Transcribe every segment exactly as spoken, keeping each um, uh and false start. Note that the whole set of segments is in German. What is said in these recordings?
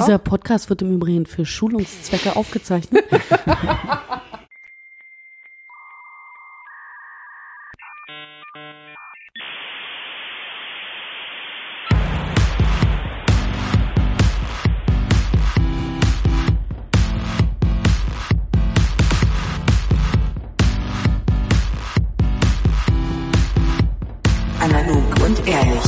Dieser Podcast wird im Übrigen für Schulungszwecke aufgezeichnet. Analog und ehrlich.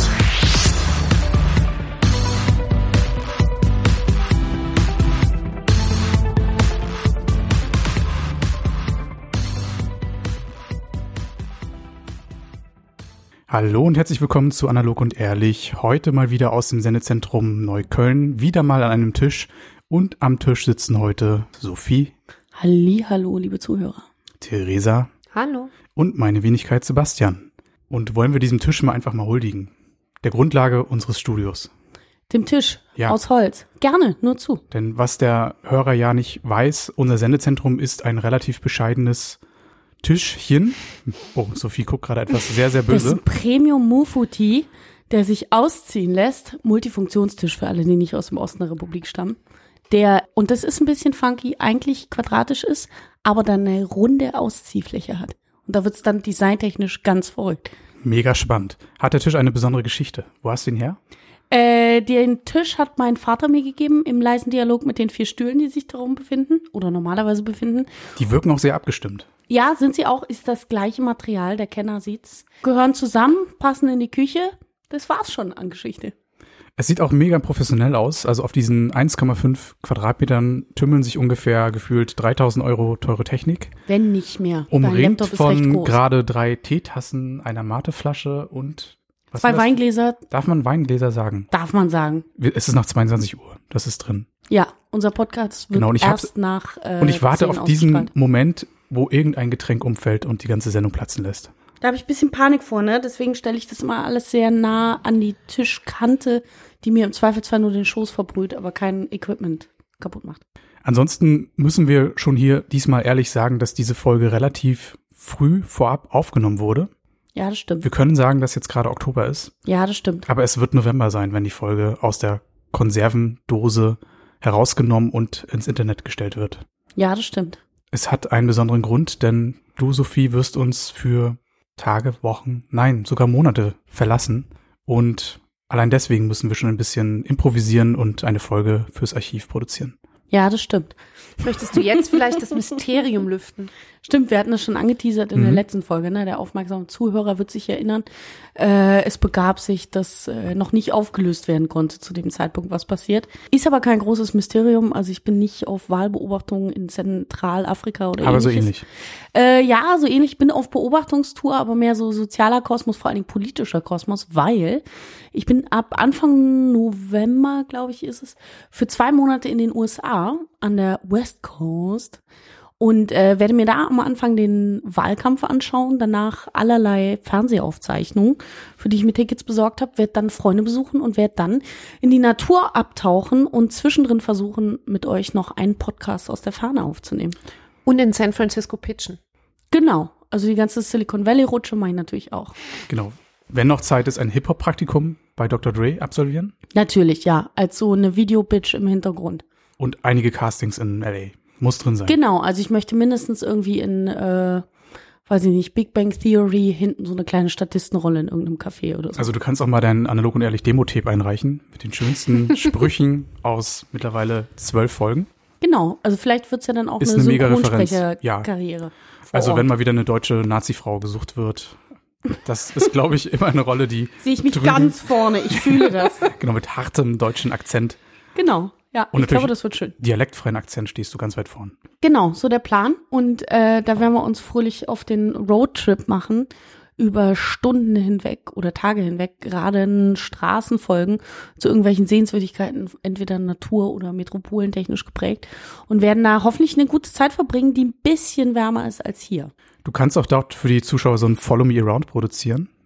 Hallo und herzlich willkommen zu Analog und ehrlich. Heute mal wieder aus dem Sendezentrum Neukölln, wieder mal an einem Tisch. Und am Tisch sitzen heute Sophie. Halli, hallo, liebe Zuhörer. Theresa. Hallo. Und meine Wenigkeit Sebastian. Und wollen wir diesem Tisch mal einfach mal huldigen? Der Grundlage unseres Studios. Dem Tisch Ja. aus Holz. Gerne, nur zu. Denn was der Hörer ja nicht weiß, unser Sendezentrum ist ein relativ bescheidenes Tischchen. Oh, Sophie guckt gerade etwas sehr, sehr Das ist böse. ein Premium Mufuti, der sich ausziehen lässt. Multifunktionstisch für alle, die nicht aus dem Osten der Republik stammen. Der, und das ist ein bisschen funky, eigentlich quadratisch ist, aber dann eine runde Ausziehfläche hat. Und da wird's dann designtechnisch ganz verrückt. Mega spannend. Hat der Tisch eine besondere Geschichte? Wo hast du ihn her? Äh, den Tisch hat mein Vater mir gegeben im leisen Dialog mit den vier Stühlen, die sich darum befinden oder normalerweise befinden. Die wirken auch sehr abgestimmt. Ja, sind sie auch, ist das gleiche Material, der Kenner sieht's. Gehören zusammen, passen in die Küche. Das war's schon an Geschichte. Es sieht auch mega professionell aus. Also auf diesen eins Komma fünf Quadratmetern tümmeln sich ungefähr gefühlt dreitausend Euro teure Technik. Wenn nicht mehr. Dein Umringt Laptop ist recht von groß. gerade drei Teetassen, einer Mateflasche und was Zwei war das? Weingläser, Darf man Weingläser sagen? darf man sagen. Es ist nach zweiundzwanzig Uhr. Das ist drin. Ja, unser Podcast wird Genau, und ich hab's- erst nach äh, und ich warte zehn auf diesen ausgestrahlt. Moment, wo irgendein Getränk umfällt und die ganze Sendung platzen lässt. Da habe ich ein bisschen Panik vor, ne? Deswegen stelle ich das immer alles sehr nah an die Tischkante, die mir im Zweifelsfall nur den Schoß verbrüht, aber kein Equipment kaputt macht. Ansonsten müssen wir schon hier diesmal ehrlich sagen, dass diese Folge relativ früh vorab aufgenommen wurde. Ja, das stimmt. Wir können sagen, dass jetzt gerade Oktober ist, Ja, das stimmt. aber es wird November sein, wenn die Folge aus der Konservendose herausgenommen und ins Internet gestellt wird. Ja, das stimmt. Es hat einen besonderen Grund, denn du, Sophie, wirst uns für Tage, Wochen, nein, sogar Monate verlassen. Und allein deswegen müssen wir schon ein bisschen improvisieren und eine Folge fürs Archiv produzieren. Ja, das stimmt. Möchtest du jetzt vielleicht das Mysterium lüften? Stimmt, wir hatten das schon angeteasert in Mhm. der letzten Folge, ne? Der aufmerksame Zuhörer wird sich erinnern. Äh, es begab sich, dass äh, noch nicht aufgelöst werden konnte zu dem Zeitpunkt, was passiert. Ist aber kein großes Mysterium. Also ich bin nicht auf Wahlbeobachtungen in Zentralafrika oder Aber ähnliches. so ähnlich. Äh, ja, so ähnlich. Ich bin auf Beobachtungstour, aber mehr so sozialer Kosmos, vor allen Dingen politischer Kosmos, weil ich bin ab Anfang November, glaube ich, ist es, für zwei Monate in den U S A an der West Coast und äh, werde mir da am Anfang den Wahlkampf anschauen, danach allerlei Fernsehaufzeichnungen, für die ich mir Tickets besorgt habe, werde dann Freunde besuchen und werde dann in die Natur abtauchen und zwischendrin versuchen, mit euch noch einen Podcast aus der Ferne aufzunehmen. Und in San Francisco pitchen. Genau, also die ganze Silicon Valley-Rutsche mache ich natürlich auch. Genau. Wenn noch Zeit ist, ein Hip-Hop-Praktikum bei Doktor Dre absolvieren Natürlich, ja, als so eine Video-Bitch im Hintergrund. und einige Castings in L A. Muss drin sein. Genau, also ich möchte mindestens irgendwie in, äh, weiß ich nicht, Big Bang Theory hinten so eine kleine Statistenrolle in irgendeinem Café oder so. Also du kannst auch mal deinen Analog und ehrlich Demo-Tape einreichen mit den schönsten Sprüchen aus mittlerweile zwölf Folgen. Genau, also vielleicht wird's ja dann auch Ist eine eine mega Referenz, Synchronsprecherkarriere. vor Also Ort. wenn mal wieder eine deutsche Nazi-Frau gesucht wird, das ist, glaube ich, immer eine Rolle, die Sehe ich mich drüben- ganz vorne, ich fühle das. genau mit hartem deutschen Akzent, Genau, ja, Und ich glaube, natürlich- das wird schön. dialektfreien Akzent stehst du ganz weit vorn. Genau, so der Plan. Und äh, da werden wir uns fröhlich auf den Roadtrip machen, über Stunden hinweg oder Tage hinweg, gerade in Straßenfolgen zu irgendwelchen Sehenswürdigkeiten, entweder Natur- oder metropolentechnisch geprägt, und werden da hoffentlich eine gute Zeit verbringen, die ein bisschen wärmer ist als hier. Du kannst auch dort für die Zuschauer so ein Follow Me Around produzieren.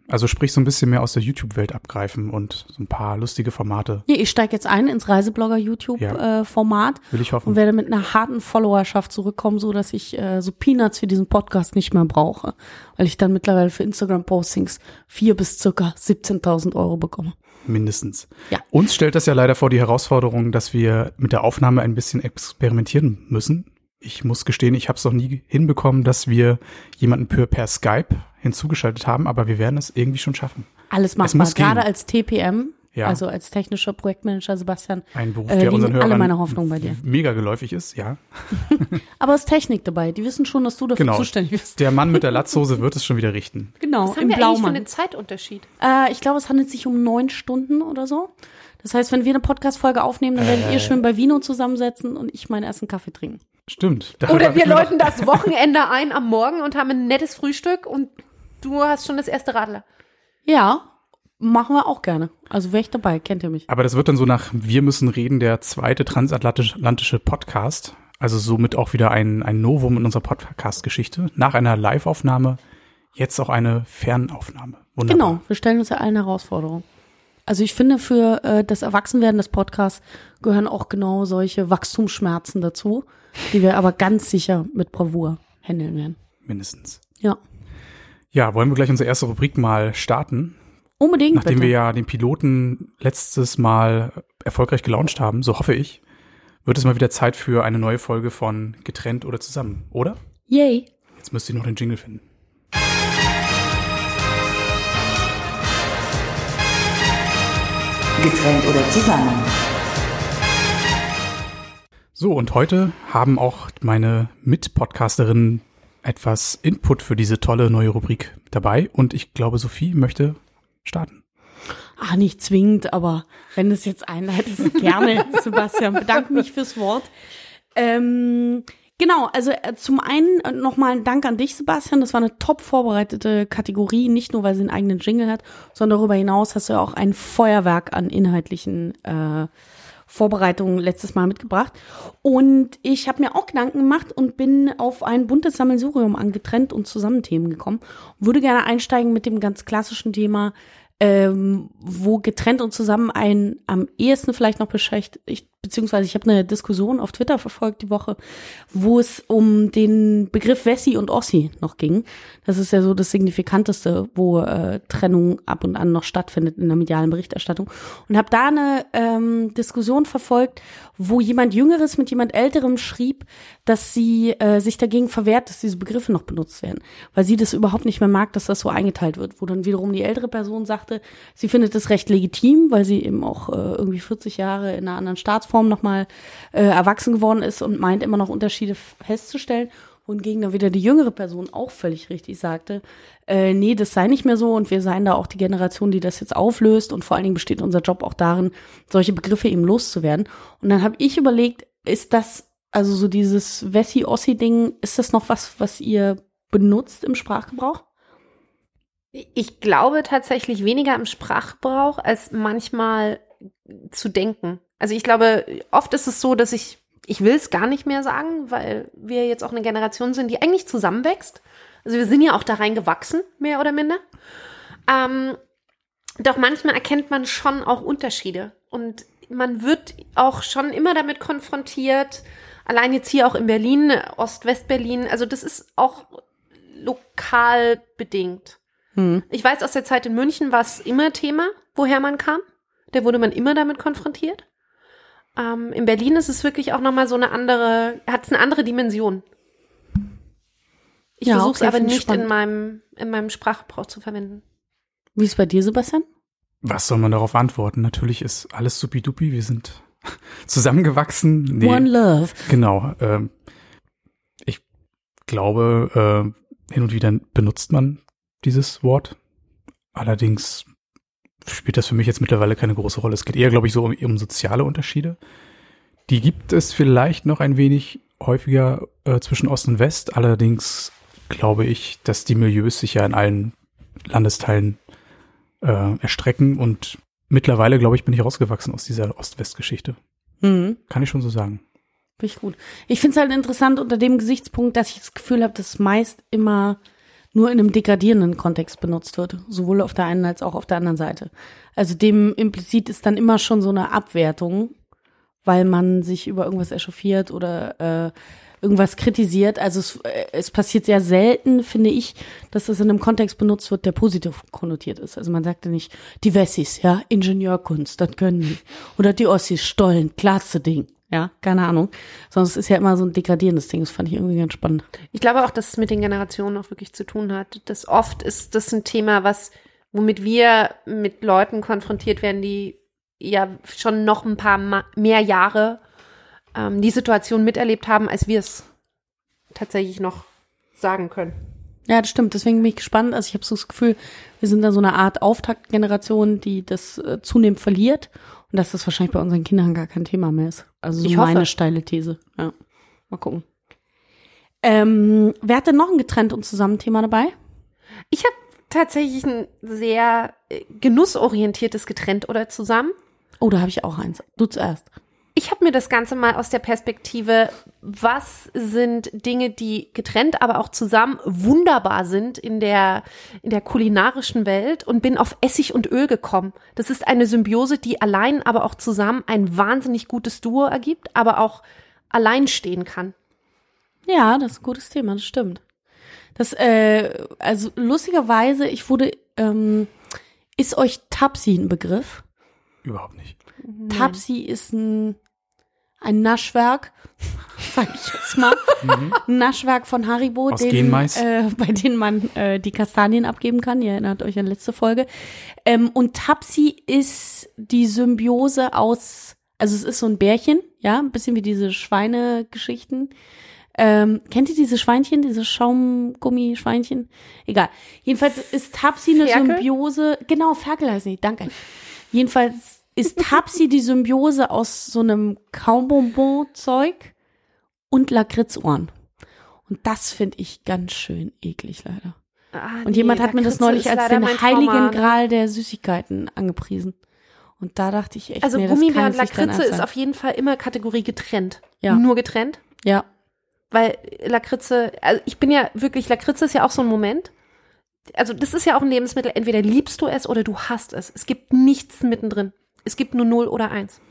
Also sprich so ein bisschen mehr aus der YouTube-Welt abgreifen und so ein paar lustige Formate. Ja, ich steige jetzt ein ins Reiseblogger-YouTube-Format Ja, will ich hoffen. und werde mit einer harten Followerschaft zurückkommen, so dass ich äh, so Peanuts für diesen Podcast nicht mehr brauche, weil ich dann mittlerweile für Instagram-Postings vier bis circa siebzehntausend Euro bekomme. Mindestens. Ja. Uns stellt das ja leider vor die Herausforderung, dass wir mit der Aufnahme ein bisschen experimentieren müssen. Ich muss gestehen, ich habe es noch nie hinbekommen, dass wir jemanden per, per Skype hinzugeschaltet haben, aber wir werden es irgendwie schon schaffen. Alles Es machbar, muss gehen. gerade als T P M, Ja. also als technischer Projektmanager Sebastian. Ein Beruf, Äh, der liegen unseren alle Hörern meine Hoffnung bei dir. mega geläufig ist, ja. Aber es ist Technik dabei, die wissen schon, dass du dafür Genau. zuständig bist. Der Mann mit der Latzhose wird es schon wieder richten. Genau, Was haben im wir eigentlich für Blaumann. einen Zeitunterschied? Äh, ich glaube, es handelt sich um neun Stunden oder so. Das heißt, wenn wir eine Podcast-Folge aufnehmen, dann werdet Äh. ihr schön bei Vino zusammensetzen und ich meinen ersten Kaffee trinken. Stimmt. Darüber Oder hab ich wir mir noch- läuten das Wochenende ein am Morgen und haben ein nettes Frühstück und du hast schon das erste Radler. Ja, machen wir auch gerne. Also wäre ich dabei, kennt ihr mich. Aber das wird dann so nach Wir müssen reden, der zweite transatlantische Podcast. Also somit auch wieder ein, ein Novum in unserer Podcast-Geschichte. Nach einer Live-Aufnahme jetzt auch eine Fernaufnahme. Wunderbar. Genau, wir stellen uns ja allen Herausforderungen. Also ich finde, für äh, das Erwachsenwerden des Podcasts gehören auch genau solche Wachstumsschmerzen dazu, die wir aber ganz sicher mit Bravour handeln werden. Mindestens. Ja, Ja, wollen wir gleich unsere erste Rubrik mal starten? unbedingt Nachdem bitte. wir ja den Piloten letztes Mal erfolgreich gelauncht haben, so hoffe ich, wird es mal wieder Zeit für eine neue Folge von Getrennt oder Zusammen, oder? Yay. Jetzt müsst ihr noch den Jingle finden. Getrennt oder zusammen. So, und heute haben auch meine Mitpodcasterinnen etwas Input für diese tolle neue Rubrik dabei. Und ich glaube, Sophie möchte starten. Ah, nicht zwingend, aber wenn du es jetzt einleitest, gerne, Sebastian. Bedanke mich fürs Wort. Ähm, genau, also äh, zum einen äh, nochmal ein Dank an dich, Sebastian. Das war eine top vorbereitete Kategorie, nicht nur, weil sie einen eigenen Jingle hat, sondern darüber hinaus hast du ja auch ein Feuerwerk an inhaltlichen äh, Vorbereitungen letztes Mal mitgebracht. Und ich habe mir auch Gedanken gemacht und bin auf ein buntes Sammelsurium an Getrennt- und Zusammenthemen gekommen. Würde gerne einsteigen mit dem ganz klassischen Thema, ähm, wo getrennt und zusammen einen am ehesten vielleicht noch beschäftigt, beziehungsweise ich habe eine Diskussion auf Twitter verfolgt die Woche, wo es um den Begriff Wessi und Ossi noch ging. Das ist ja so das Signifikanteste, wo äh, Trennung ab und an noch stattfindet in der medialen Berichterstattung. Und habe da eine ähm, Diskussion verfolgt, wo jemand Jüngeres mit jemand Älterem schrieb, dass sie äh, sich dagegen verwehrt, dass diese Begriffe noch benutzt werden, weil sie das überhaupt nicht mehr mag, dass das so eingeteilt wird. Wo dann wiederum die ältere Person sagte, sie findet das recht legitim, weil sie eben auch äh, irgendwie vierzig Jahre in einer anderen Staatsform nochmal äh, erwachsen geworden ist und meint immer noch Unterschiede festzustellen. Wohingegen dann wieder die jüngere Person auch völlig richtig sagte, äh, nee, das sei nicht mehr so und wir seien da auch die Generation, die das jetzt auflöst und vor allen Dingen besteht unser Job auch darin, solche Begriffe eben loszuwerden. Und dann habe ich überlegt, ist das, also so dieses Wessi-Ossi-Ding, ist das noch was, was ihr benutzt im Sprachgebrauch? Ich glaube tatsächlich weniger im Sprachgebrauch, als manchmal zu denken. Also ich glaube, oft ist es so, dass ich, ich will es gar nicht mehr sagen, weil wir jetzt auch eine Generation sind, die eigentlich zusammenwächst. Also wir sind ja auch da reingewachsen, mehr oder minder. Ähm, doch manchmal erkennt man schon auch Unterschiede. Und man wird auch schon immer damit konfrontiert, allein jetzt hier auch in Berlin, Ost-West-Berlin, also das ist auch lokal bedingt. Hm. Ich weiß, aus der Zeit in München war es immer Thema, woher man kam. Da wurde man immer damit konfrontiert. Ähm, in Berlin ist es wirklich auch nochmal so eine andere, hat es eine andere Dimension. Ich Ja, versuche es okay, aber finde ich nicht spannend. in meinem, in meinem Sprachgebrauch zu verwenden. Wie ist es bei dir, Sebastian? Was soll man darauf antworten? Natürlich ist alles supidupi. Wir sind zusammengewachsen. Nee, One Love. genau. Ähm, ich glaube, äh, hin und wieder benutzt man dieses Wort. Allerdings spielt das für mich jetzt mittlerweile keine große Rolle. Es geht eher, glaube ich, so um, um soziale Unterschiede. Die gibt es vielleicht noch ein wenig häufiger äh, zwischen Ost und West. Allerdings glaube ich, dass die Milieus sich ja in allen Landesteilen äh, erstrecken. Und mittlerweile, glaube ich, bin ich rausgewachsen aus dieser Ost-West-Geschichte. Mhm. Kann ich schon so sagen. Finde ich gut. Ich finde es halt interessant unter dem Gesichtspunkt, dass ich das Gefühl habe, dass meist immer nur in einem degradierenden Kontext benutzt wird, sowohl auf der einen als auch auf der anderen Seite. Also dem implizit ist dann immer schon so eine Abwertung, weil man sich über irgendwas echauffiert oder äh, irgendwas kritisiert. Also es, äh, es passiert sehr selten, finde ich, dass das in einem Kontext benutzt wird, der positiv konnotiert ist. Also man sagt ja nicht, die Wessis, ja, Ingenieurkunst, das können die. Oder die Ossis, Stollen, klasse Ding. Ja, keine Ahnung. Sonst ist ja immer so ein degradierendes Ding. Das fand ich irgendwie ganz spannend. Ich glaube auch, dass es mit den Generationen auch wirklich zu tun hat. Das oft ist das ein Thema, was, womit wir mit Leuten konfrontiert werden, die ja schon noch ein paar Ma- mehr Jahre ähm, die Situation miterlebt haben, als wir es tatsächlich noch sagen können. Ja, das stimmt. Deswegen bin ich gespannt. Also ich habe so das Gefühl, wir sind da so eine Art Auftaktgeneration, die das äh, zunehmend verliert. Und dass das wahrscheinlich bei unseren Kindern gar kein Thema mehr ist. Also so Ich meine hoffe. steile These. Ja, mal gucken. Ähm, wer hat denn noch ein getrennt und zusammen Thema dabei? Ich habe tatsächlich ein sehr äh, genussorientiertes getrennt oder zusammen. Oh, da habe ich auch eins. Du zuerst. Ich habe mir das Ganze mal aus der Perspektive, was sind Dinge, die getrennt, aber auch zusammen wunderbar sind in der, in der kulinarischen Welt und bin auf Essig und Öl gekommen. Das ist eine Symbiose, die allein, aber auch zusammen ein wahnsinnig gutes Duo ergibt, aber auch allein stehen kann. Ja, das ist ein gutes Thema, das stimmt. Das, äh, also lustigerweise, ich wurde, ähm, ist euch Tapsi ein Begriff? Überhaupt nicht. Tapsi ist ein, ein Naschwerk, sag ich jetzt mal, ein Naschwerk von Haribo, Aus den, Genmais. äh, bei denen man äh, die Kastanien abgeben kann. Ihr erinnert euch an letzte Folge. Ähm, und Tapsi ist die Symbiose aus, also es ist so ein Bärchen, ja, ein bisschen wie diese Schweinegeschichten. Ähm, kennt ihr diese Schweinchen, diese Schaumgummischweinchen? Egal. Jedenfalls ist Tapsi eine Ferkel? Symbiose, genau, Ferkel heißt sie, danke. Jedenfalls ist Tapsi die Symbiose aus so einem Kaumbonbon-Zeug und Lakritzohren. Und das finde ich ganz schön eklig, leider. Ah, Und nee, jemand hat mir das Lakritze neulich ist als leider den mein heiligen Trauma. Gral der Süßigkeiten angepriesen. Und da dachte ich echt, Also nee, das Gummibär kann und jetzt nicht dein Lakritze Ernst ist sein. auf jeden Fall immer Kategorie getrennt. Ja. Nur getrennt. Ja, Weil Lakritze, also ich bin ja wirklich, Lakritze ist ja auch so ein Moment. Also das ist ja auch ein Lebensmittel, entweder liebst du es oder du hasst es. Es gibt nichts mittendrin. Es gibt nur null oder eins.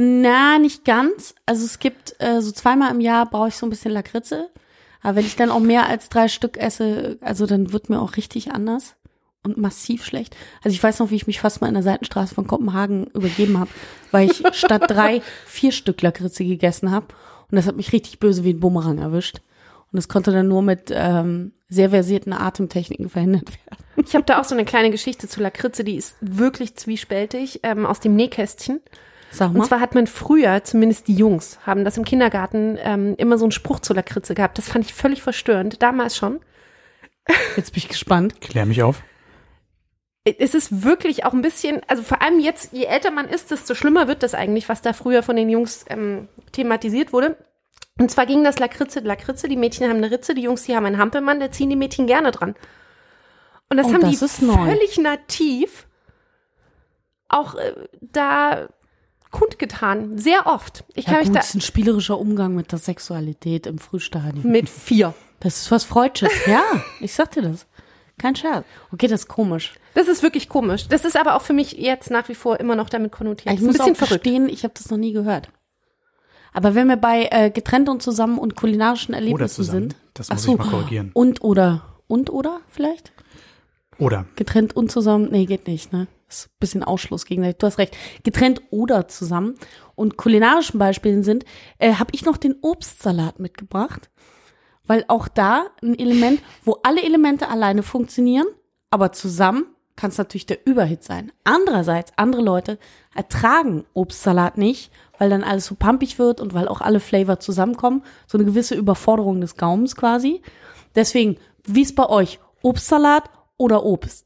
na, nicht ganz. Also es gibt äh, so zweimal im Jahr brauche ich so ein bisschen Lakritze. Aber wenn ich dann auch mehr als drei Stück esse, also dann wird mir auch richtig anders und massiv schlecht. Also ich weiß noch, wie ich mich fast mal in der Seitenstraße von Kopenhagen übergeben habe, weil ich statt drei vier Stück Lakritze gegessen habe. Und das hat mich richtig böse wie ein Bumerang erwischt. Und das konnte dann nur mit ähm, sehr versierten Atemtechniken verhindert werden. Ich habe da auch so eine kleine Geschichte zu Lakritze, die ist wirklich zwiespältig, ähm, aus dem Nähkästchen. Sag Und mal. zwar hat man früher, zumindest die Jungs, haben das im Kindergarten ähm, immer so einen Spruch zu Lakritze gehabt. Das fand ich völlig verstörend, damals schon. Jetzt bin ich gespannt. Klär mich auf. Es ist wirklich auch ein bisschen, also vor allem jetzt, je älter man ist, desto schlimmer wird das eigentlich, was da früher von den Jungs ähm, thematisiert wurde. Und zwar ging das Lakritze, Lakritze, die Mädchen haben eine Ritze, die Jungs, die haben einen Hampelmann, da ziehen die Mädchen gerne dran. Und das Oh, haben das die ist neu. völlig nativ auch äh, da kundgetan, sehr oft. Ich Ja kann gut, mich das ist ein spielerischer Umgang mit der Sexualität im da Frühstadium. mit vier. Das ist was Freudsches. Ja, ich sag dir das. Kein Scherz. Okay, das ist komisch. Das ist wirklich komisch. Das ist aber auch für mich jetzt nach wie vor immer noch damit konnotiert. Ich Das ist ein muss bisschen auch verrückt. gestehen, ich habe das noch nie gehört. Aber wenn wir bei äh, getrennt und zusammen und kulinarischen Oder Erlebnissen zusammen. sind. Das Ach muss so. ich mal korrigieren. Und oder. Und oder vielleicht? Oder. Getrennt und zusammen. Nee, geht nicht, ne? Das ist ein bisschen Ausschluss gegenseitig. Du hast recht. Getrennt oder zusammen. Und kulinarischen Beispielen sind, äh, habe ich noch den Obstsalat mitgebracht. Weil auch da ein Element, wo alle Elemente alleine funktionieren, aber zusammen kann es natürlich der Überhit sein. Andererseits, andere Leute ertragen Obstsalat nicht, weil dann alles so pumpig wird und weil auch alle Flavor zusammenkommen. So eine gewisse Überforderung des Gaumens quasi. Deswegen, wie ist bei euch? Obstsalat oder Obst?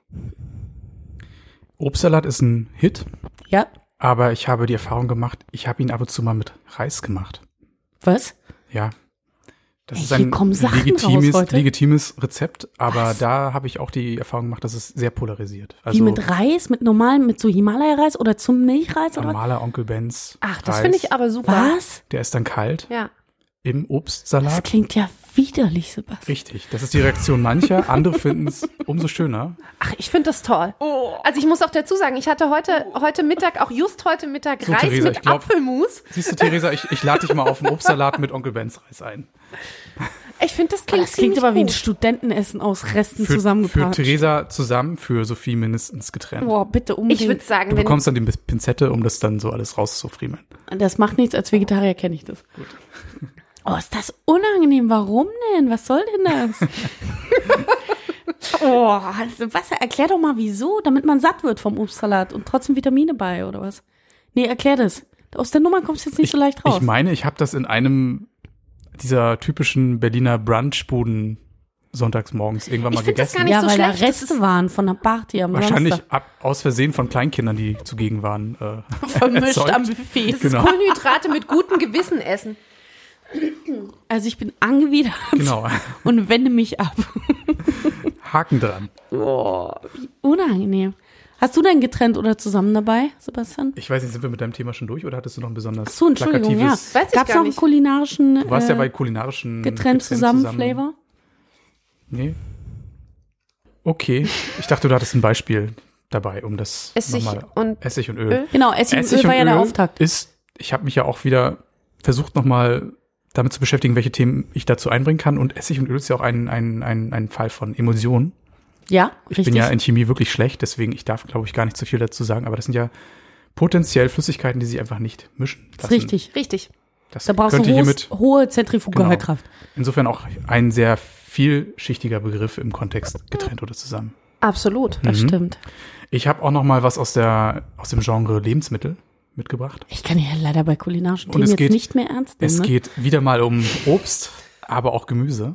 Obstsalat ist ein Hit, Ja? aber ich habe die Erfahrung gemacht, ich habe ihn ab und zu mal mit Reis gemacht. Was? Ja. Das Ey, ist hier ein kommen Sachen legitimes, raus heute. legitimes Rezept, aber Was? da habe ich auch die Erfahrung gemacht, dass es sehr polarisiert. Also Wie mit Reis, mit normalem, mit so Himalaya-Reis oder zum Milchreis oder was? normaler Onkel Ben's Ach, das Reis, finde ich aber super. Was? der ist dann kalt Ja. im Das Obstsalat. klingt ja widerlich, Sebastian. Richtig, das ist die Reaktion mancher. Andere finden es umso schöner. Ach, ich finde das toll. Oh. Also ich muss auch dazu sagen, ich hatte heute, heute Mittag, auch just heute Mittag, So, Reis Theresa, mit ich glaub- Apfelmus. Siehst du, Theresa, ich, ich lade dich mal auf einen Obstsalat mit Onkel Bens Reis ein. Ich finde, das klingt Das klingt ziemlich aber wie ein gut. Studentenessen aus Resten Für, für zusammengepatscht. Theresa zusammen, für Sophie mindestens getrennt. Boah, bitte unbedingt. Ich würde sagen, Du wenn bekommst dann die Pinzette, um das dann so alles rauszufriemeln. Das macht nichts, als Vegetarier kenne ich das. Gut. Oh, ist das unangenehm. Warum denn? Was soll denn das? Oh, Sebastian, erklär doch mal, wieso, damit man satt wird vom Obstsalat und trotzdem Vitamine bei, oder was? Nee, erklär das. Aus der Nummer kommst du jetzt nicht Ich, so leicht raus. ich meine, ich habe das in einem dieser typischen Berliner Brunchbuden sonntags morgens irgendwann Ich mal find das gegessen. gar nicht ja, so weil da schlecht. Das Reste ist- waren von der Party am Wahrscheinlich Samstag. ab, aus Versehen von Kleinkindern, die zugegen waren. Äh, Vermischt erzeugt. am Buffet. Das Genau. ist Kohlenhydrate mit gutem Gewissen essen. Also ich bin angewidert Genau, und wende mich ab. Haken dran. Oh, wie unangenehm. Hast du denn getrennt oder zusammen dabei, Sebastian? Ich weiß nicht, sind wir mit deinem Thema schon durch oder hattest du noch ein besonders Ach so, Entschuldigung, ja. plakatives? Weiß ich Gab's gar noch einen nicht. kulinarischen Du warst ja äh, bei kulinarischen getrennt zusammen Flavor? Nee. Okay. Ich dachte, du hattest ein Beispiel dabei, um das Essig nochmal. und Essig und Öl. Öl? Genau, Essig, und Öl war ja der Auftakt. Ist, ich habe mich ja auch wieder versucht, nochmal damit zu beschäftigen, welche Themen ich dazu einbringen kann. Und Essig und Öl ist ja auch ein, ein, ein, ein Fall von Emulsion. Ja, Ich richtig. bin ja in Chemie wirklich schlecht, deswegen ich darf, glaube ich, gar nicht zu viel dazu sagen. Aber das sind ja potenziell Flüssigkeiten, die sich einfach nicht mischen Das ist lassen. richtig. Richtig. Das Da brauchst du könnte hohes, hiermit hohe Zentrifugalkraft. insofern auch ein sehr vielschichtiger Begriff im Kontext getrennt oder zusammen. Absolut. Das Mhm. stimmt. Ich habe auch noch mal was aus der aus dem Genre Lebensmittel mitgebracht. Ich kann ja leider bei kulinarischen Und Themen es jetzt geht- nicht mehr ernst nehmen. Es Ne? geht wieder mal um Obst, aber auch Gemüse.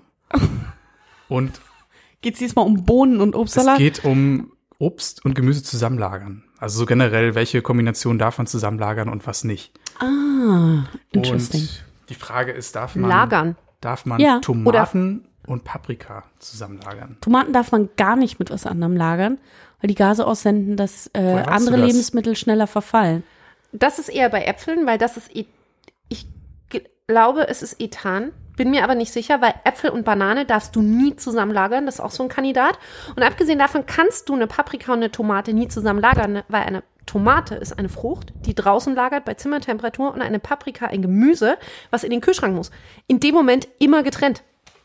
Und Geht's diesmal um Bohnen und es Obstsalat? geht um Obst und Gemüse zusammenlagern. Also so generell, welche Kombination darf man zusammenlagern und was nicht. Ah, interesting. Und die Frage ist, darf man Lagern. darf man Ja. Tomaten und Paprika zusammenlagern? Tomaten darf man gar nicht mit was anderem lagern, weil die Gase aussenden, dass äh, Woher weißt andere du das? Lebensmittel schneller verfallen. Das ist eher bei Äpfeln, weil das ist, E- ich ge- glaube, es ist Ethan. Bin mir aber nicht sicher, weil Äpfel und Banane darfst du nie zusammen lagern. Das ist auch so ein Kandidat. Und abgesehen davon kannst du eine Paprika und eine Tomate nie zusammen lagern, ne? Weil eine Tomate ist eine Frucht, die draußen lagert bei Zimmertemperatur und eine Paprika ein Gemüse, was in den Kühlschrank muss. In dem Moment immer getrennt.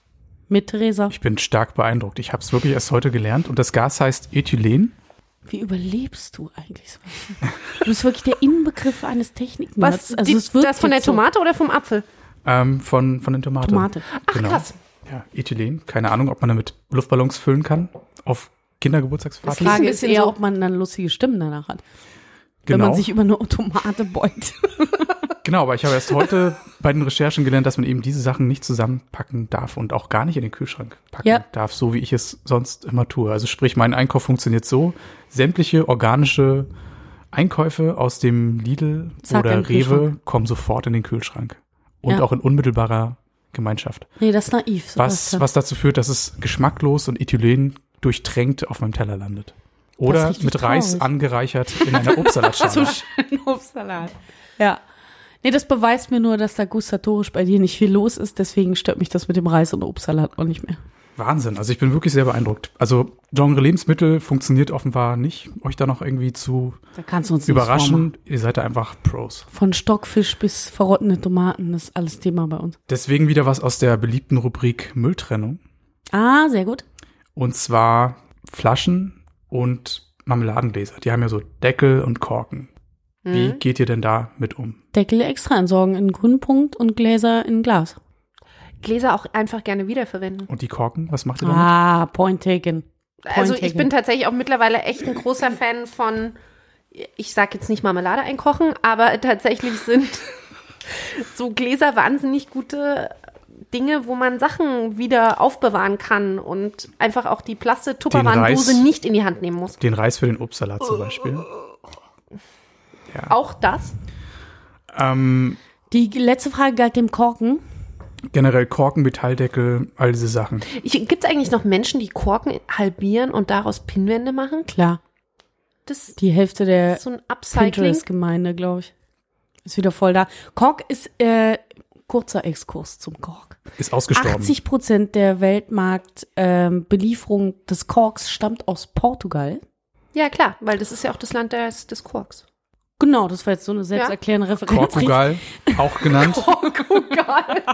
Mit Theresa. Ich bin stark beeindruckt. Ich habe es wirklich erst heute gelernt. Und das Gas heißt Ethylen. Wie überlebst du eigentlich, Sebastian? Du bist wirklich der Inbegriff eines Techniknerds. Was, Also die, es wirkt das von der jetzt so. Tomate oder vom Apfel? Ähm, von, von den Tomaten. Tomate. Ach, Genau. krass. Ja, Ethylen. Keine Ahnung, ob man damit Luftballons füllen kann. Auf Kindergeburtstagspartys. Die Frage ein ist bisschen eher, so- ob man dann lustige Stimmen danach hat. Genau. Wenn man sich über eine Tomate beugt. Genau, aber ich habe erst heute bei den Recherchen gelernt, dass man eben diese Sachen nicht zusammenpacken darf und auch gar nicht in den Kühlschrank packen Ja. darf, so wie ich es sonst immer tue. Also sprich, mein Einkauf funktioniert so, sämtliche organische Einkäufe aus dem Lidl Zack, in den oder Rewe Kühlschrank. kommen sofort in den Kühlschrank. Und Ja. auch in unmittelbarer Gemeinschaft. Nee, das ist naiv. Was, Sebastian. was dazu führt, dass es geschmacklos und Ethylen durchtränkt auf meinem Teller landet. Oder richtig mit Reis traurig. angereichert in einer Obstsalatschale. So schön Obstsalat. Ja. Nee, das beweist mir nur, dass da gustatorisch bei dir nicht viel los ist. Deswegen stört mich das mit dem Reis und Obstsalat auch nicht mehr. Wahnsinn, also ich bin wirklich sehr beeindruckt. Also Genre Lebensmittel funktioniert offenbar nicht, euch da noch irgendwie zu Da kannst du uns nichts vormachen. überraschen. Ihr seid da einfach Pros. Von Stockfisch bis verrottende Tomaten, das ist alles Thema bei uns. Deswegen wieder was aus der beliebten Rubrik Mülltrennung. Ah, sehr gut. Und zwar Flaschen und Marmeladengläser. Die haben ja so Deckel und Korken. Wie Mhm. geht ihr denn da mit um? Deckel extra entsorgen in grünen Punkt und Gläser in Glas. Gläser auch einfach gerne wiederverwenden. Und die Korken, was macht ihr damit? Ah, point taken. Point Also ich taken. bin tatsächlich auch mittlerweile echt ein großer Fan von, ich sag jetzt nicht Marmelade einkochen, aber tatsächlich sind so Gläser wahnsinnig gute Dinge, wo man Sachen wieder aufbewahren kann und einfach auch die Plaste-Tupperwaren-Dose Reis- nicht in die Hand nehmen muss. Den Reis für den Obstsalat zum Beispiel. Ja. Auch das. Ähm, Die letzte Frage galt dem Korken. generell Korken, Metalldeckel, all diese Sachen. Gibt es eigentlich noch Menschen, die Korken halbieren und daraus Pinnwände machen? Klar, Das die Hälfte der ist so ein Upcycling. Pinterest-Gemeinde, glaube ich. Ist wieder voll da. Kork ist äh, Kurzer Exkurs zum Kork. Ist ausgestorben. achtzig Prozent der Weltmarktbelieferung ähm, des Korks stammt aus Portugal. Ja, klar, weil das ist ja auch das Land des, des Korks. Genau, das war jetzt so eine selbsterklärende ja. Referenz. Portugal, auch genannt. Portugal.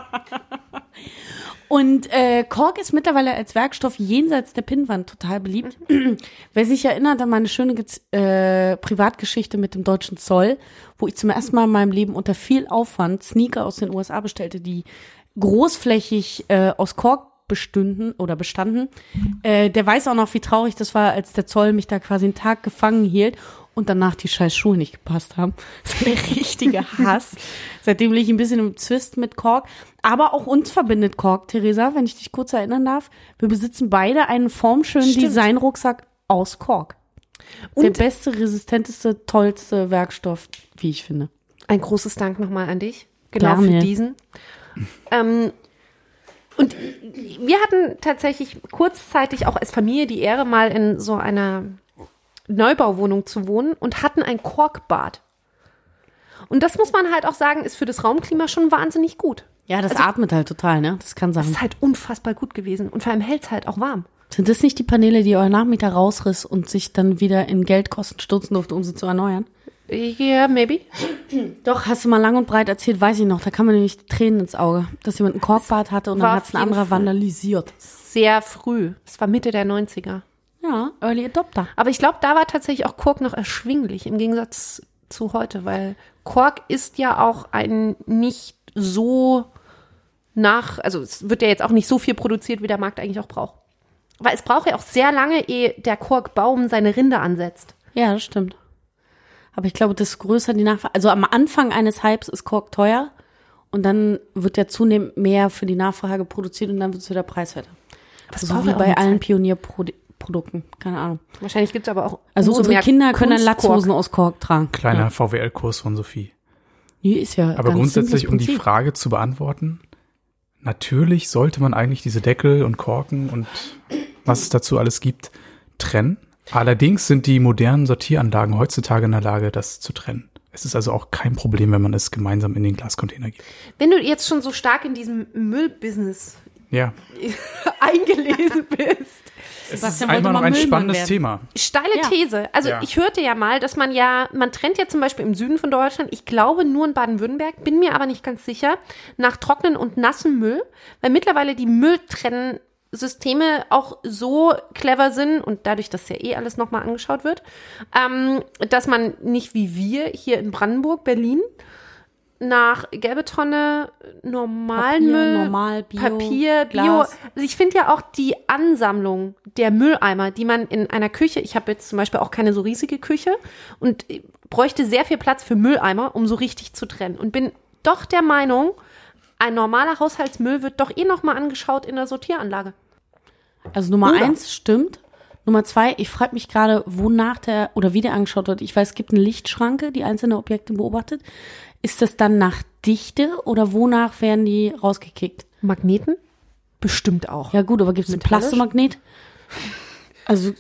Und äh, Kork ist mittlerweile als Werkstoff jenseits der Pinnwand total beliebt. Mhm. Wer sich erinnert an meine schöne äh, Privatgeschichte mit dem deutschen Zoll, wo ich zum ersten Mal in meinem Leben unter viel Aufwand Sneaker aus den U S A bestellte, die großflächig äh, aus Kork bestünden oder bestanden. Äh, der weiß auch noch, wie traurig das war, als der Zoll mich da quasi einen Tag gefangen hielt und danach die scheiß Schuhe nicht gepasst haben. Das war der richtige Hass. Seitdem liege ich ein bisschen im Zwist mit Kork. Aber auch uns verbindet Kork, Theresa, wenn ich dich kurz erinnern darf. Wir besitzen beide einen formschönen Stimmt. Designrucksack aus Kork. Und der beste, resistenteste, tollste Werkstoff, wie ich finde. Ein großes Dank nochmal an dich. Genau Gerne. für diesen. ähm, und wir hatten tatsächlich kurzzeitig auch als Familie die Ehre, mal in so einer Neubauwohnung zu wohnen und hatten ein Korkbad. Und das muss man halt auch sagen, ist für das Raumklima schon wahnsinnig gut. Ja, das Also- atmet halt total, ne? Das kann Das Sachen. ist halt unfassbar gut gewesen. Und vor allem hält es halt auch warm. Sind das nicht die Paneele, die euer Nachmieter rausriss und sich dann wieder in Geldkosten stürzen durfte, um sie zu erneuern? Ja, yeah, maybe. Doch, hast du mal lang und breit erzählt, weiß ich noch. Da kam mir nämlich Tränen ins Auge, dass jemand ein Korkbad hatte und War dann hat es auf ein jeden anderer Fall. vandalisiert. Sehr früh. Es war Mitte der neunziger. Ja, Early Adopter. Aber ich glaube, da war tatsächlich auch Kork noch erschwinglich im Gegensatz zu heute, weil Kork ist ja auch ein nicht so nach, also es wird ja jetzt auch nicht so viel produziert, wie der Markt eigentlich auch braucht. Weil es braucht ja auch sehr lange, ehe der Korkbaum seine Rinde ansetzt. Ja, das stimmt. Aber ich glaube, das größer die Nachfrage, also am Anfang eines Hypes ist Kork teuer und dann wird ja zunehmend mehr für die Nachfrage produziert und dann wird es wieder preiswerter. Das So braucht wie ja auch bei eine allen Zeit. Pionierprodukten, keine Ahnung. Wahrscheinlich gibt es aber auch Also umso unsere mehr Kinder können dann Kunstkork. Latzhosen aus Kork tragen. Kleiner Ja. V W L-Kurs von Sophie. Nee, ist ja Aber ganz grundsätzlich, simples um die Prinzip. Frage zu beantworten, natürlich sollte man eigentlich diese Deckel und Korken und was es dazu alles gibt, trennen. Allerdings sind die modernen Sortieranlagen heutzutage in der Lage, das zu trennen. Es ist also auch kein Problem, wenn man es gemeinsam in den Glascontainer gibt. Wenn du jetzt schon so stark in diesem Müllbusiness Ja, eingelesen bist. es ist Sebastian wollte einfach noch mal ein Müllmann spannendes werden. Thema. Steile Ja. These. Also Ja. ich hörte ja mal, dass man ja, man trennt ja zum Beispiel im Süden von Deutschland, ich glaube nur in Baden-Württemberg, bin mir aber nicht ganz sicher, nach trockenen und nassen Müll, weil mittlerweile die Mülltrennsysteme auch so clever sind und dadurch, dass ja eh alles nochmal angeschaut wird, ähm, dass man nicht wie wir hier in Brandenburg, Berlin, nach gelbe Tonne, normalen Papier, Müll, normal, Bio, Papier, Bio. Glas. Also ich finde ja auch die Ansammlung der Mülleimer, die man in einer Küche, ich habe jetzt zum Beispiel auch keine so riesige Küche und bräuchte sehr viel Platz für Mülleimer, um so richtig zu trennen. Und bin doch der Meinung, ein normaler Haushaltsmüll wird doch eh nochmal angeschaut in der Sortieranlage. Also Nummer Oder? eins stimmt. Nummer zwei, ich frage mich gerade, wonach der oder wie der angeschaut wird. Ich weiß, es gibt eine Lichtschranke, die einzelne Objekte beobachtet. Ist das dann nach Dichte oder wonach werden die rausgekickt? Magneten? Bestimmt auch. Ja gut, aber gibt es ein Metallisch? Plastomagnet? Also,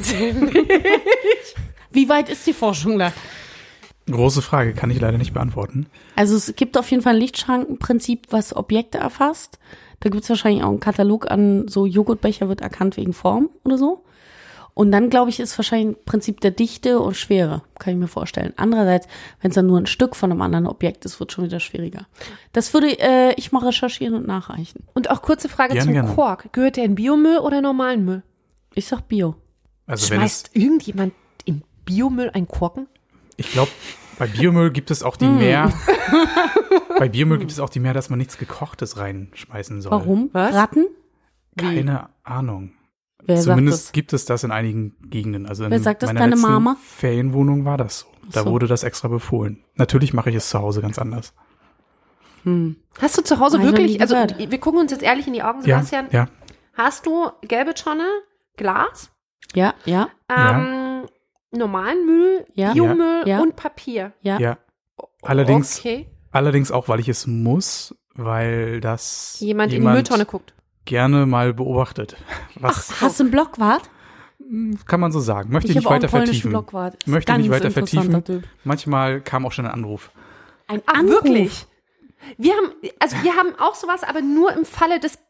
wie weit ist die Forschung da? Große Frage, kann ich leider nicht beantworten. Also es gibt auf jeden Fall ein Lichtschrankenprinzip, was Objekte erfasst. Da gibt es wahrscheinlich auch einen Katalog an, so Joghurtbecher wird erkannt wegen Form oder so. Und dann, glaube ich, ist wahrscheinlich ein Prinzip der Dichte und Schwere, kann ich mir vorstellen. Andererseits, wenn es dann nur ein Stück von einem anderen Objekt ist, wird schon wieder schwieriger. Das würde äh, ich mal recherchieren und nachreichen. Und auch kurze Frage Gerne, zum gerne. Kork. Gehört der in Biomüll oder normalen Müll? Ich sag Bio. Also wenn es, Schmeißt irgendjemand in Biomüll einen Korken? ich glaube, bei Biomüll gibt es auch die Hm. mehr, bei Biomüll gibt es auch die mehr, dass man nichts Gekochtes reinschmeißen soll. Warum? Was? Ratten? Keine Ahnung. Wer Zumindest sagt gibt es das in einigen Gegenden. Also in Wer sagt das, meiner deine letzten Mama? Ferienwohnung war das so. Da so. wurde das extra befohlen. Natürlich mache ich es zu Hause ganz anders. das? Hm. Hast du zu Hause Hab ich noch wirklich, nie also gehört. wir gucken uns jetzt ehrlich in die Augen, Ja, Sebastian. ja. Hast du gelbe Tonne, Glas, Ja, ja, ähm, normalen Müll, Ja. Biomüll Ja. und Papier? ja. Ja. Allerdings, Okay. allerdings auch, weil ich es muss, weil das Jemand, in die Mülltonne guckt. gerne mal beobachtet. Was Hast du einen Blockwart? kann man so sagen? Möchte ich, nicht habe auch weiter einen polnischen vertiefen. Blockwart. Ist Möchte ganz nicht weiter interessanter vertiefen. Typ. Manchmal kam auch schon ein Anruf. Ein Ach, Anruf. wirklich? Wir haben, also wir haben auch sowas, aber nur im Falle des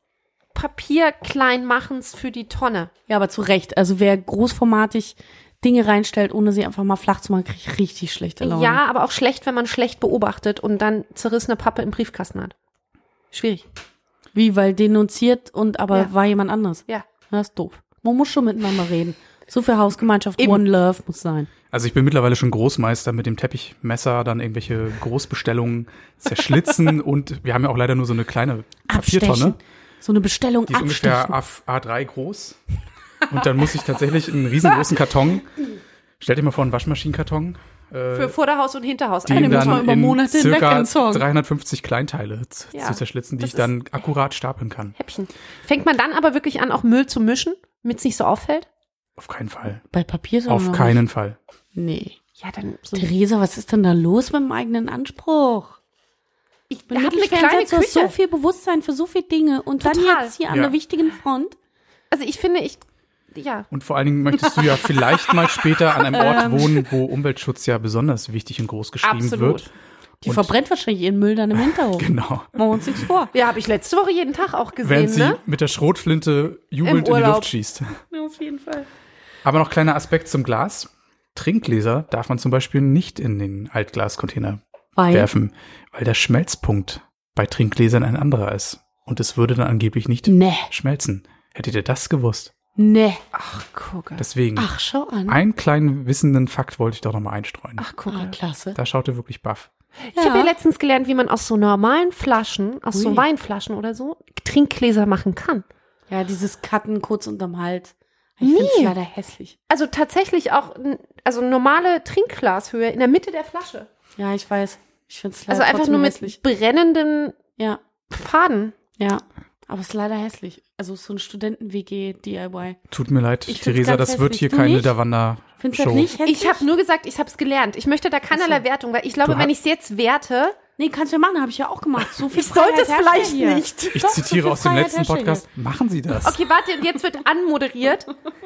Papierkleinmachens für die Tonne. Ja, aber zu Recht. Also wer großformatig Dinge reinstellt, ohne sie einfach mal flach zu machen, kriege ich richtig schlechte Laune. Ja, aber auch schlecht, wenn man schlecht beobachtet und dann zerrissene Pappe im Briefkasten hat. Schwierig. Wie, weil denunziert und aber Ja. war jemand anders. Ja. Das ist doof. Man muss schon miteinander reden. So viel Hausgemeinschaft, Eben. One Love muss sein. Also ich bin mittlerweile schon Großmeister mit dem Teppichmesser, dann irgendwelche Großbestellungen zerschlitzen und wir haben ja auch leider nur so eine kleine Papiertonne. Abstechen. So eine Bestellung Die ist ungefähr abstechen. A drei groß. Und dann muss ich tatsächlich einen riesengroßen Karton, stell dir mal vor, einen Waschmaschinenkarton, äh, Für Vorderhaus und Hinterhaus. die eine muss man dann über in Monate hinweg circa entsorgen. dreihundertfünfzig Kleinteile z- Ja, zu zerschlitzen, die das ich dann akkurat stapeln kann. Häppchen. Fängt man dann aber wirklich an, auch Müll zu mischen, damit es nicht so auffällt? Auf keinen Fall. Bei Papier soll Auf man keinen nicht. Fall. Nee. Ja, dann so. Theresa, was ist denn da los mit dem eigenen Anspruch? Ich Bin habe eine kleine Mittelsternsetzer, du hast so Küche. viel Bewusstsein für so viele Dinge und dann Total. jetzt hier an Ja. der wichtigen Front. Also ich finde, ich, ja. Und vor allen Dingen möchtest du ja vielleicht mal später an einem Ort wohnen, wo Umweltschutz ja besonders wichtig und groß geschrieben Absolut. wird. Die Und- verbrennt wahrscheinlich ihren Müll dann im Hinterhof. Genau. Machen wir uns nichts vor. Ja, habe ich letzte Woche jeden Tag auch gesehen, Während sie ne? mit der Schrotflinte jubelnd Im in die Urlaub. Luft schießt. Ja, auf jeden Fall. Aber noch kleiner Aspekt zum Glas. Trinkgläser darf man zum Beispiel nicht in den Altglascontainer Weil, werfen, weil der Schmelzpunkt bei Trinkgläsern ein anderer ist. Und es würde dann angeblich nicht ne, schmelzen. Hättet ihr das gewusst? ne. Ach, gucke. Deswegen, Ach, schau an. einen kleinen wissenden Fakt wollte ich doch nochmal einstreuen. Ach, gucke. Ah, klasse. Da schaut ihr wirklich baff. Ich habe ja letztens gelernt, wie man aus so normalen Flaschen, aus so Ui. Weinflaschen oder so, Trinkgläser machen kann. Ja, dieses Cutten kurz unterm Hals. Ich finde es Nee. leider hässlich. Also tatsächlich auch, n- also normale Trinkglashöhe in der Mitte der Flasche. Ja, ich weiß. Ich finde es Also leider einfach trotzdem nur mit hässlich. brennenden Ja, Faden. ja. Aber es ist leider hässlich. Also so ein Studenten-W G-D I Y. Tut mir leid, Ich find's Theresa, ganz das wird hässlich. hier Du keine nicht? Findest du das Davanda-Show. nicht hässlich? Ich habe nur gesagt, ich habe es gelernt. Ich möchte da keinerlei Ach so. Wertung, weil ich glaube, Du wenn ha- ich es jetzt werte, Nee, kannst du ja machen, habe ich ja auch gemacht. So viel ich sollte es Freiheit herrscht vielleicht ja hier. nicht. Ich Doch, so zitiere viel aus dem Freiheit letzten herrscht ja Podcast. Machen Sie das. Okay, warte, und jetzt wird anmoderiert.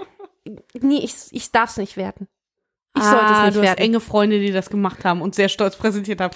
Nee, ich, ich darf es nicht werten. Ich ah, sollte es nicht du hast werten. enge Freunde, die das gemacht haben und sehr stolz präsentiert haben.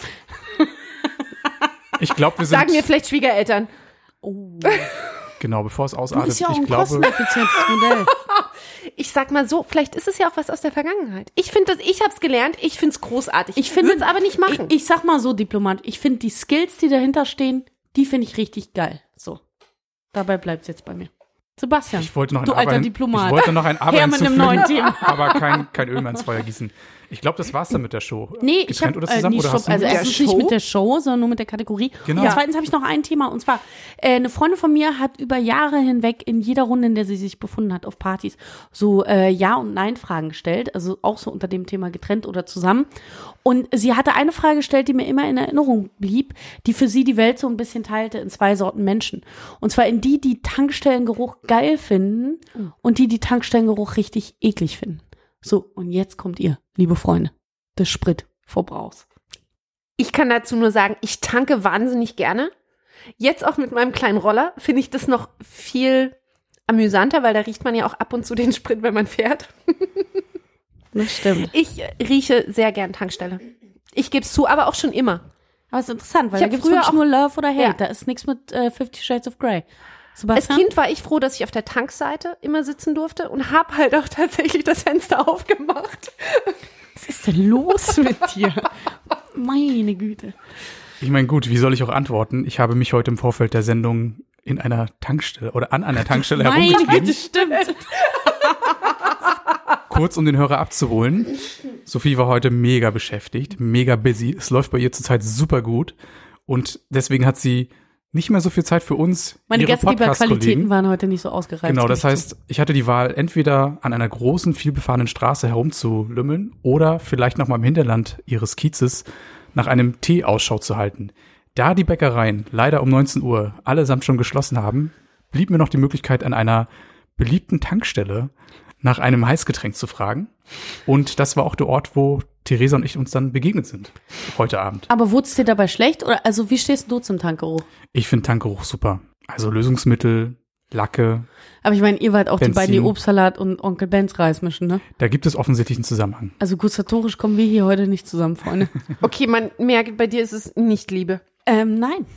Ich glaube, wir sind, Sagen mir vielleicht Schwiegereltern. Oh. genau, bevor es Du ausartet, ist ja auch ich ein glaube, kosteneffizientes Modell. Ich sag mal so, vielleicht ist es ja auch was aus der Vergangenheit. Ich finde das, ich hab's gelernt, ich find's großartig. Ich finde es aber nicht machen. Ich, ich sag mal so, Diplomat, ich finde die Skills, die dahinter stehen, die finde ich richtig geil. So. Dabei bleibt's jetzt bei mir. Sebastian. ich wollte noch ein du Aber, alter hin- Diplomat. ich wollte noch ein Aber Her mit einem hinzufügen, neuen Thema. aber kein, kein Öl mehr ins Feuer gießen. Ich glaube, das war's dann mit der Show. Nee, ich Getrennt habe oder zusammen äh, nee, oder stopp, hast du also noch- erstens der nicht Show? mit der Show, sondern nur mit der Kategorie. Genau. Und zweitens habe ich noch ein Thema und zwar äh, eine Freundin von mir hat über Jahre hinweg in jeder Runde, in der sie sich befunden hat auf Partys, so äh, Ja- und Nein-Fragen gestellt, also auch so unter dem Thema getrennt oder zusammen. Und sie hatte eine Frage gestellt, die mir immer in Erinnerung blieb, die für sie die Welt so ein bisschen teilte in zwei Sorten Menschen. Und zwar in die, die Tankstellengeruch geil finden und die, die Tankstellengeruch richtig eklig finden. So, und jetzt kommt ihr, liebe Freunde, des Spritverbrauchs. Ich kann dazu nur sagen, ich tanke wahnsinnig gerne. Jetzt auch mit meinem kleinen Roller finde ich das noch viel amüsanter, weil da riecht man ja auch ab und zu den Sprit, wenn man fährt. Das stimmt. Ich rieche sehr gern Tankstelle. Ich gebe es zu, aber auch schon immer. Aber es ist interessant, weil Ich da hab gibt es früher wirklich auch- nur Love oder Hate. Ja. Da ist nichts mit äh, Fifty Shades of Grey. Als Sebastian? Kind war ich froh, dass ich auf der Tankseite immer sitzen durfte und habe halt auch tatsächlich das Fenster aufgemacht. Was ist denn los mit dir? Meine Güte. Ich meine, gut, wie soll ich auch antworten? Ich habe mich heute im Vorfeld der Sendung in einer Tankstelle oder an einer Tankstelle Meine herumgetrieben, Güte, stimmt. kurz um den Hörer abzuholen. Sophie war heute mega beschäftigt, mega busy. Es läuft bei ihr zurzeit super gut und deswegen hat sie nicht mehr so viel Zeit für uns, Meine ihre Gastgeberqualitäten Podcast-Kollegen. waren heute nicht so ausgereift. Genau, das gebe ich heißt, ich hatte die Wahl, entweder an einer großen, vielbefahrenen Straße herumzulümmeln oder vielleicht noch mal im Hinterland ihres Kiezes nach einem Tee Ausschau zu halten. Da die Bäckereien leider um neunzehn Uhr allesamt schon geschlossen haben, blieb mir noch die Möglichkeit, an einer beliebten Tankstelle nach einem Heißgetränk zu fragen. Und das war auch der Ort, wo Theresa und ich uns dann begegnet sind, heute Abend. zu. Aber wurde es dir dabei schlecht? Oder also wie stehst du zum Tankgeruch? Ich finde Tankgeruch super. Also Lösungsmittel, Lacke, Aber ich meine, ihr wart auch die Benzin. beiden, die Obstsalat und Onkel Benz Reis mischen, ne? da gibt es offensichtlich einen Zusammenhang. Also gustatorisch kommen wir hier heute nicht zusammen, Freunde. Okay, man merkt, bei dir ist es nicht Liebe. Ähm, nein.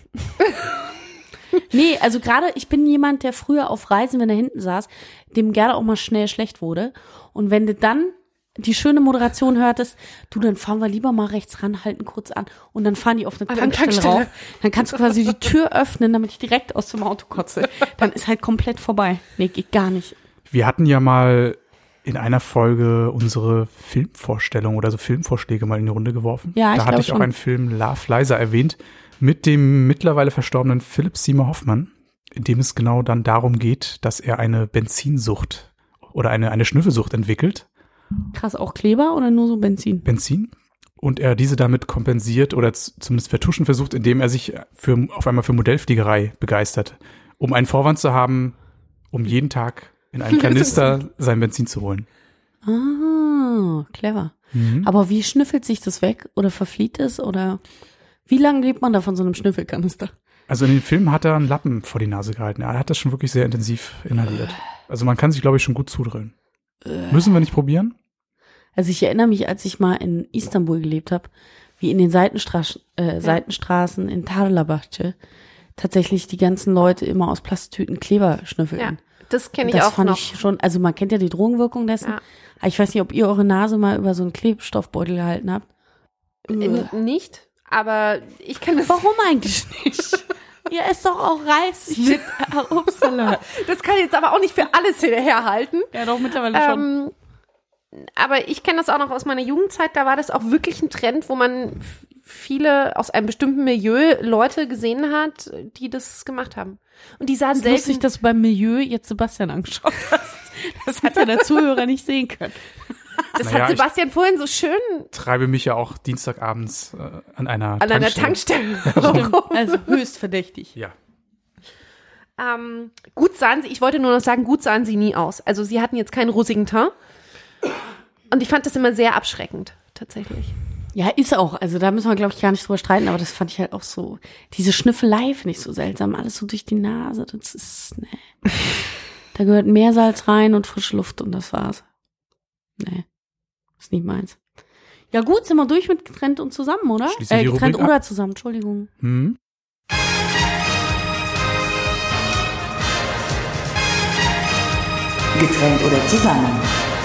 Nee, also gerade, ich bin jemand, der früher auf Reisen, wenn er hinten saß, dem gerne auch mal schnell schlecht wurde. Und wenn du dann die schöne Moderation hörtest, du, dann fahren wir lieber mal rechts ran, halten kurz an und dann fahren die auf eine An eine Tankstelle, Tankstelle. rauf. Dann kannst du quasi die Tür öffnen, damit ich direkt aus dem Auto kotze. Dann ist halt komplett vorbei. Nee, geht gar nicht. Wir hatten ja mal in einer Folge unsere Filmvorstellung oder so Filmvorschläge mal in die Runde geworfen. Ja, ich Da hatte glaub ich auch schon. einen Film Love Liza erwähnt mit dem mittlerweile verstorbenen Philip Seymour Hoffman, in dem es genau dann darum geht, dass er eine Benzinsucht oder eine, eine Schnüffelsucht entwickelt. Krass, auch Kleber oder nur so Benzin? Benzin. Und er diese damit kompensiert oder z- zumindest vertuschen versucht, indem er sich für, auf einmal für Modellfliegerei begeistert, um einen Vorwand zu haben, um jeden Tag in einem Kanister sein Benzin zu holen. Ah, clever. Mhm. Aber wie schnüffelt sich das weg oder verflieht es oder wie lange lebt man da von so einem Schnüffelkanister? Also in dem Film hat er einen Lappen vor die Nase gehalten. Er hat das schon wirklich sehr intensiv inhaliert. Also man kann sich, glaube ich, schon gut zudrillen. Müssen wir nicht probieren? Also ich erinnere mich, als ich mal in Istanbul gelebt habe, wie in den Seitenstraßen, äh, Seitenstraßen in Tarlabache tatsächlich die ganzen Leute immer aus Plasttüten Kleber schnüffelten. Ja, das kenne ich das auch fand noch. ich schon, also man kennt ja die Drogenwirkung dessen. Ja. Aber ich weiß nicht, ob ihr eure Nase mal über so einen Klebstoffbeutel gehalten habt. N- Nicht, aber ich kenne das. Warum eigentlich nicht? Ihr esst doch auch Reis mit Obstsalat. Das kann ich jetzt aber auch nicht für alles herhalten. Ja, doch, mittlerweile schon. Ähm, aber ich kenne das auch noch aus meiner Jugendzeit. Da war das auch wirklich ein Trend, wo man f- viele aus einem bestimmten Milieu Leute gesehen hat, die das gemacht haben. Und die sahen Es ist selten. lustig, dass du beim Milieu jetzt Sebastian angeschaut hast. Das hat ja der Zuhörer nicht sehen können. das Naja, hat ich- Sebastian vorhin so schön Treibe mich ja auch Dienstagabends äh, an einer an einer Tankstelle. Tankstelle. Stimmt, also höchst verdächtig. Ja. ähm, gut sahen sie, ich wollte nur noch sagen, gut sahen sie nie aus. Also sie hatten jetzt keinen rosigen Teint. Und ich fand das immer sehr abschreckend, tatsächlich. Ja, ist auch. Also da müssen wir, glaube ich, gar nicht drüber streiten, aber das fand ich halt auch so. Diese Schnüffelei finde ich so seltsam. Alles so durch die Nase. Das ist, ne. Da gehört Meersalz rein und frische Luft und das war's. Nee. Ist nicht meins. Ja gut, sind wir durch mit getrennt und zusammen, oder? Schließen wir Äh, die getrennt Rubrik ab? oder zusammen, Entschuldigung. Hm? Getrennt oder zusammen.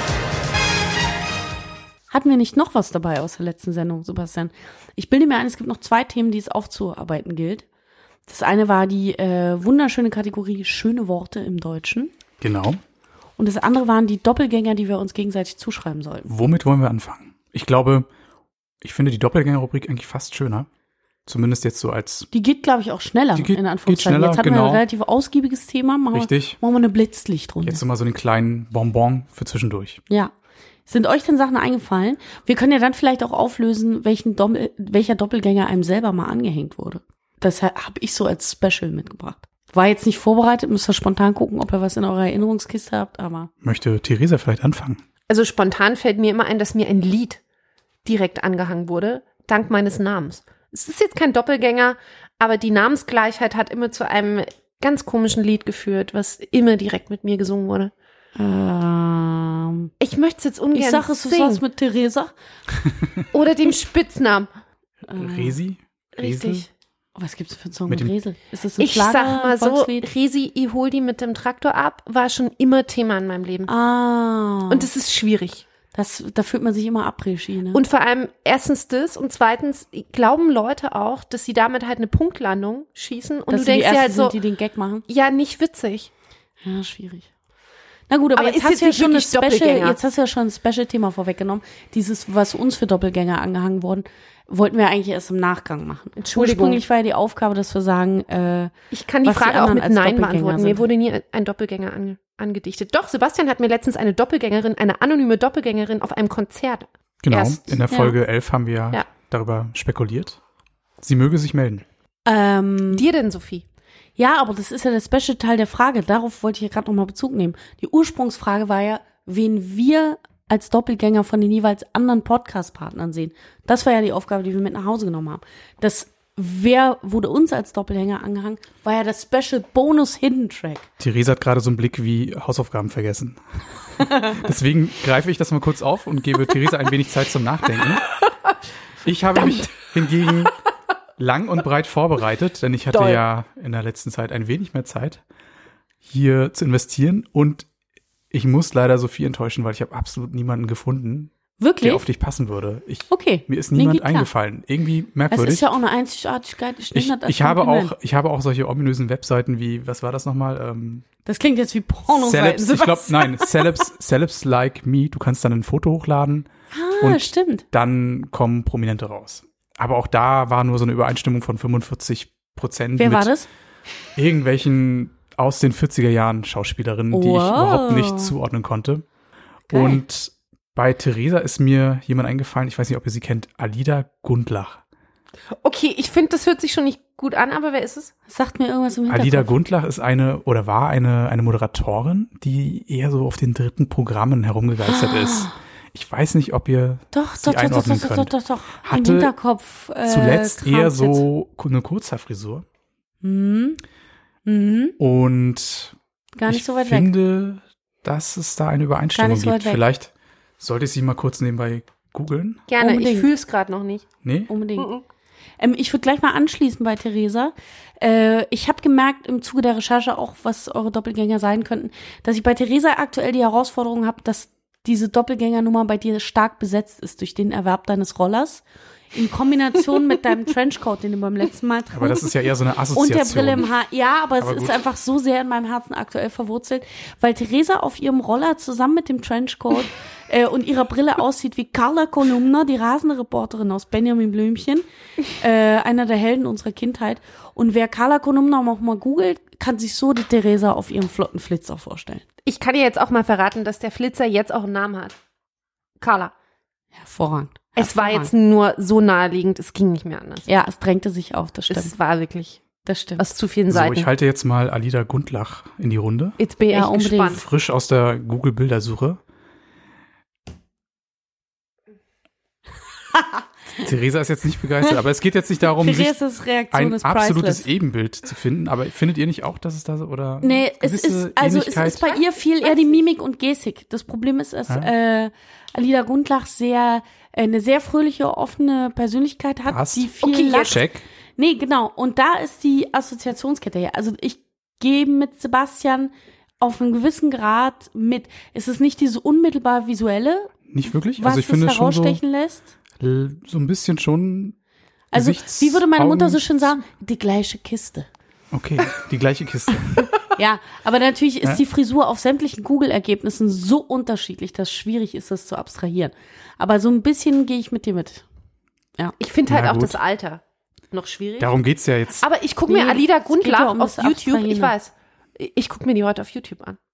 Hatten wir nicht noch was dabei aus der letzten Sendung, Sebastian? Ich bilde mir ein, es gibt noch zwei Themen, die es aufzuarbeiten gilt. Das eine war die äh, wunderschöne Kategorie schöne Worte im Deutschen. Genau. Und das andere waren die Doppelgänger, die wir uns gegenseitig zuschreiben sollten. Womit wollen wir anfangen? Ich glaube, ich finde die Doppelgänger-Rubrik eigentlich fast schöner. Zumindest jetzt so als Die geht, glaube ich, auch schneller, Die geht- in Anführungszeichen. geht schneller, Jetzt hatten wir genau. ein relativ ausgiebiges Thema. Machen Richtig. Wir, machen wir eine Blitzlichtrunde. jetzt so mal so einen kleinen Bonbon für zwischendurch. Ja. Sind euch denn Sachen eingefallen? Wir können ja dann vielleicht auch auflösen, welchen Doppel, welcher Doppelgänger einem selber mal angehängt wurde. Das habe ich so als Special mitgebracht. War jetzt nicht vorbereitet, müsst ihr spontan gucken, ob ihr was in eurer Erinnerungskiste habt, aber Möchte Theresa vielleicht anfangen? Also spontan fällt mir immer ein, dass mir ein Lied direkt angehangen wurde, dank meines Namens. Es ist jetzt kein Doppelgänger, aber die Namensgleichheit hat immer zu einem ganz komischen Lied geführt, was immer direkt mit mir gesungen wurde. ähm, Ich möchte es jetzt ungern ich sag, es ist singen. was mit Theresa. Oder dem Spitznamen. Resi? Resel? Richtig. Oh, was gibt's für einen Song Mit mit, dem- Resel? Ist das ein Ich Schlager, sag mal so, Volkslied? Resi, ich hol die mit dem Traktor ab, war schon immer Thema in meinem Leben. Ah. Und es ist schwierig. das, da fühlt man sich immer Après-Ski, ne? Und vor allem erstens das und zweitens glauben Leute auch, dass sie damit halt eine Punktlandung schießen und dass du sie die denkst dir Ersten halt so, sind, die den Gag machen. ja, nicht witzig. Ja, schwierig. Na gut, aber, Aber jetzt ist hast jetzt du ja nicht schon wirklich das Special, Doppelgänger. jetzt hast du ja schon ein Special-Thema vorweggenommen. Dieses, was uns für Doppelgänger angehangen wurden, wollten wir eigentlich erst im Nachgang machen. Entschuldigung. Ursprünglich war ja die Aufgabe, dass wir sagen, äh, Ich kann die Was die Frage auch anderen mit als Nein Doppelgänger beantworten. sind. Mir wurde nie ein Doppelgänger ange angedichtet. Doch, Sebastian hat mir letztens eine Doppelgängerin, eine anonyme Doppelgängerin auf einem Konzert. Genau. Erst- In der ja. Folge elf haben wir Ja. darüber spekuliert. Sie möge sich melden. ähm, Dir denn, Sophie? ja, aber das ist ja der Special-Teil der Frage. Darauf wollte ich ja gerade nochmal Bezug nehmen. Die Ursprungsfrage war ja, wen wir als Doppelgänger von den jeweils anderen Podcast-Partnern sehen. Das war ja die Aufgabe, die wir mit nach Hause genommen haben. Das Wer wurde uns als Doppelgänger angehangen, war ja das Special Bonus Hidden Track. Theresa hat gerade so einen Blick wie Hausaufgaben vergessen. Deswegen greife ich das mal kurz auf und gebe Theresa ein wenig Zeit zum Nachdenken. Ich habe mich hingegen lang und breit vorbereitet, denn ich hatte Toll. ja in der letzten Zeit ein wenig mehr Zeit, hier zu investieren. Und ich muss leider Sophie enttäuschen, weil ich habe absolut niemanden gefunden, Wirklich? der auf dich passen würde. Ich, Okay. Mir ist Nee, niemand geht klar. eingefallen. Irgendwie Es merkwürdig. ist ja auch eine Einzigartigkeit. Ich, ich nehme das als ich habe Kompliment. auch, ich habe auch solche ominösen Webseiten wie, was war das nochmal? Ähm, Das klingt jetzt wie Porno. Celebs, ich glaube, nein, Celebs, Celebs like me. Du kannst dann ein Foto hochladen Ah, und stimmt. dann kommen Prominente raus. Aber auch da war nur so eine Übereinstimmung von fünfundvierzig Prozent Wer mit war das? irgendwelchen aus den vierziger Jahren Schauspielerinnen, die ich Wow. überhaupt nicht zuordnen konnte. Geil. Und bei Theresa ist mir jemand eingefallen, ich weiß nicht, ob ihr sie kennt, Alida Gundlach. Okay, ich finde, das hört sich schon nicht gut an, aber wer ist es? Sagt mir irgendwas im Hinterkopf. Alida Gundlach ist eine oder war eine, eine Moderatorin, die eher so auf den dritten Programmen herumgegeistert Ah. ist. Ich weiß nicht, ob ihr Doch, sie doch, doch, doch, einordnen doch, doch, könnt. doch, doch. Im Hatte Hinterkopf. Äh, Zuletzt eher kramt's jetzt. so eine Kurzhaarfrisur. Mhm. Mhm. Und Gar nicht ich so weit weg. finde, dass es da eine Übereinstimmung Gar nicht so gibt. weit weg. Vielleicht sollte ich sie mal kurz nebenbei googeln. Gerne, Unbedingt. ich fühle es gerade noch nicht. Nee? Unbedingt. Mhm. Ähm, ich würde gleich mal anschließen bei Theresa. Äh, ich habe gemerkt im Zuge der Recherche auch, was eure Doppelgänger sein könnten, dass ich bei Theresa aktuell die Herausforderung habe, dass diese Doppelgängernummer bei dir stark besetzt ist durch den Erwerb deines Rollers. In Kombination mit deinem Trenchcoat, den du beim letzten Mal trugst. Aber das ist ja eher so eine Und Assoziation. der Brille im Haar. Ja, aber es Aber ist gut. einfach so sehr in meinem Herzen aktuell verwurzelt, weil Theresa auf ihrem Roller zusammen mit dem Trenchcoat äh, und ihrer Brille aussieht wie Carla Kolumna, die rasende Reporterin aus Benjamin Blümchen, äh, einer der Helden unserer Kindheit. Und wer Carla Kolumna auch mal googelt, kann sich so die Theresa auf ihrem flotten Flitzer vorstellen. Ich kann dir jetzt auch mal verraten, dass der Flitzer jetzt auch einen Namen hat. Carla. Hervorragend. Es war Hervorragend. jetzt nur so naheliegend, es ging nicht mehr anders. Ja, es drängte sich auf, das stimmt. Es war wirklich Das stimmt. aus zu vielen So, Seiten. ich halte jetzt mal Alida Gundlach in die Runde. Jetzt bin ich Ja, echt unbedingt. gespannt. Frisch aus der Google-Bildersuche. Theresa ist jetzt nicht begeistert, aber es geht jetzt nicht darum, sich Theresas Reaktion ein ist absolutes priceless. Ebenbild zu finden. Aber findet ihr nicht auch, dass es da so, oder? Nee, es gewisse ist, also es Ähnlichkeit? ist bei ihr viel eher die Mimik und Gestik. Das Problem ist, dass äh, Alida Gundlach sehr, äh, eine sehr fröhliche, offene Persönlichkeit hat, Passt. die viel Okay, lacht. Check. Nee, genau. Und da ist die Assoziationskette her. Also ich gehe mit Sebastian auf einen gewissen Grad mit. Es ist nicht diese unmittelbar visuelle, Nicht wirklich? was Also ich es finde schon so, herausstechen lässt. l- so ein bisschen schon. Also Gesichts- wie würde meine Mutter so Augen- schön sagen, die gleiche Kiste. Okay, die gleiche Kiste. Ja, aber natürlich ist Ja. die Frisur auf sämtlichen Google-Ergebnissen so unterschiedlich, dass es schwierig ist, das zu abstrahieren. Aber so ein bisschen gehe ich mit dir mit. Ich finde halt Na auch gut. das Alter noch schwierig. Darum geht's ja jetzt. Aber ich gucke Nee, mir Alida es geht Gundlach ja um auf das YouTube, ich Abstrahieren. weiß. Ich gucke mir die heute auf YouTube an.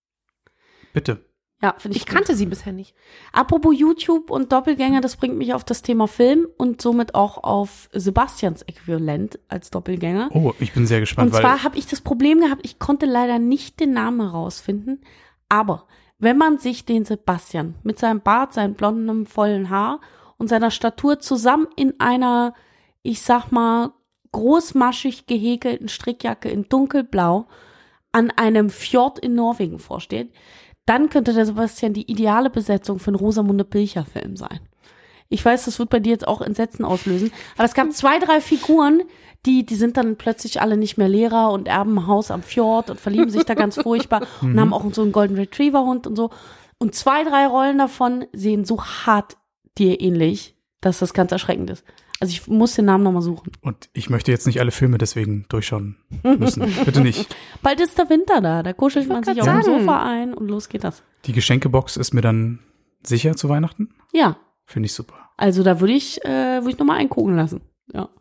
Bitte. Ja, finde ich Ich gut. kannte sie bisher nicht. Apropos YouTube und Doppelgänger, das bringt mich auf das Thema Film und somit auch auf Sebastians Äquivalent als Doppelgänger. Oh, ich bin sehr gespannt, Und weil zwar habe ich das Problem gehabt, ich konnte leider nicht den Namen herausfinden, aber wenn man sich den Sebastian mit seinem Bart, seinem blonden, vollen Haar und seiner Statur zusammen in einer, ich sag mal, großmaschig gehäkelten Strickjacke in dunkelblau an einem Fjord in Norwegen vorsteht, dann könnte der Sebastian die ideale Besetzung für einen Rosamunde Pilcher-Film sein. Ich weiß, das wird bei dir jetzt auch Entsetzen auslösen, aber es gab zwei, drei Figuren, die, die sind dann plötzlich alle nicht mehr Lehrer und erben ein Haus am Fjord und verlieben sich da ganz furchtbar und haben auch so einen Golden Retriever-Hund und so. Und zwei, drei Rollen davon sehen so hart dir ähnlich, dass das ganz erschreckend ist. Also ich muss den Namen nochmal suchen. und ich möchte jetzt nicht alle Filme deswegen durchschauen müssen. Bitte nicht. Bald ist der Winter da, da kuschelt man sich grad auf dem sagen. Sofa ein und los geht das. Die Geschenkebox ist mir dann sicher zu Weihnachten. Ja, Finde ich super. also da würde ich, äh, würde ich nochmal eingucken lassen. Ja.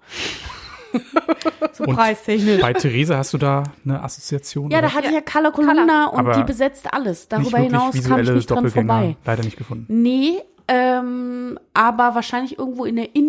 so Und preistechnisch. Bei Theresa hast du da eine Assoziation? Ja, oder? da hatte ich ja Carla Kolumna und Aber die besetzt alles. Nicht Darüber wirklich hinaus kam ich visuelle nicht dran Doppelgänger vorbei. leider nicht gefunden. Nee, ähm, aber wahrscheinlich irgendwo in der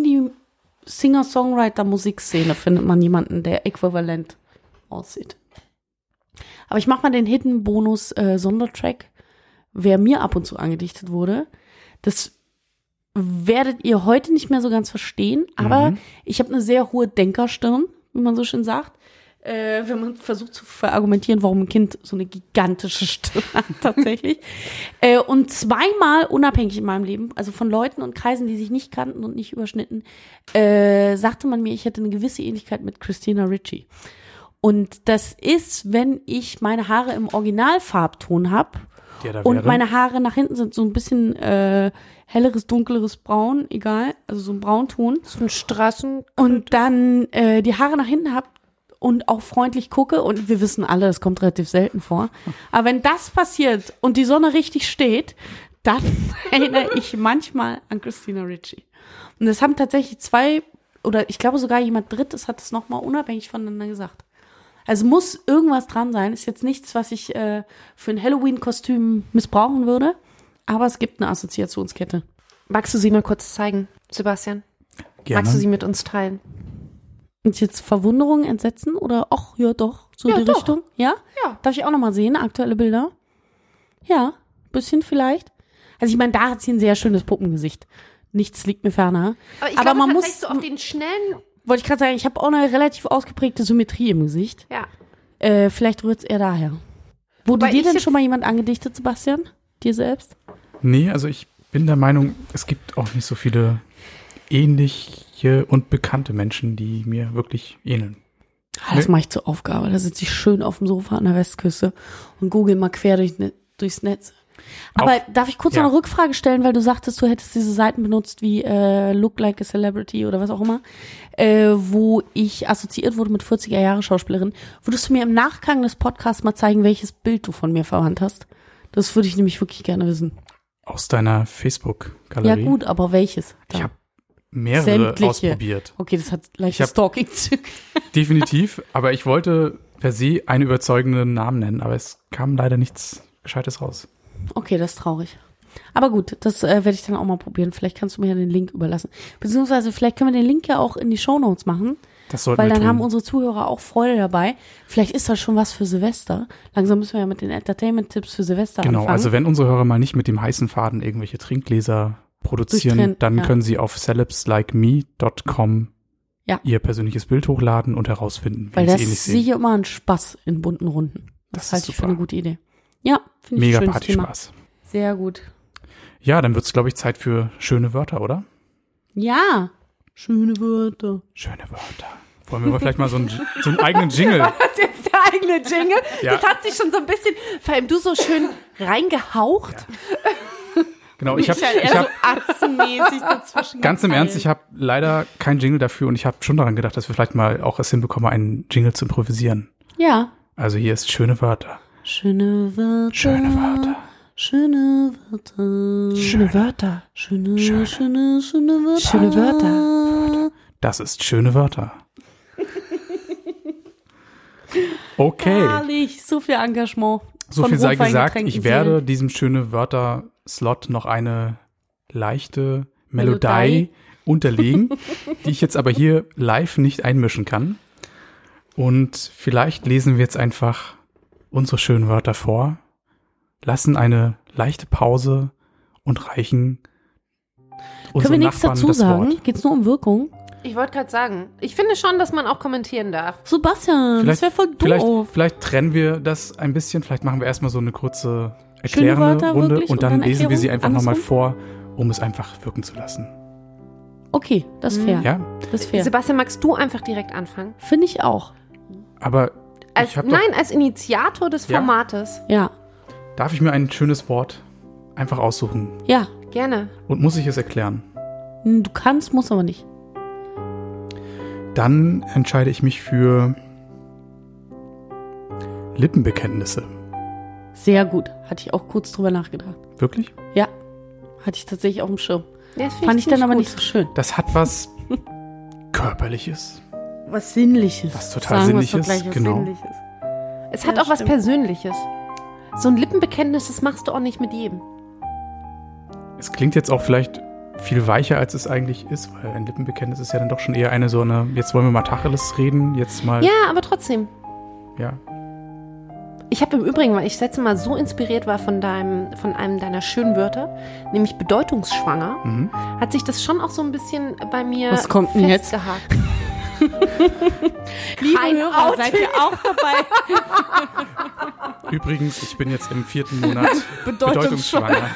Indie-Singer-Songwriter-Musikszene findet man jemanden, der äquivalent aussieht. Aber ich mache mal den Hidden-Bonus-Sondertrack, wer mir ab und zu angedichtet wurde. Das werdet ihr heute nicht mehr so ganz verstehen, aber Mhm. ich habe eine sehr hohe Denkerstirn, wie man so schön sagt. äh, wenn man versucht zu verargumentieren, warum ein Kind so eine gigantische Stimme hat tatsächlich. äh, und zweimal unabhängig in meinem Leben, also von Leuten und Kreisen, die sich nicht kannten und nicht überschnitten, äh, sagte man mir, ich hätte eine gewisse Ähnlichkeit mit Christina Ricci. Und das ist, wenn ich meine Haare im Originalfarbton habe und meine Haare nach hinten sind so ein bisschen äh, helleres, dunkleres Braun, egal, also so ein Braunton. So ein Straßen. Und dann äh, die Haare nach hinten habe und auch freundlich gucke und wir wissen alle, das kommt relativ selten vor. Aber wenn das passiert und die Sonne richtig steht, dann erinnere ich manchmal an Christina Ricci. Und das haben tatsächlich zwei oder ich glaube sogar jemand Drittes hat es nochmal unabhängig voneinander gesagt. Also muss irgendwas dran sein. Ist jetzt nichts, was ich äh, für ein Halloween-Kostüm missbrauchen würde. Aber es gibt eine Assoziationskette. Magst du sie mal kurz zeigen, Sebastian? Gerne. Magst du sie mit uns teilen? Und jetzt Verwunderung, Entsetzen oder ach, ja doch, so Ja, die doch. Richtung? Ja? Ja. Darf ich auch nochmal sehen, aktuelle Bilder? Ja, bisschen vielleicht. Also ich meine, da hat sie ein sehr schönes Puppengesicht. Nichts liegt mir ferner. Aber ich Aber glaube man tatsächlich muss- so auf den schnellen, Wollte ich gerade sagen, ich habe auch eine relativ ausgeprägte Symmetrie im Gesicht. ja. Äh, vielleicht rührt es eher daher. Wurde Wobei dir ich denn jetzt- schon mal jemand angedichtet, Sebastian? Dir selbst? Nee, also ich bin der Meinung, es gibt auch nicht so viele ähnliche und bekannte Menschen, die mir wirklich ähneln. Ah, das Nee. mache ich zur Aufgabe. Da sitze ich schön auf dem Sofa an der Westküste und google mal quer durch, ne, durchs Netz. Aber Auch- darf ich kurz ja. noch eine Rückfrage stellen, weil du sagtest, du hättest diese Seiten benutzt wie äh, Look Like a Celebrity oder was auch immer, äh, wo ich assoziiert wurde mit vierziger-Jahre-Schauspielerin. Würdest du mir im Nachgang des Podcasts mal zeigen, welches Bild du von mir verwandt hast? Das würde ich nämlich wirklich gerne wissen. Aus deiner Ja Facebook-Galerie. gut, aber welches? Da. Ich habe mehrere Sämtliche. ausprobiert. Okay, das hat leichte Ich hab- Stalking-Züge. Definitiv. Aber ich wollte per se einen überzeugenden Namen nennen, aber es kam leider nichts Gescheites raus. Okay, das ist traurig. Aber gut, das äh, werde ich dann auch mal probieren. Vielleicht kannst du mir ja den Link überlassen. Beziehungsweise vielleicht können wir den Link ja auch in die Shownotes machen, Das sollten weil wir dann tun. haben unsere Zuhörer auch Freude dabei. Vielleicht ist das schon was für Silvester. Langsam müssen wir ja mit den Entertainment-Tipps für Silvester Genau, anfangen. also wenn unsere Hörer mal nicht mit dem heißen Faden irgendwelche Trinkgläser produzieren, Durchtrennen, dann ja. können sie auf celebs like me dot com Ja. ihr persönliches Bild hochladen und herausfinden, weil wie sie das ähnlich ist sehen. sicher immer ein Spaß in bunten Runden. Das, Das ist halte ich für super. eine gute Idee. Ja, finde ich Mega ein schönes Thema. Partyspaß. Sehr gut. Ja, dann wird's, glaube ich, Zeit für schöne Wörter, oder? Ja, schöne Wörter. Schöne Wörter. Wollen wir mal vielleicht mal so einen, so einen eigenen Jingle? Das ist jetzt der eigene Jingle. Ja. Das hat sich schon so ein bisschen, vor allem du so schön reingehaucht. Genau, ich habe Michael, ich eher hab, so atzenmäßig dazwischen. ganz im Ernst, gefallen. ich habe leider keinen Jingle dafür und ich habe schon daran gedacht, dass wir vielleicht mal auch es hinbekommen, einen Jingle zu improvisieren. Ja. Also hier ist schöne Wörter. Schöne Wörter. Schöne Wörter. Schöne Wörter. Schöne Wörter. Schöne, Schöne. schöne, schöne Wörter. Schöne Wörter. Das ist schöne Wörter. Okay, Herrlich, so viel Engagement. so Von viel sei gesagt. Rotweingetränkten Ich werde Seelen. diesem schöne Wörter-Slot noch eine leichte Melodie. Melodie unterlegen, die ich jetzt aber hier live nicht einmischen kann. Und vielleicht lesen wir jetzt einfach unsere schönen Wörter vor, lassen eine leichte Pause und reichen Können wir unseren nichts Nachbarn dazu das sagen? Wort. Geht's nur um Wirkung? Ich wollte gerade sagen, ich finde schon, dass man auch kommentieren darf. Sebastian, das Vielleicht, wäre voll vielleicht, doof. vielleicht trennen wir das ein bisschen. Vielleicht machen wir erstmal so eine kurze Schöne erklärende Wörter Runde wirklich und und dann dann lesen wir sie einfach Erklärung nochmal andersrum? vor, um es einfach wirken zu lassen. Okay, das ist fair. Ja, Das ist fair. Sebastian, magst du einfach direkt anfangen? Finde ich auch. aber Als, ich hab doch, nein, als Initiator des Ja. Formates. Ja, darf ich mir ein schönes Wort einfach aussuchen ja. Gerne. und muss ich es erklären? Hm, Du kannst, musst aber nicht. Dann entscheide ich mich für Lippenbekenntnisse. Sehr gut. Hatte ich auch kurz drüber nachgedacht. Wirklich? Ja, hatte ich tatsächlich auf dem Schirm. Ja, das find Fand ich dann ziemlich aber gut. nicht so schön. Das hat was Körperliches. Was Sinnliches. Was total Sagen wir es doch Sinnliches, gleich, was genau. Sinnliches. Es hat Ja, auch was stimmt. Persönliches. So ein Lippenbekenntnis, das machst du auch nicht mit jedem. Es klingt jetzt auch vielleicht viel weicher, als es eigentlich ist, weil ein Lippenbekenntnis ist ja dann doch schon eher eine so eine, jetzt wollen wir mal Tacheles reden, jetzt mal, Ja, aber trotzdem. ja. Ich habe im Übrigen, weil ich das letzte Mal so inspiriert war von deinem, von einem deiner schönen Wörter, nämlich bedeutungsschwanger, Mhm. hat sich das schon auch so ein bisschen bei mir Was kommt denn jetzt? festgehakt. Liebe Kein Hörer, Outing. seid ihr auch dabei? Übrigens, ich bin jetzt im vierten Monat Bedeutungsschwanger. bedeutungsschwanger.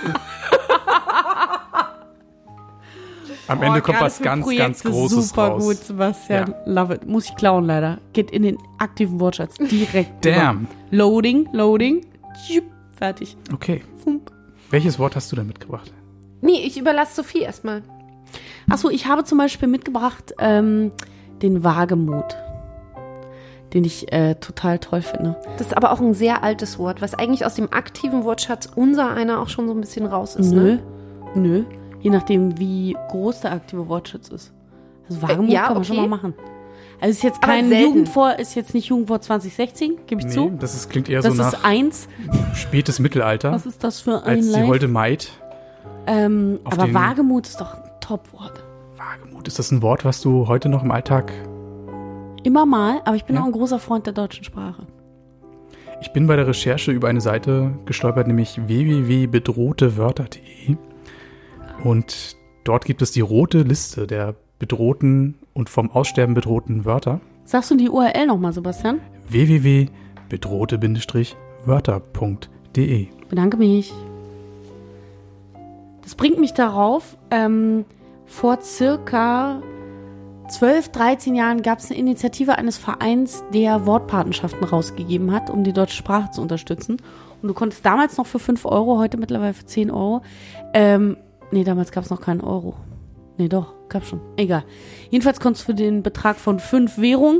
Am Ende Oh, kommt gerade was für ganz, Projekte ganz Großes super raus. gut, Sebastian. Ja. Love it. Muss ich klauen leider. Geht in den aktiven Wortschatz direkt. Damn. Über. Loading, loading. Tschupp, fertig. Okay. Fump. Welches Wort hast du denn mitgebracht? Nee, ich überlasse Sophie erstmal. Achso, ich habe zum Beispiel mitgebracht ähm, den Wagemut, den ich äh, total toll finde. Das ist aber auch ein sehr altes Wort, was eigentlich aus dem aktiven Wortschatz unser einer auch schon so ein bisschen raus ist. Nö, Ne? nö. Je nachdem, wie groß der aktive Wortschatz ist. Also Wagemut Äh, ja, kann man okay. schon mal machen. Also ist jetzt Aber kein selten. Jugendwort, ist jetzt nicht Jugendwort zwanzig sechzehn, gebe ich Nee, zu. das ist, klingt eher Das so nach ist eins. spätes Mittelalter, Was ist das für ein als die Live? holde Maid. Ähm, auf aber den- Wagemut ist doch ein Top-Wort. Wagemut, ist das ein Wort, was du heute noch im Alltag... Immer mal, aber ich bin Ja. auch ein großer Freund der deutschen Sprache. Ich bin bei der Recherche über eine Seite gestolpert, nämlich w w w punkt bedrohte wörter punkt de. Und dort gibt es die rote Liste der bedrohten und vom Aussterben bedrohten Wörter. Sagst du die U R L nochmal, Sebastian? w w w punkt bedrohte Wörter punkt de. Bedanke mich. Das bringt mich darauf, ähm, vor circa zwölf, dreizehn Jahren gab es eine Initiative eines Vereins, der Wortpatenschaften rausgegeben hat, um die deutsche Sprache zu unterstützen. Und du konntest damals noch für fünf Euro, heute mittlerweile für zehn Euro, ähm, nee, damals gab es noch keinen Euro. Nee, doch, gab schon. Egal. Jedenfalls konntest du für den Betrag von fünf Währungen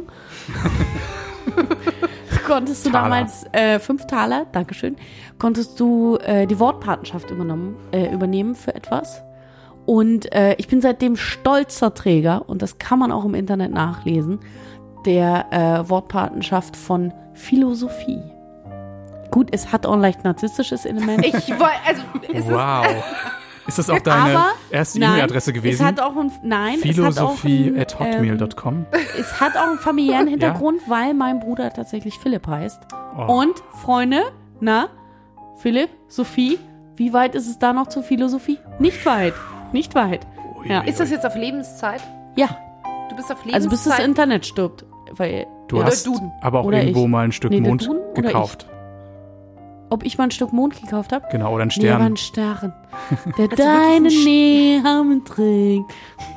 konntest du Taler. damals äh, fünf Taler, Dankeschön, konntest du äh, die Wortpatenschaft übernommen, äh, übernehmen für etwas. Und äh, ich bin seitdem stolzer Träger, und das kann man auch im Internet nachlesen, der äh, Wortpatenschaft von Philosophie. Gut, es hat auch ein leicht narzisstisches Element. Ich wollte, also, ist Wow. Ist das auch deine aber erste nein, E-Mail-Adresse gewesen? Es hat auch ein, nein, Philosophie es at hat auch ein, hotmail punkt com. ähm, es hat auch einen familiären Hintergrund, weil mein Bruder tatsächlich Philipp heißt. Oh. Und, Freunde, na, Philipp, Sophie, wie weit ist es da noch zur Philosophie? Nicht weit, nicht weit. Ui, Ja. ui, ist das jetzt auf Lebenszeit? Ja, Du bist auf Lebenszeit? also bis das Internet stirbt. Weil, Du ja, hast Duden. aber auch Oder irgendwo ich. mal ein Stück Nee, der Mond Duden oder gekauft. Ob ich mal ein Stück Mond gekauft habe? Genau, oder ein Nee, war Stern. ein Stern. Der deine Namen trägt.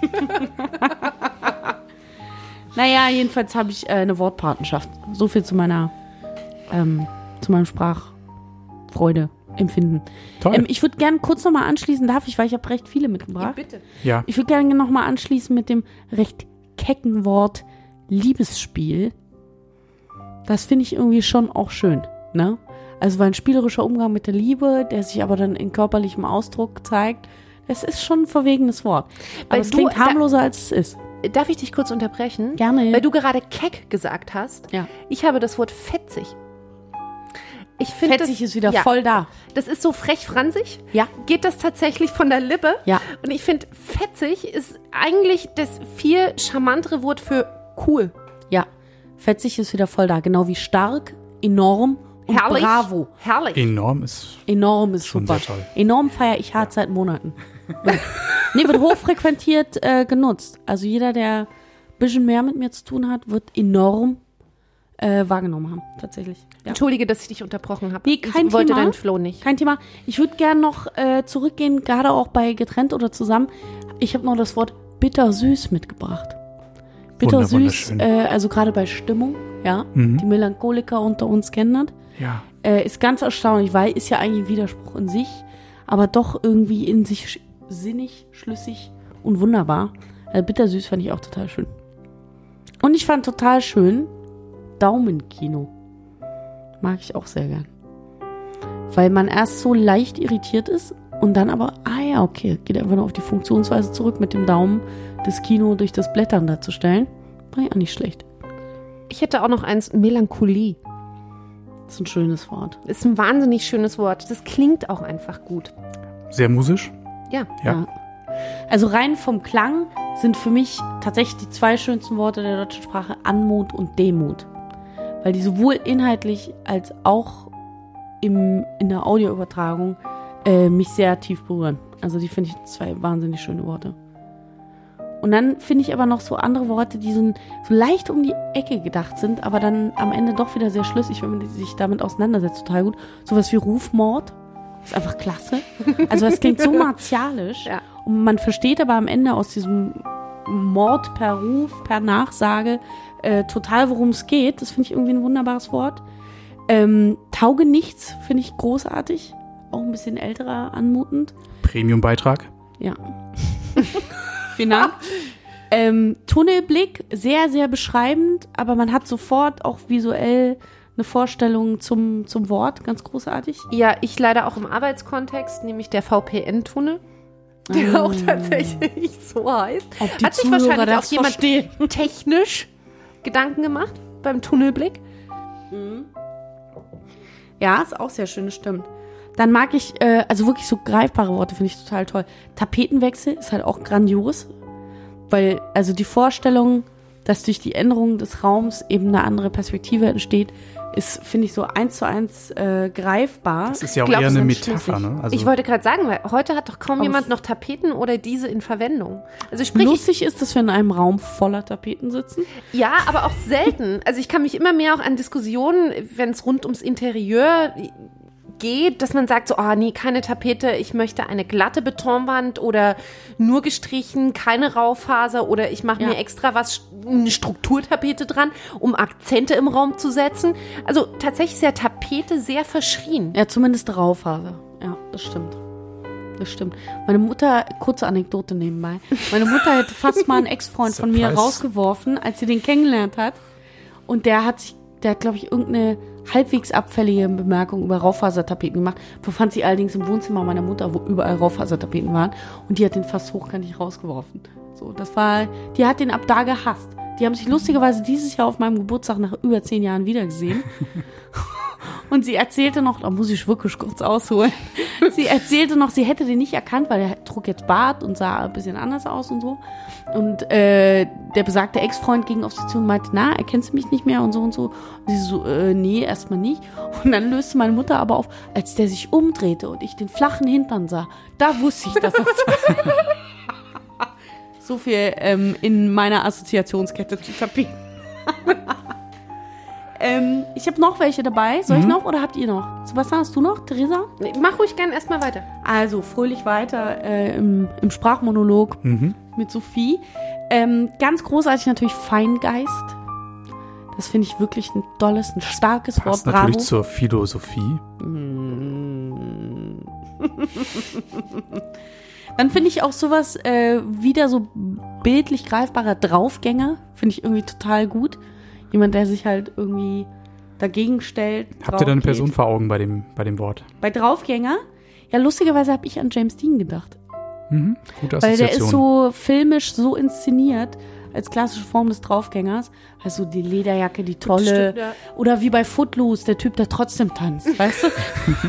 Naja, jedenfalls habe ich äh, eine Wortpatenschaft. So viel zu meiner, ähm, zu meinem Sprachfreude, Empfinden. Toll. Ähm, ich würde gerne kurz nochmal anschließen, darf ich, weil ich habe recht viele Ja, mitgebracht. bitte. ja. Ich würde gerne nochmal anschließen mit dem recht kecken Wort Liebesspiel. Das finde ich irgendwie schon auch schön, ne? Also weil ein spielerischer Umgang mit der Liebe, der sich aber dann in körperlichem Ausdruck zeigt, das ist schon ein verwegenes Wort. Aber Weil es du- klingt da- harmloser, als es ist. Darf ich dich kurz unterbrechen? Gerne. Weil du gerade keck gesagt hast. Ja. Ich habe das Wort fetzig. Ich finde Fetzig das, ist wieder ja, voll da. Das ist so frech franzig. Ja. Geht das tatsächlich von der Lippe? Ja. Und ich finde, fetzig ist eigentlich das viel charmantere Wort für cool. Ja. Fetzig ist wieder voll da. Genau wie stark, enorm und Herrlich. bravo. Herrlich. Enorm ist Enorm ist Schon super. sehr toll. Enorm feiere ich hart seit Monaten. Nee, wird hochfrequentiert äh, genutzt. Also jeder, der ein bisschen mehr mit mir zu tun hat, wird enorm äh, wahrgenommen haben. Tatsächlich. Ja. Entschuldige, dass ich dich unterbrochen habe. Nee, kein ich wollte Thema. deinen Flow nicht. Kein Thema. Ich würde gerne noch äh, zurückgehen, gerade auch bei getrennt oder zusammen. Ich habe noch das Wort bittersüß mitgebracht. Bittersüß, wunderschön. äh, also gerade bei Stimmung, ja. Mhm. Die Melancholiker unter uns kennen das. ja. Äh, ist ganz erstaunlich, weil ist ja eigentlich ein Widerspruch in sich, aber doch irgendwie in sich sch sinnig, schlüssig und wunderbar. Also bittersüß fand ich auch total schön. Und ich fand total schön Daumenkino. Mag ich auch sehr gern. Weil man erst so leicht irritiert ist und dann aber, ah ja, okay, geht einfach nur auf die Funktionsweise zurück, mit dem Daumen das Kino durch das Blättern darzustellen. War ja auch nicht schlecht. Ich hätte auch noch eins, Melancholie. Das ist ein schönes Wort. Ist ein wahnsinnig schönes Wort. Das klingt auch einfach gut. Sehr musisch. Ja. Ja. Also rein vom Klang sind für mich tatsächlich die zwei schönsten Worte der deutschen Sprache Anmut und Demut. Weil die sowohl inhaltlich als auch im, in der Audioübertragung äh, mich sehr tief berühren. Also die finde ich zwei wahnsinnig schöne Worte. Und dann finde ich aber noch so andere Worte, die so, so leicht um die Ecke gedacht sind, aber dann am Ende doch wieder sehr schlüssig, wenn man sich damit auseinandersetzt, total gut. Sowas wie Rufmord ist einfach klasse. Also das klingt so martialisch. Ja. Und man versteht aber am Ende aus diesem Mord per Ruf, per Nachsage äh, total, worum es geht. Das finde ich irgendwie ein wunderbares Wort. Ähm, Taugenichts finde ich großartig. Auch ein bisschen älterer anmutend. Premium-Beitrag. Ja. Vielen Dank. ähm, Tunnelblick, sehr, sehr beschreibend, aber man hat sofort auch visuell eine Vorstellung zum, zum Wort, ganz großartig. Ja, ich leider auch im Arbeitskontext, nämlich der V P N-Tunnel, der Ah. auch tatsächlich so heißt. Ob die Hat sich Zuhörer wahrscheinlich auch das jemand verstehen. technisch Gedanken gemacht beim Tunnelblick? Ja, ist auch sehr schön, das stimmt. Dann mag ich, äh, also wirklich so greifbare Worte finde ich total toll. Tapetenwechsel ist halt auch grandios, weil also die Vorstellung, dass durch die Änderung des Raums eben eine andere Perspektive entsteht, ist, finde ich, so eins zu eins äh, greifbar. Das ist ja auch Glaubst eher du eine denn Metapher, ne? Also Ich wollte gerade sagen, weil heute hat doch kaum Aus- jemand noch Tapeten oder diese in Verwendung. Also sprich, ich, Lustig ist, dass wir in einem Raum voller Tapeten sitzen. ja, aber auch selten. Also ich kann mich immer mehr auch an Diskussionen, wenn es rund ums Interieur geht, dass man sagt so, ah nee, keine Tapete, ich möchte eine glatte Betonwand oder nur gestrichen, keine Raufaser oder ich mache Ja. mir extra was, eine Strukturtapete dran, um Akzente im Raum zu setzen. Also tatsächlich ist ja Tapete sehr verschrien. Ja, zumindest Raufaser. Ja, das stimmt. Das stimmt. Meine Mutter, kurze Anekdote nebenbei, meine Mutter hätte fast mal einen Ex-Freund von mir Surprise. rausgeworfen, als sie den kennengelernt hat. Und der hat sich, der hat, glaube ich, irgendeine halbwegs abfällige Bemerkung über Raufasertapeten gemacht. Befand sie allerdings im Wohnzimmer meiner Mutter, wo überall Raufasertapeten waren. Und die hat den fast hochkantig rausgeworfen. So, das war, die hat den ab da gehasst. Die haben sich lustigerweise dieses Jahr auf meinem Geburtstag nach über zehn Jahren wiedergesehen. Und sie erzählte noch, da muss ich wirklich kurz ausholen, sie erzählte noch, sie hätte den nicht erkannt, weil er trug jetzt Bart und sah ein bisschen anders aus und so. Und äh, der besagte Ex-Freund ging auf sie zu und meinte, na, erkennst du mich nicht mehr und so und so. Und sie so, äh, nee, erstmal nicht. Und dann löste meine Mutter aber auf, als der sich umdrehte und ich den flachen Hintern sah, da wusste ich, dass das so viel ähm, in meiner Assoziationskette zu Tapeten. ähm, ich habe noch welche dabei. Soll ich noch oder habt ihr noch? Sebastian, hast du noch? Theresa? Nee, mach ruhig gern erstmal weiter. Also, fröhlich weiter äh, im, im Sprachmonolog Mhm. mit Sophie. Ähm, ganz großartig natürlich Feingeist. Das finde ich wirklich ein tolles, ein starkes Passt Wort. natürlich Bravo. zur Philosophie. Dann finde ich auch sowas äh, wieder so bildlich greifbarer Draufgänger. Finde ich irgendwie total gut. Jemand, der sich halt irgendwie dagegen stellt. Habt ihr da eine drauf Person geht. vor Augen bei dem, bei dem Wort? Bei Draufgänger? Ja, lustigerweise habe ich an James Dean gedacht. Mhm. Gute Weil Assoziation. der ist so filmisch so inszeniert als klassische Form des Draufgängers. Also die Lederjacke, die tolle. Stimmt, ja. Oder wie bei Footloose, der Typ, der trotzdem tanzt, weißt du?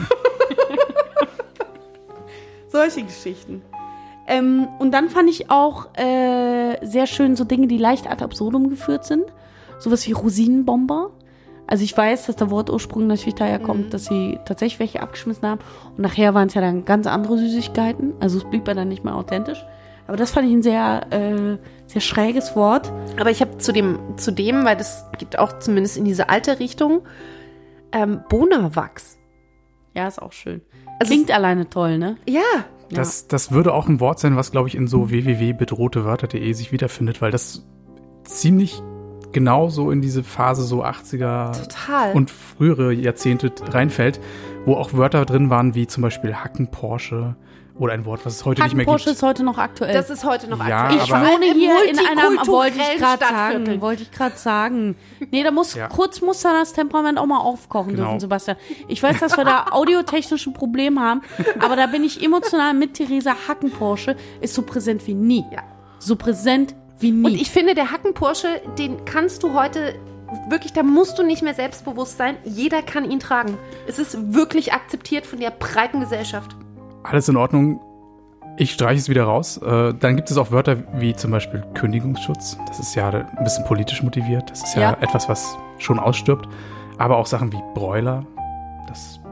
Solche Geschichten. Ähm, und dann fand ich auch äh, sehr schön so Dinge, die leicht ad absurdum geführt sind. Sowas wie Rosinenbomber. Also ich weiß, dass der Wortursprung natürlich daher kommt, Mhm. dass sie tatsächlich welche abgeschmissen haben. Und nachher waren es ja dann ganz andere Süßigkeiten. Also es blieb ja dann nicht mehr authentisch. Aber das fand ich ein sehr, äh, sehr schräges Wort. Aber ich habe zu dem, zu dem, weil das geht auch zumindest in diese alte Richtung, ähm, Bonawachs. Ja, ist auch schön. Also Klingt alleine toll, ne? Ja, Das, das würde auch ein Wort sein, was, glaube ich, in so w w w punkt bedrohte wörter punkt de sich wiederfindet, weil das ziemlich genau so in diese Phase so achtziger total. und frühere Jahrzehnte reinfällt, wo auch Wörter drin waren, wie zum Beispiel Hacken-Porsche oder ein Wort, was es heute nicht mehr Porsche gibt. ist heute noch aktuell. das ist heute noch Ja, aktuell. ich aber- wohne hier in einem, multikulturellen wollte ich gerade Stadtviertel. sagen, wollte ich gerade sagen. Nee, da muss, Ja. kurz muss da das Temperament auch mal aufkochen Genau. dürfen, Sebastian. Ich weiß, dass wir da audiotechnische Probleme haben, aber da bin ich emotional mit Theresa. Hacken Porsche ist so präsent wie nie. Ja. So präsent wie nie. Und ich finde, der Hacken-Porsche, den kannst du heute wirklich, da musst du nicht mehr selbstbewusst sein. Jeder kann ihn tragen. Es ist wirklich akzeptiert von der breiten Gesellschaft. Alles in Ordnung. Ich streiche es wieder raus. Äh, dann gibt es auch Wörter wie zum Beispiel Kündigungsschutz. Das ist ja ein bisschen politisch motiviert. Das ist ja, Ja. etwas, was schon ausstirbt. Aber auch Sachen wie Broiler. Das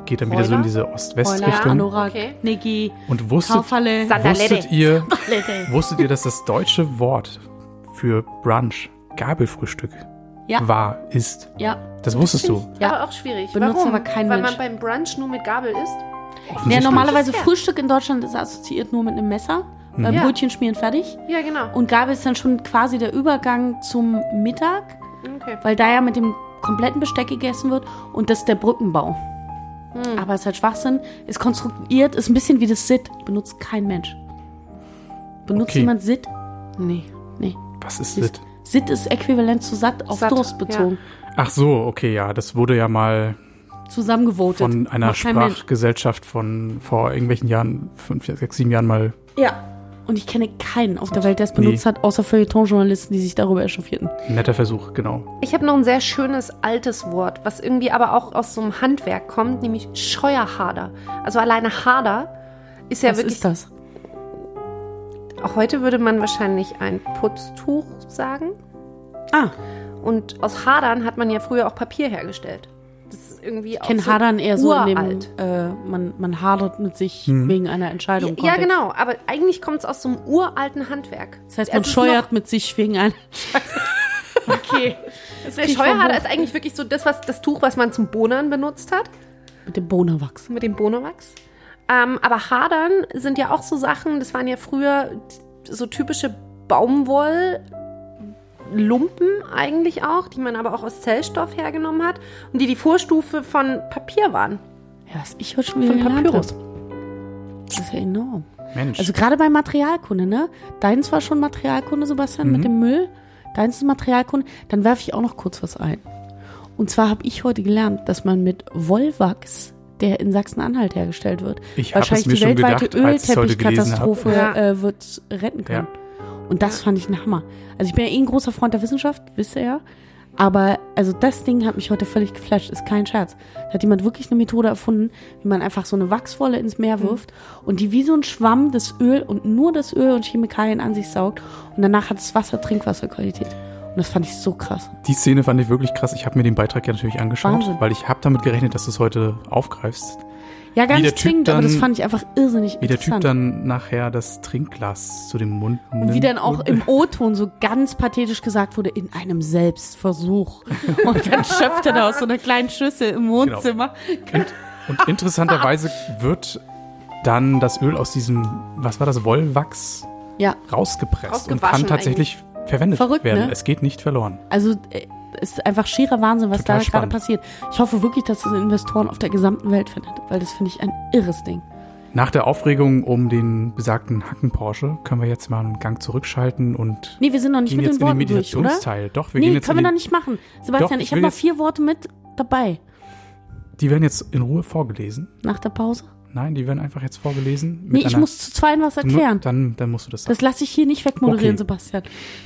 geht dann wieder so in diese Ost-West-Richtung. Anorak, Okay. Niki, Und wusstet, Kaufalle, Sandalette. wusstet ihr, Sandalette. wusstet ihr, dass das deutsche Wort für Brunch Gabelfrühstück Ja. war, ist? Ja, Das wusstest du? Ja. Aber auch schwierig. Benutzt Warum? aber kein Weil Mensch. man beim Brunch nur mit Gabel isst? ja, Offensichtlich. normalerweise fair. Frühstück in Deutschland ist assoziiert nur mit einem Messer. Beim Ja. Brötchen schmieren fertig. Ja, genau. Und Gabel ist dann schon quasi der Übergang zum Mittag, Okay. weil da ja mit dem kompletten Besteck gegessen wird und das ist der Brückenbau. Hm. Aber es ist halt Schwachsinn, ist konstruiert, ist ein bisschen wie das S I D, benutzt kein Mensch. Benutzt Okay. jemand S I D? Nee. Nee. Was ist Ist- das? S I D ist äquivalent zu satt auf Satt, Durst bezogen. Ach so, okay, ja, das wurde ja mal Zusammengevotet. von einer Macht kein Mensch. Sprachgesellschaft von vor irgendwelchen Jahren, fünf, sechs, sieben Jahren mal. Ja. Und ich kenne keinen auf der Welt, der es benutzt Nee. hat, außer Feuilleton-Journalisten, die sich darüber echauffierten. Netter Versuch, genau. Ich habe noch ein sehr schönes altes Wort, was irgendwie aber auch aus so einem Handwerk kommt, nämlich Scheuerhader. Also alleine Hader ist ja Was wirklich. ist das? Auch heute würde man wahrscheinlich ein Putztuch sagen. Ah, Und aus Hadern hat man ja früher auch Papier hergestellt. Das ist irgendwie ich auch kenne so Hadern eher so in uralt. dem, äh, man, man hadert mit sich Hm. wegen einer Entscheidung. Ja, ja, Kontext. genau. Aber eigentlich kommt es aus so einem uralten Handwerk. Das heißt, man Es ist scheuert mit sich wegen einer Okay. Noch, der krieg ich Scheuerhader vom ist eigentlich wirklich so das, was, das Tuch, was man zum Bohnern benutzt hat. Mit dem Bohnenwachs. Mit dem Bonowachs. Ähm, aber Hadern sind ja auch so Sachen, das waren ja früher so typische Baumwoll- Lumpen eigentlich auch, die man aber auch aus Zellstoff hergenommen hat und die die Vorstufe von Papier waren, Ja, was ich heute schon wieder von gelernt Papyrus. habe. Das ist ja enorm. Mensch. Also gerade bei Materialkunde, ne? Deins war schon Materialkunde, Sebastian, Mhm. mit dem Müll. Deins ist Materialkunde. Dann werfe ich auch noch kurz was ein. Und zwar habe ich heute gelernt, dass man mit Wollwachs, der in Sachsen-Anhalt hergestellt wird, Ich habe es wahrscheinlich mir die schon weltweite gedacht, als ich es heute gelesen habe. Ölteppichkatastrophe Ja. äh, wird retten können. Und das fand ich ein Hammer. Also ich bin ja eh ein großer Freund der Wissenschaft, wisst ihr ja. Aber also das Ding hat mich heute völlig geflasht, ist kein Scherz. Da hat jemand wirklich eine Methode erfunden, wie man einfach so eine Wachswolle ins Meer wirft und die wie so ein Schwamm das Öl und nur das Öl und Chemikalien an sich saugt und danach hat das Wasser Trinkwasserqualität. Und das fand ich so krass. Die Szene fand ich wirklich krass. Ich habe mir den Beitrag ja natürlich angeschaut, Wahnsinn. weil ich habe damit gerechnet, dass du es heute aufgreifst. Ja, gar Wie der nicht Typ zwingend, aber das dann- fand ich einfach irrsinnig Wie der Typ interessant. dann nachher das Trinkglas zu dem Mund nimmt. Und wie dann auch im O-Ton so ganz pathetisch gesagt wurde, in einem Selbstversuch. Und dann schöpft er da aus so einer kleinen Schüssel im Wohnzimmer. Und, und interessanterweise wird dann das Öl aus diesem, was war das, Wollwachs Ja, rausgepresst und Rausgewaschen kann tatsächlich verwendet Verrückt, werden. ne? Es geht nicht verloren. also äh, es ist einfach schierer Wahnsinn, was Total da gerade spannend. passiert. Ich hoffe wirklich, dass das Investoren auf der gesamten Welt findet, weil das finde ich ein irres Ding. Nach der Aufregung um den besagten Hacken-Porsche können wir jetzt mal einen Gang zurückschalten und Nee, wir sind noch nicht gehen mit jetzt den in den Worten durch, oder? Meditationsteil. Doch, wir Nee, gehen jetzt können in wir den, noch nicht machen. Sebastian, Doch, ich ich habe will noch vier Worte mit dabei. Die werden jetzt in Ruhe vorgelesen. Nach der Pause. Nein, die werden einfach jetzt vorgelesen. mit Nee, ich einer- muss zu zweien was Du mu- erklären. Dann, dann musst du das sagen. Das lasse ich hier nicht wegmoderieren, Okay. Sebastian.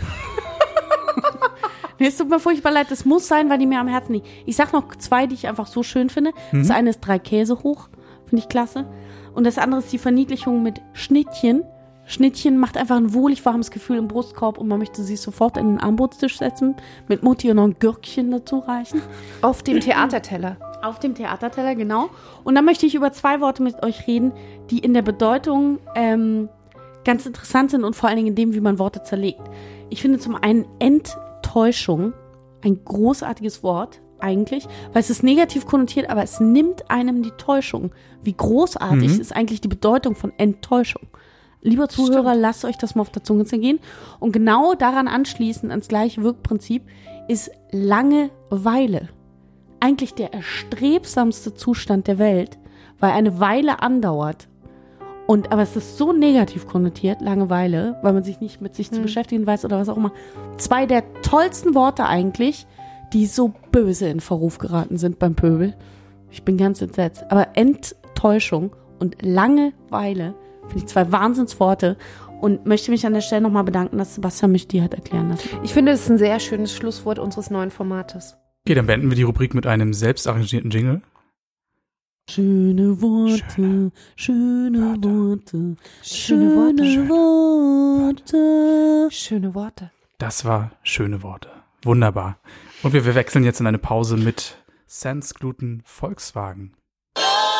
Nee, es tut mir furchtbar leid, das muss sein, weil die mir am Herzen liegen. Ich sag noch zwei, die ich einfach so schön finde. Mhm. Das eine ist drei Käse hoch, finde ich klasse. Und das andere ist die Verniedlichung mit Schnittchen. Schnittchen macht einfach ein wohlig warmes Gefühl im Brustkorb und man möchte sie sofort in den Armbrotstisch setzen, mit Mutti und noch ein Gürkchen dazu reichen. Auf dem Theaterteller. Auf dem Theaterteller, genau. Und dann möchte ich über zwei Worte mit euch reden, die in der Bedeutung ähm, ganz interessant sind und vor allen Dingen in dem, wie man Worte zerlegt. Ich finde zum einen Enttäuschung ein großartiges Wort eigentlich, weil es ist negativ konnotiert, aber es nimmt einem die Täuschung. Wie großartig Mhm. ist eigentlich die Bedeutung von Enttäuschung? Lieber Zuhörer, lasst euch das mal auf der Zunge zergehen. Und genau daran anschließend, ans gleiche Wirkprinzip, ist Langeweile. Eigentlich der erstrebsamste Zustand der Welt, weil eine Weile andauert. Und, aber es ist so negativ konnotiert, Langeweile, weil man sich nicht mit sich zu Hm. beschäftigen weiß oder was auch immer. Zwei der tollsten Worte eigentlich, die so böse in Verruf geraten sind beim Pöbel. Ich bin ganz entsetzt. Aber Enttäuschung und Langeweile finde ich zwei Wahnsinnsworte und möchte mich an der Stelle nochmal bedanken, dass Sebastian mich die hat erklären lassen. Ich finde, das ist ein sehr schönes Schlusswort unseres neuen Formates. Okay, dann beenden wir die Rubrik mit einem selbst arrangierten Jingle. Schöne Worte, Schöne schöne Wörter. Worte, Schöne Worte. schöne Worte. Schöne Worte. Das war schöne Worte. Wunderbar. Und wir, wir wechseln jetzt in eine Pause mit Sans Gluten Volkswagen.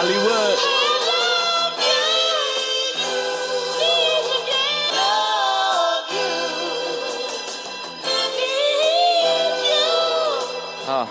Hollywood. Oh.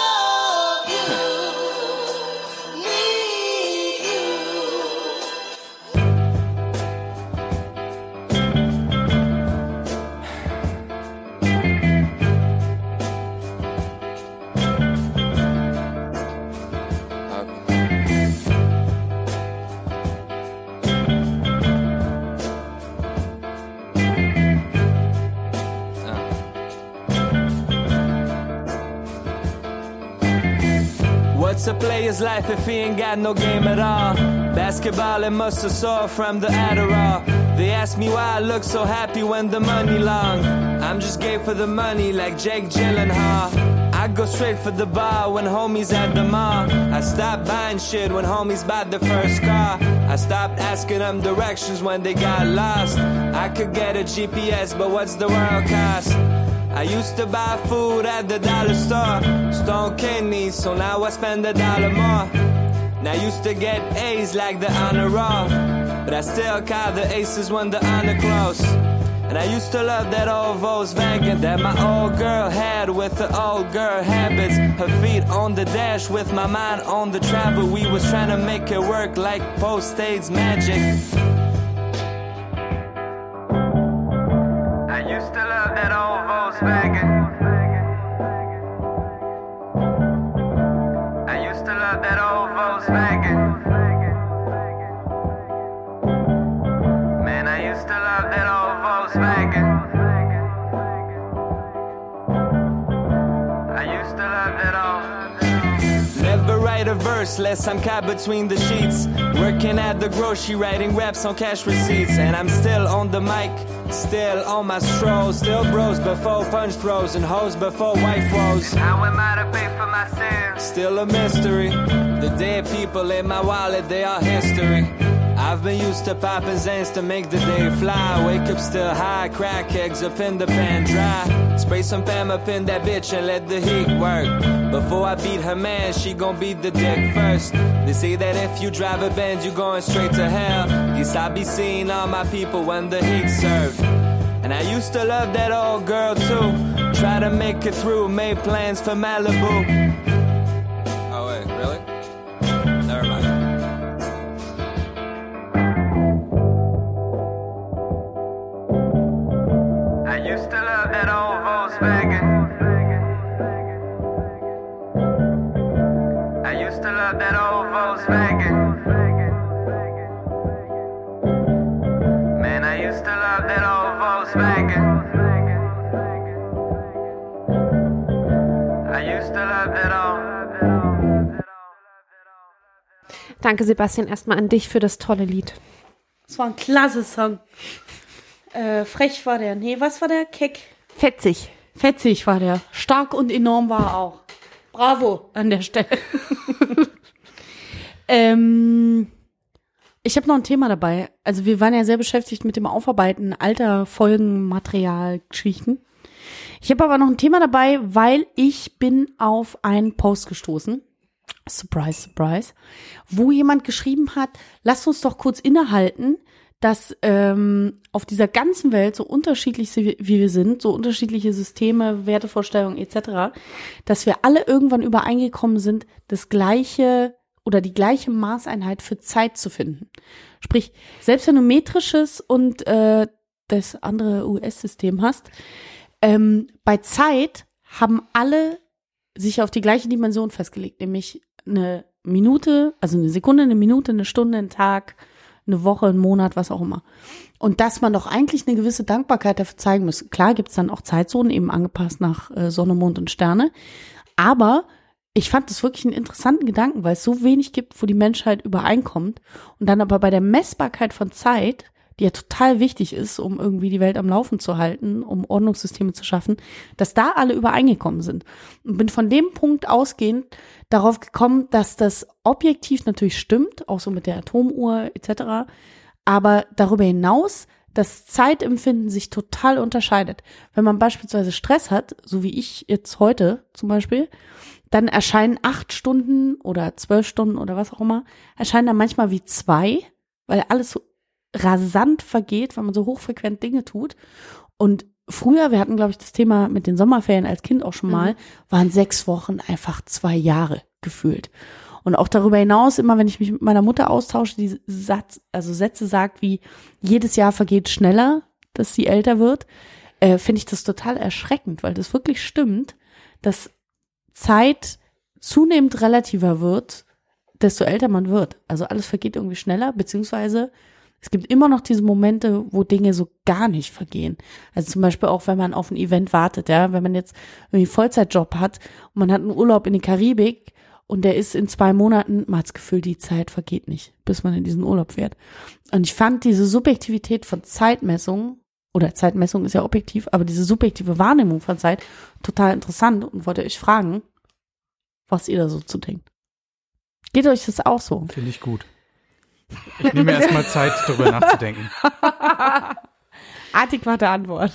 What's a player's life if he ain't got no game at all? Basketball and muscle sore from the Adderall. They ask me why I look so happy when the money long. I'm just gay for the money like Jake Gyllenhaal. I go straight for the bar when homies at the mall. I stop buying shit when homies bought the first car. I stopped asking them directions when they got lost. I could get a G P S, but what's the world cost? I used to buy food at the dollar store, stone kidneys, so now I spend a dollar more. And I used to get A's like the honor roll, but I still call the aces when the honor close. And I used to love that old Volkswagen that my old girl had with the old girl habits. Her feet on the dash with my mind on the travel. We was trying to make it work like post-AIDS magic. I used to love that old Volkswagen. I used to love that old Volkswagen. Man, I used to love that old Volkswagen. I used to love that old. Never write a verse less I'm caught between the sheets. Working at the grocery, writing raps on cash receipts. And I'm still on the mic, still on my strolls. Still bros before punch throws and hoes before wife woes. How am I to pay for my sins? Still a mystery. The dead people in my wallet, they are history. I've been used to popping Zans to make the day fly. Wake up still high, crack eggs up in the pan dry. Spray some fam up in that bitch and let the heat work. Before I beat her man, she gon' beat the dick first. They say that if you drive a Benz, you going straight to hell. Guess I be seeing all my people when the heat served. And I used to love that old girl too. Try to make it through, made plans for Malibu. Oh wait, really? Never mind. I used to love that old Volkswagen. I used to love that old Volkswagen. Man, I used to love that old Volkswagen. I used to love that old. Danke, Sebastian, erstmal an dich für das tolle Lied. Das war ein klasse Song. Äh, frech war der. Nee, was war der? Keck. Fetzig. Fetzig war der. Stark und enorm war er auch. Bravo an der Stelle. ähm, ich habe noch ein Thema dabei. Also wir waren ja sehr beschäftigt mit dem Aufarbeiten alter Folgenmaterial-Geschichten. Ich habe aber noch ein Thema dabei, weil ich bin auf einen Post gestoßen. Surprise, surprise. Wo jemand geschrieben hat, lasst uns doch kurz innehalten, dass ähm, auf dieser ganzen Welt, so unterschiedlich wie wir sind, so unterschiedliche Systeme, Wertevorstellungen et cetera, dass wir alle irgendwann übereingekommen sind, das gleiche oder die gleiche Maßeinheit für Zeit zu finden. Sprich, selbst wenn du metrisches und äh, das andere U S-System hast, ähm, bei Zeit haben alle sich auf die gleiche Dimension festgelegt, nämlich eine Minute, also eine Sekunde, eine Minute, eine Stunde, ein Tag, eine Woche, ein Monat, was auch immer. Und dass man doch eigentlich eine gewisse Dankbarkeit dafür zeigen muss. Klar gibt's dann auch Zeitzonen, eben angepasst nach äh, Sonne, Mond und Sterne. Aber ich fand das wirklich einen interessanten Gedanken, weil es so wenig gibt, wo die Menschheit übereinkommt. Und dann aber bei der Messbarkeit von Zeit, die ja total wichtig ist, um irgendwie die Welt am Laufen zu halten, um Ordnungssysteme zu schaffen, dass da alle übereingekommen sind. Und bin von dem Punkt ausgehend darauf gekommen, dass das objektiv natürlich stimmt, auch so mit der Atomuhr et cetera, aber darüber hinaus das Zeitempfinden sich total unterscheidet. Wenn man beispielsweise Stress hat, so wie ich jetzt heute zum Beispiel, dann erscheinen acht Stunden oder zwölf Stunden oder was auch immer, erscheinen dann manchmal wie zwei, weil alles so rasant vergeht, weil man so hochfrequent Dinge tut. Und früher, wir hatten, glaube ich, das Thema mit den Sommerferien als Kind auch schon mal, mhm. waren sechs Wochen einfach zwei Jahre gefühlt. Und auch darüber hinaus, immer wenn ich mich mit meiner Mutter austausche, die Satz, also Sätze sagt wie, jedes Jahr vergeht schneller, dass sie älter wird, äh, finde ich das total erschreckend, weil das wirklich stimmt, dass Zeit zunehmend relativer wird, desto älter man wird. Also alles vergeht irgendwie schneller, beziehungsweise es gibt immer noch diese Momente, wo Dinge so gar nicht vergehen. Also zum Beispiel auch, wenn man auf ein Event wartet, ja, wenn man jetzt irgendwie einen Vollzeitjob hat und man hat einen Urlaub in die Karibik und der ist in zwei Monaten, man hat das Gefühl, die Zeit vergeht nicht, bis man in diesen Urlaub fährt. Und ich fand diese Subjektivität von Zeitmessungen, oder Zeitmessung ist ja objektiv, aber diese subjektive Wahrnehmung von Zeit total interessant und wollte euch fragen, was ihr da so zu denkt. Geht euch das auch so? Finde ich gut. Ich nehme mir erstmal Zeit, darüber nachzudenken. Adäquate Antwort.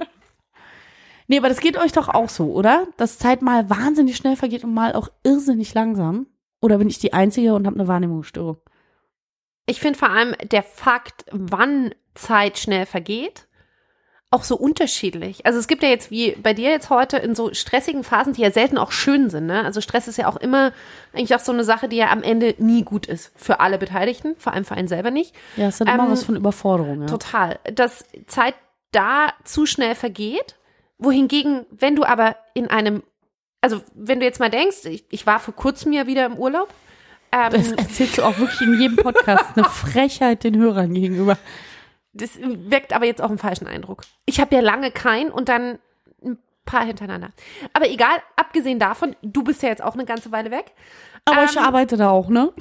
Nee, aber das geht euch doch auch so, oder? Dass Zeit mal wahnsinnig schnell vergeht und mal auch irrsinnig langsam. Oder bin ich die Einzige und habe eine Wahrnehmungsstörung? Ich finde vor allem der Fakt, wann Zeit schnell vergeht, auch so unterschiedlich. Also es gibt ja jetzt, wie bei dir jetzt heute, in so stressigen Phasen, die ja selten auch schön sind, ne? Also Stress ist ja auch immer eigentlich auch so eine Sache, die ja am Ende nie gut ist. Für alle Beteiligten, vor allem für einen selber nicht. Ja, es hat ähm, immer was von Überforderung. Ja. Total. Dass Zeit da zu schnell vergeht, wohingegen, wenn du aber in einem, also wenn du jetzt mal denkst, ich, ich war vor kurzem ja wieder im Urlaub. Ähm, das erzählst du auch wirklich in jedem Podcast. Eine Frechheit den Hörern gegenüber. Das weckt aber jetzt auch einen falschen Eindruck. Ich habe ja lange keinen und dann ein paar hintereinander. Aber egal, abgesehen davon, du bist ja jetzt auch eine ganze Weile weg. Aber ähm, ich arbeite da auch, ne?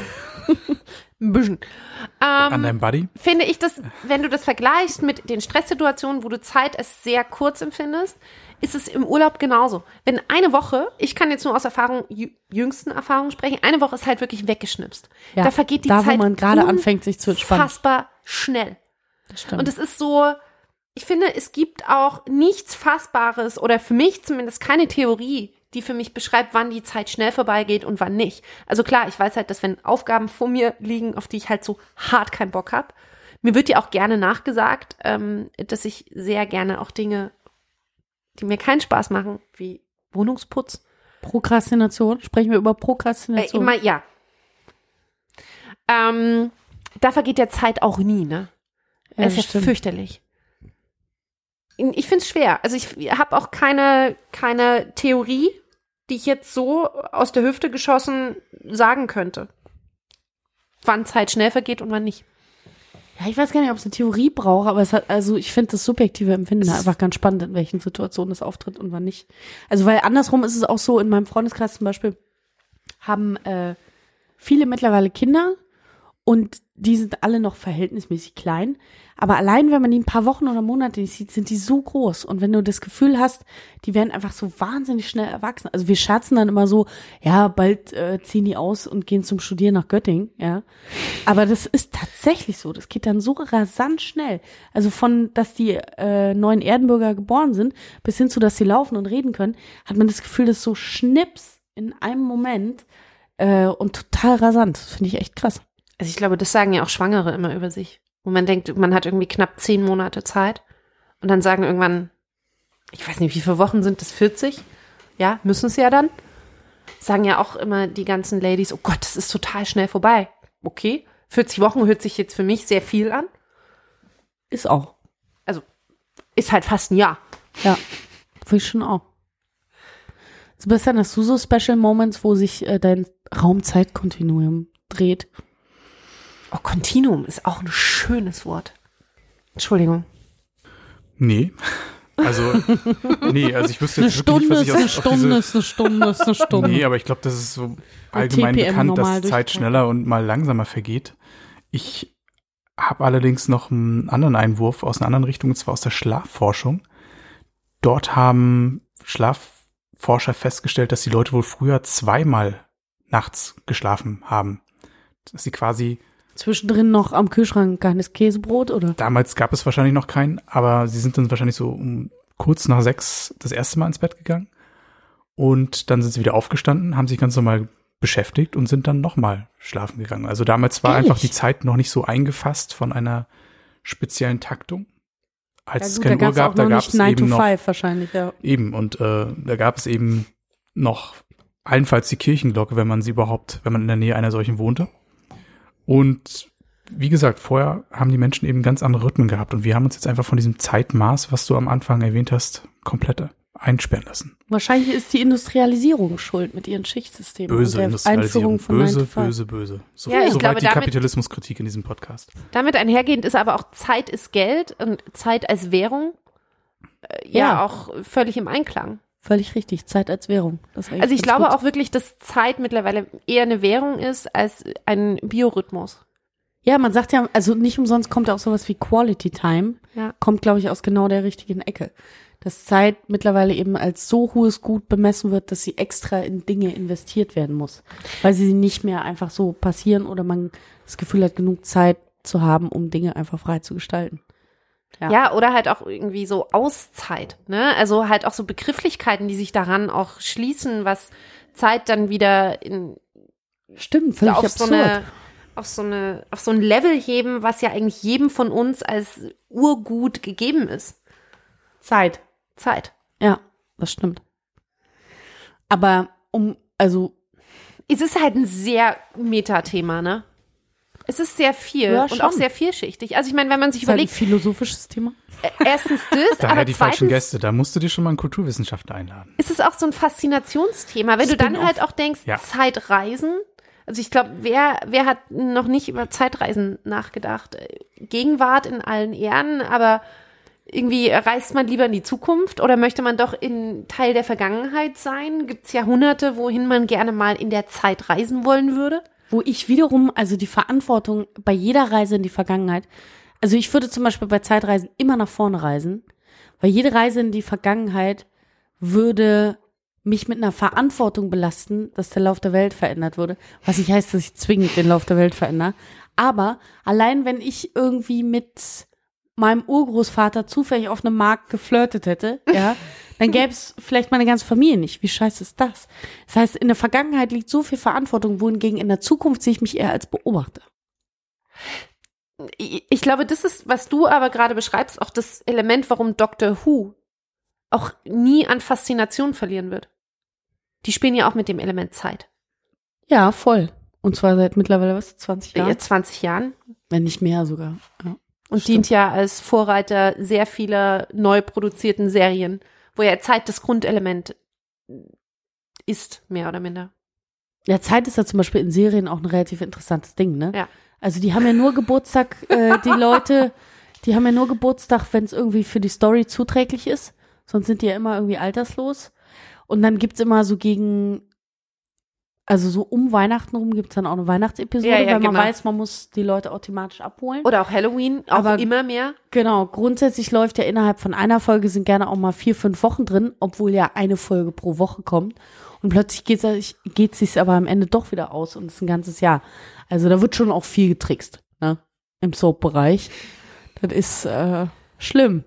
Ein bisschen. Ähm, An deinem Buddy? Finde ich das, wenn du das vergleichst mit den Stresssituationen, wo du Zeit als sehr kurz empfindest, ist es im Urlaub genauso. Wenn eine Woche, ich kann jetzt nur aus Erfahrung, jüngsten Erfahrungen sprechen, eine Woche ist halt wirklich weggeschnipst. Ja, da vergeht die da, Zeit wo man gerade anfängt, sich zu entspannen. Unfassbar schnell. Stimmt. Und es ist so, ich finde, es gibt auch nichts Fassbares oder für mich zumindest keine Theorie, die für mich beschreibt, wann die Zeit schnell vorbeigeht und wann nicht. Also klar, ich weiß halt, dass wenn Aufgaben vor mir liegen, auf die ich halt so hart keinen Bock habe, mir wird ja auch gerne nachgesagt, ähm, dass ich sehr gerne auch Dinge, die mir keinen Spaß machen, wie Wohnungsputz. Prokrastination? Sprechen wir über Prokrastination? Äh, immer, ja. Ähm, da vergeht ja Zeit auch nie, ne? Ja, es ist ja stimmt. fürchterlich. Ich finde es schwer. Also ich habe auch keine, keine Theorie, die ich jetzt so aus der Hüfte geschossen sagen könnte. Wann Zeit schnell vergeht und wann nicht. Ja, ich weiß gar nicht, ob es eine Theorie braucht, aber es hat, also ich finde das subjektive Empfinden einfach ganz spannend, in welchen Situationen es auftritt und wann nicht. Also weil andersrum ist es auch so, in meinem Freundeskreis zum Beispiel haben äh, viele mittlerweile Kinder und die sind alle noch verhältnismäßig klein. Aber allein, wenn man die ein paar Wochen oder Monate nicht sieht, sind die so groß. Und wenn du das Gefühl hast, die werden einfach so wahnsinnig schnell erwachsen. Also wir scherzen dann immer so, ja, bald äh, ziehen die aus und gehen zum Studieren nach Göttingen, ja. Aber das ist tatsächlich so. Das geht dann so rasant schnell. Also von, dass die äh, neuen Erdenbürger geboren sind, bis hin zu, dass sie laufen und reden können, hat man das Gefühl, das so schnips in einem Moment äh, und total rasant. Das finde ich echt krass. Also ich glaube, das sagen ja auch Schwangere immer über sich. Wo man denkt, man hat irgendwie knapp zehn Monate Zeit und dann sagen irgendwann, ich weiß nicht, wie viele Wochen sind das, vierzig? Ja, müssen es ja dann. Sagen ja auch immer die ganzen Ladies, oh Gott, das ist total schnell vorbei. Okay, vierzig Wochen hört sich jetzt für mich sehr viel an. Ist auch. Also, ist halt fast ein Jahr. Ja, für ich schon auch. Sebastian, hast du so Special Moments, wo sich äh, dein Raum-Zeit-Kontinuum dreht? Oh, Kontinuum ist auch ein schönes Wort. Entschuldigung. Nee. Also, nee, also ich wüsste jetzt eine wirklich Stunde nicht, was ich ist auf, eine auf Stunde, diese... ist eine Stunde, ist eine Stunde. Nee, aber ich glaube, das ist so allgemein T P M bekannt, dass normal Zeit schneller und mal langsamer vergeht. Ich habe allerdings noch einen anderen Einwurf aus einer anderen Richtung, und zwar aus der Schlafforschung. Dort haben Schlafforscher festgestellt, dass die Leute wohl früher zweimal nachts geschlafen haben. Dass sie quasi Zwischendrin noch am Kühlschrank ein kleines Käsebrot, oder? Damals gab es wahrscheinlich noch keinen, aber sie sind dann wahrscheinlich so um kurz nach sechs das erste Mal ins Bett gegangen. Und dann sind sie wieder aufgestanden, haben sich ganz normal beschäftigt und sind dann nochmal schlafen gegangen. Also damals war Ehrlich? einfach die Zeit noch nicht so eingefasst von einer speziellen Taktung. Als es gut, keine da Uhr gab's gab, auch da noch gab nicht es nine to eben noch five wahrscheinlich, ja. eben und äh, da gab es eben noch allenfalls die Kirchenglocke, wenn man sie überhaupt, wenn man in der Nähe einer solchen wohnte. Und wie gesagt, vorher haben die Menschen eben ganz andere Rhythmen gehabt und wir haben uns jetzt einfach von diesem Zeitmaß, was du am Anfang erwähnt hast, komplett einsperren lassen. Wahrscheinlich ist die Industrialisierung schuld mit ihren Schichtsystemen. Böse und der Industrialisierung. Einführung von Böse, nine to five. böse, böse. So, Ja, ich soweit glaube, die damit- Kapitalismuskritik in diesem Podcast. Damit einhergehend ist aber auch Zeit ist Geld und Zeit als Währung äh, ja. Ja. auch völlig im Einklang. Völlig richtig, Zeit als Währung. Das ist eigentlich Also ich ganz glaube gut. auch wirklich, dass Zeit mittlerweile eher eine Währung ist als ein Biorhythmus. Ja, man sagt ja, also nicht umsonst kommt auch sowas wie Quality Time, Ja. kommt, glaube ich, aus genau der richtigen Ecke. Dass Zeit mittlerweile eben als so hohes Gut bemessen wird, dass sie extra in Dinge investiert werden muss. Weil sie nicht mehr einfach so passieren oder man das Gefühl hat, genug Zeit zu haben, um Dinge einfach frei zu gestalten. Ja. Ja, oder halt auch irgendwie so Auszeit, ne? Also halt auch so Begrifflichkeiten, die sich daran auch schließen, was Zeit dann wieder in Stimmt, völlig auf so absurd. eine auf so eine auf so ein Level heben, was ja eigentlich jedem von uns als Urgut gegeben ist. Zeit. Zeit. Ja, das stimmt. Aber um, also Es ist halt ein sehr Metathema, ne? Es ist sehr viel Ja, und schon. auch sehr vielschichtig. Also ich meine, wenn man sich ist halt ein überlegt, philosophisches Thema. äh, erstens das, Daher aber die falschen zweitens Gäste. Da musst du dir schon mal einen Kulturwissenschaftler einladen. ist es auch so ein Faszinationsthema. Wenn du dann Spin-off. halt auch denkst, Ja. Zeitreisen. Also ich glaube, wer, wer hat noch nicht über Zeitreisen nachgedacht? Gegenwart in allen Ehren, aber irgendwie reist man lieber in die Zukunft oder möchte man doch in Teil der Vergangenheit sein? Gibt es Jahrhunderte, wohin man gerne mal in der Zeit reisen wollen würde? Wo ich wiederum, also die Verantwortung bei jeder Reise in die Vergangenheit, also ich würde zum Beispiel bei Zeitreisen immer nach vorne reisen, weil jede Reise in die Vergangenheit würde mich mit einer Verantwortung belasten, dass der Lauf der Welt verändert würde, was nicht heißt, dass ich zwingend den Lauf der Welt verändere. Aber allein wenn ich irgendwie mit meinem Urgroßvater zufällig auf einem Markt geflirtet hätte, ja, dann gäbe es vielleicht meine ganze Familie nicht. Wie scheiße ist das? Das heißt, in der Vergangenheit liegt so viel Verantwortung, wohingegen in der Zukunft sehe ich mich eher als Beobachter. Ich ich glaube, das ist, was du aber gerade beschreibst, auch das Element, warum Doctor Who auch nie an Faszination verlieren wird. Die spielen ja auch mit dem Element Zeit. Ja, voll. Und zwar seit mittlerweile, was, zwanzig Jahren? Ja. zwanzig Jahren. Wenn nicht mehr sogar. Ja. Und Stimmt. dient ja als Vorreiter sehr vieler neu produzierten Serien, wo ja Zeit das Grundelement ist, mehr oder minder. Ja, Zeit ist ja zum Beispiel in Serien auch ein relativ interessantes Ding, ne? Ja. Also die haben ja nur Geburtstag, äh, die Leute, die haben ja nur Geburtstag, wenn es irgendwie für die Story zuträglich ist. Sonst sind die ja immer irgendwie alterslos. Und dann gibt's immer so gegen, also so um Weihnachten rum gibt's dann auch eine Weihnachtsepisode, Ja, ja, weil man genau. weiß, man muss die Leute automatisch abholen. Oder auch Halloween, auch Aber- immer mehr. Genau, grundsätzlich läuft ja innerhalb von einer Folge sind gerne auch mal vier, fünf Wochen drin, obwohl ja eine Folge pro Woche kommt. Und plötzlich geht's sich geht sich's aber am Ende doch wieder aus und es ist ein ganzes Jahr. Also da wird schon auch viel getrickst, ne? Im Soap-Bereich. Das ist äh, schlimm.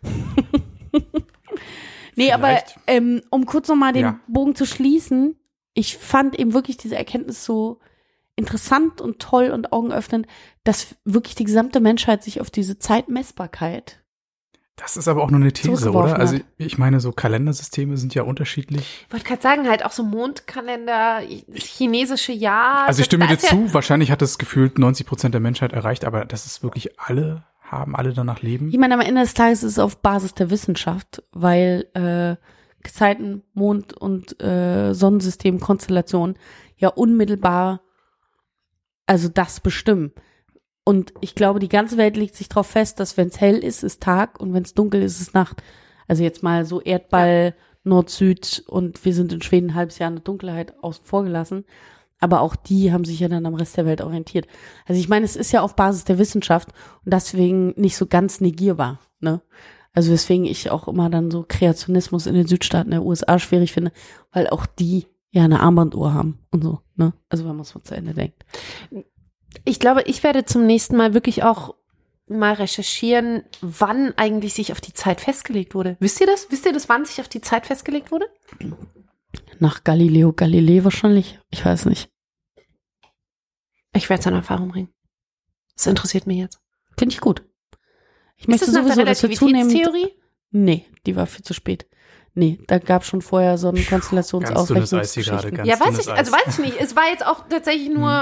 Nee, aber Vielleicht. ähm, um kurz nochmal den Ja. Bogen zu schließen, ich fand eben wirklich diese Erkenntnis so interessant und toll und augenöffnend, dass wirklich die gesamte Menschheit sich auf diese Zeitmessbarkeit. Das ist aber auch nur eine These, Zurückgeworfen oder? Also hat. ich meine, so Kalendersysteme sind ja unterschiedlich. Ich wollte gerade sagen, halt auch so Mondkalender, chinesische Jahr. Also ich stimme da dir ist ja- zu, wahrscheinlich hat es gefühlt neunzig Prozent der Menschheit erreicht, aber das ist wirklich alle, haben alle danach leben. Ich meine, am Ende des Tages ist es auf Basis der Wissenschaft, weil äh, Gezeiten, Mond und äh, Sonnensystem, Konstellationen ja unmittelbar also das bestimmen. Und ich glaube, die ganze Welt legt sich darauf fest, dass wenn es hell ist, ist Tag und wenn es dunkel ist, ist Nacht. Also jetzt mal so Erdball, Nord-Süd und wir sind in Schweden ein halbes Jahr in der Dunkelheit außen vor gelassen. Aber auch die haben sich ja dann am Rest der Welt orientiert. Also ich meine, es ist ja auf Basis der Wissenschaft und deswegen nicht so ganz negierbar, ne? Also weswegen ich auch immer dann so Kreationismus in den Südstaaten der U S A schwierig finde, weil auch die ja eine Armbanduhr haben und so, ne? Also wenn man es mal zu Ende denkt. Ich glaube, ich werde zum nächsten Mal wirklich auch mal recherchieren, wann eigentlich sich auf die Zeit festgelegt wurde. Wisst ihr das? Wisst ihr das, wann sich auf die Zeit festgelegt wurde? Nach Galileo Galilei wahrscheinlich. Ich weiß nicht. Ich werde es in Erfahrung bringen. Das interessiert mich jetzt. Finde ich gut. Ich Ist möchte das nach der sowieso, dass wir zunehmend... Relativitätstheorie? Nee, die war viel zu spät. Nee, da gab schon vorher so einen Ganz dünnes Eis hier gerade, Konstellationsausrechnungsgeschichten. ganz Ja, weiß dünnes ich, also Eis. weiß ich nicht. Es war jetzt auch tatsächlich nur...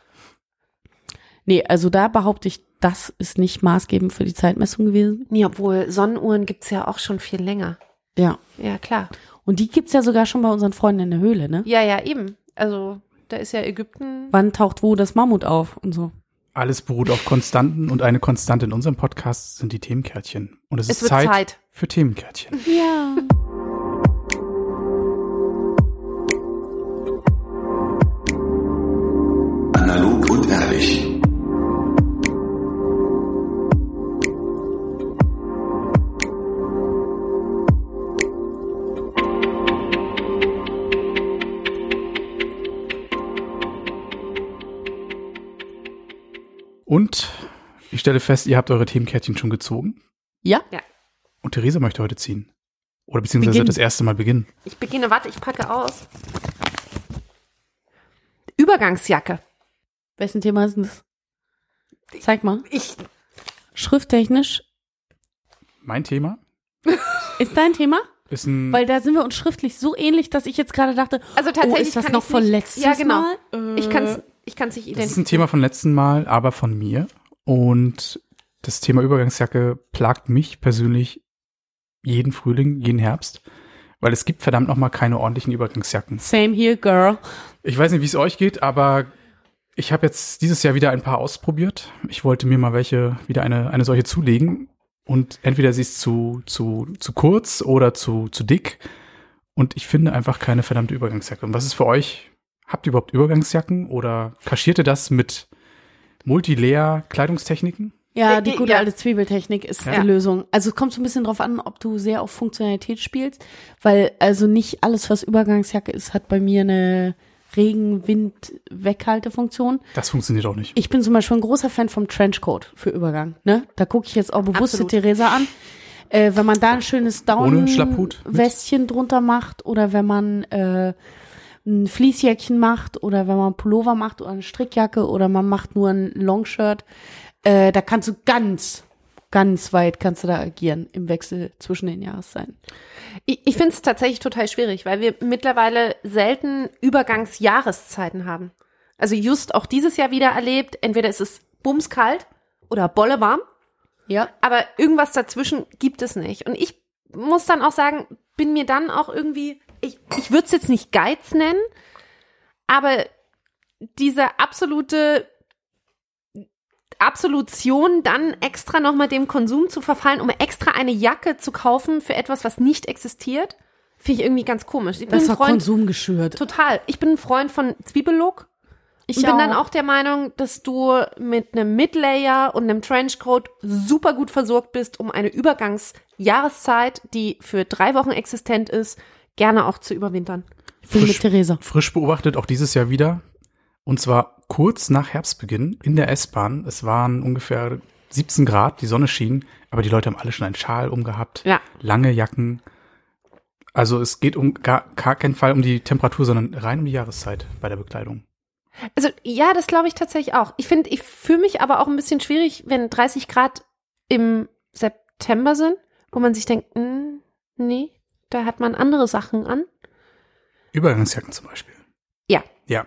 Nee, also da behaupte ich, das ist nicht maßgebend für die Zeitmessung gewesen. Nee, obwohl Sonnenuhren gibt's ja auch schon viel länger. Ja. Ja, klar. Und die gibt's ja sogar schon bei unseren Freunden in der Höhle, ne? Ja, ja, eben. Also, da ist ja Ägypten... Wann taucht wo das Mammut auf und so. Alles beruht auf Konstanten und eine Konstante in unserem Podcast sind die Themenkärtchen. Und es, Es ist wird Zeit, Zeit. für Themenkärtchen. Ja. Analog und ehrlich. Und ich stelle fest, ihr habt eure Themenkärtchen schon gezogen. Ja? Und Theresa möchte heute ziehen. Oder beziehungsweise Beginn. das erste Mal beginnen. Ich beginne, warte, ich packe aus. Übergangsjacke. Wessen Thema ist denn das? Zeig mal. Ich, Schrifttechnisch. Mein Thema Ist dein Thema? ist ein... Weil da sind wir uns schriftlich so ähnlich, dass ich jetzt gerade dachte, also tatsächlich oh, ist das kann noch ich's von nicht, letztes Ja, genau. Mal? Ich kann es ich kann's nicht das ist identifizieren. ein Thema von letzten Mal, aber von mir. Und das Thema Übergangsjacke plagt mich persönlich jeden Frühling, jeden Herbst. Weil es gibt verdammt nochmal keine ordentlichen Übergangsjacken. Same here, girl. Ich weiß nicht, wie es euch geht, aber ich habe jetzt dieses Jahr wieder ein paar ausprobiert. Ich wollte mir mal welche, wieder eine, eine solche zulegen. Und entweder sie ist zu, zu, zu kurz oder zu, zu dick. Und ich finde einfach keine verdammte Übergangsjacke. Und was ist für euch? Habt ihr überhaupt Übergangsjacken oder kaschiert ihr das mit Multilayer-Kleidungstechniken? Ja, Ja, die ja, gute ja. alte Zwiebeltechnik ist Ja. die Lösung. Also es kommt so ein bisschen drauf an, ob du sehr auf Funktionalität spielst, weil also nicht alles, was Übergangsjacke ist, hat bei mir eine Regen-Wind-Weghaltefunktion. Das funktioniert auch nicht. Ich bin zum Beispiel ein großer Fan vom Trenchcoat für Übergang. Ne? Da gucke ich jetzt auch bewusst die Absolut. Theresa an. Äh, wenn man da ein schönes Ohne Schlapphut mit? Down-Westchen drunter macht oder wenn man äh, ein Fließjäckchen macht oder wenn man einen Pullover macht oder eine Strickjacke oder man macht nur ein Longshirt, äh, da kannst du ganz, ganz weit kannst du da agieren im Wechsel zwischen den Jahreszeiten. Ich, ich finde es tatsächlich total schwierig, weil wir mittlerweile selten Übergangsjahreszeiten haben. Also just auch dieses Jahr wieder erlebt, entweder ist es bumskalt oder bolle warm, Ja. aber irgendwas dazwischen gibt es nicht. Und ich muss dann auch sagen, bin mir dann auch irgendwie, ich, ich würde es jetzt nicht Geiz nennen, aber diese absolute Absolution, dann extra nochmal dem Konsum zu verfallen, um extra eine Jacke zu kaufen für etwas, was nicht existiert, finde ich irgendwie ganz komisch. Ich bin Das ist ein doch Freund, Konsum geschürt. total. Ich bin ein Freund von Zwiebellook. Ich Und bin dann auch der Meinung, dass du mit einem Midlayer und einem Trenchcoat super gut versorgt bist, um eine Übergangsjahreszeit, die für drei Wochen existent ist, gerne auch zu überwintern. Ich bin mit Frisch- Theresa. Frisch beobachtet auch dieses Jahr wieder. Und zwar kurz nach Herbstbeginn in der S-Bahn. Es waren ungefähr siebzehn Grad, die Sonne schien, aber die Leute haben alle schon einen Schal umgehabt. Ja. Lange Jacken. Also es geht um gar, gar keinen Fall um die Temperatur, sondern rein um die Jahreszeit bei der Bekleidung. Also ja, das glaube ich tatsächlich auch. Ich finde, ich fühle mich aber auch ein bisschen schwierig, wenn dreißig Grad im September sind, wo man sich denkt, mh, nee, da hat man andere Sachen an. Übergangsjacken zum Beispiel. Ja. Ja.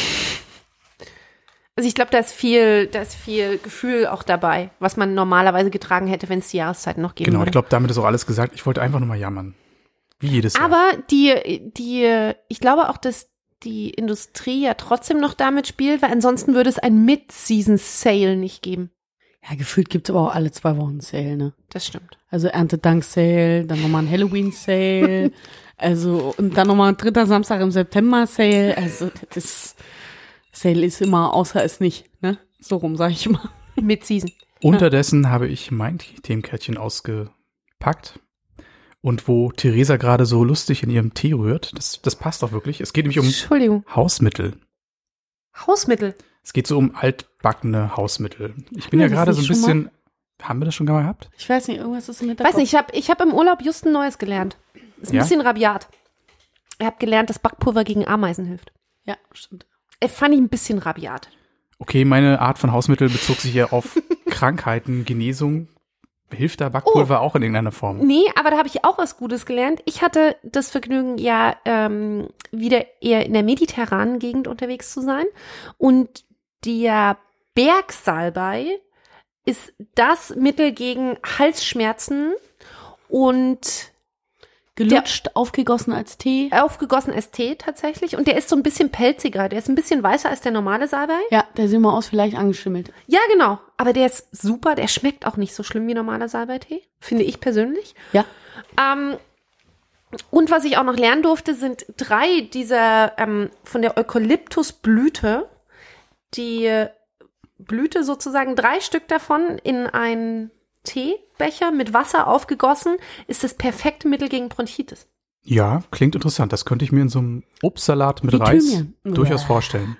Also ich glaube, da ist viel, da ist viel Gefühl auch dabei, was man normalerweise getragen hätte, wenn es die Jahreszeiten noch geben Genau, würde. ich glaube, damit ist auch alles gesagt. Ich wollte einfach nur mal jammern. Wie jedes Jahr. Aber die, die, ich glaube auch, dass die Industrie ja trotzdem noch damit spielt, weil ansonsten würde es ein Mid-Season-Sale nicht geben. Ja, gefühlt gibt's aber auch alle zwei Wochen Sale, ne? Das stimmt. Also Erntedank-Sale, dann nochmal ein Halloween-Sale, also und dann nochmal ein dritter Samstag im September-Sale. Also das Sale ist immer, außer es nicht, ne? So rum sage ich immer. Mid-Season. Unterdessen habe ich mein Themenkärtchen ausgepackt. Und wo Theresa gerade so lustig in ihrem Tee rührt, das, das passt doch wirklich. Es geht nämlich um Entschuldigung. Hausmittel. Hausmittel. Es geht so um altbackene Hausmittel. Ich bin wir ja das gerade so ein nicht schon bisschen, haben wir das schon mal gehabt? Ich weiß nicht, irgendwas ist im Hinterkopf. Weiß nicht, ich habe ich hab im Urlaub just ein neues gelernt. Ist ein Ja? bisschen rabiat. Ich habe gelernt, dass Backpulver gegen Ameisen hilft. Ja, stimmt. Äh, fand ich ein bisschen rabiat. Okay, meine Art von Hausmittel bezog sich ja auf Krankheiten, Genesung. Hilft da Backpulver auch in irgendeiner Form? Nee, aber da habe ich auch was Gutes gelernt. Ich hatte das Vergnügen, ja ähm, wieder eher in der mediterranen Gegend unterwegs zu sein. Und der Bergsalbei ist das Mittel gegen Halsschmerzen und Gelutscht, aufgegossen als Tee. aufgegossen als Tee tatsächlich. Und der ist so ein bisschen pelziger. Der ist ein bisschen weißer als der normale Salbei. Ja, der sieht mal aus, vielleicht angeschimmelt. Ja, genau. Aber der ist super. Der schmeckt auch nicht so schlimm wie normaler Salbeitee. Finde ich persönlich. Ja. Ähm, und was ich auch noch lernen durfte, sind drei dieser ähm, von der Eukalyptusblüte, die Blüte sozusagen, drei Stück davon in einen Teebecher mit Wasser aufgegossen, ist das perfekte Mittel gegen Bronchitis. Ja, klingt interessant. Das könnte ich mir in so einem Obstsalat mit Wie Reis Thymian. durchaus Ja. vorstellen.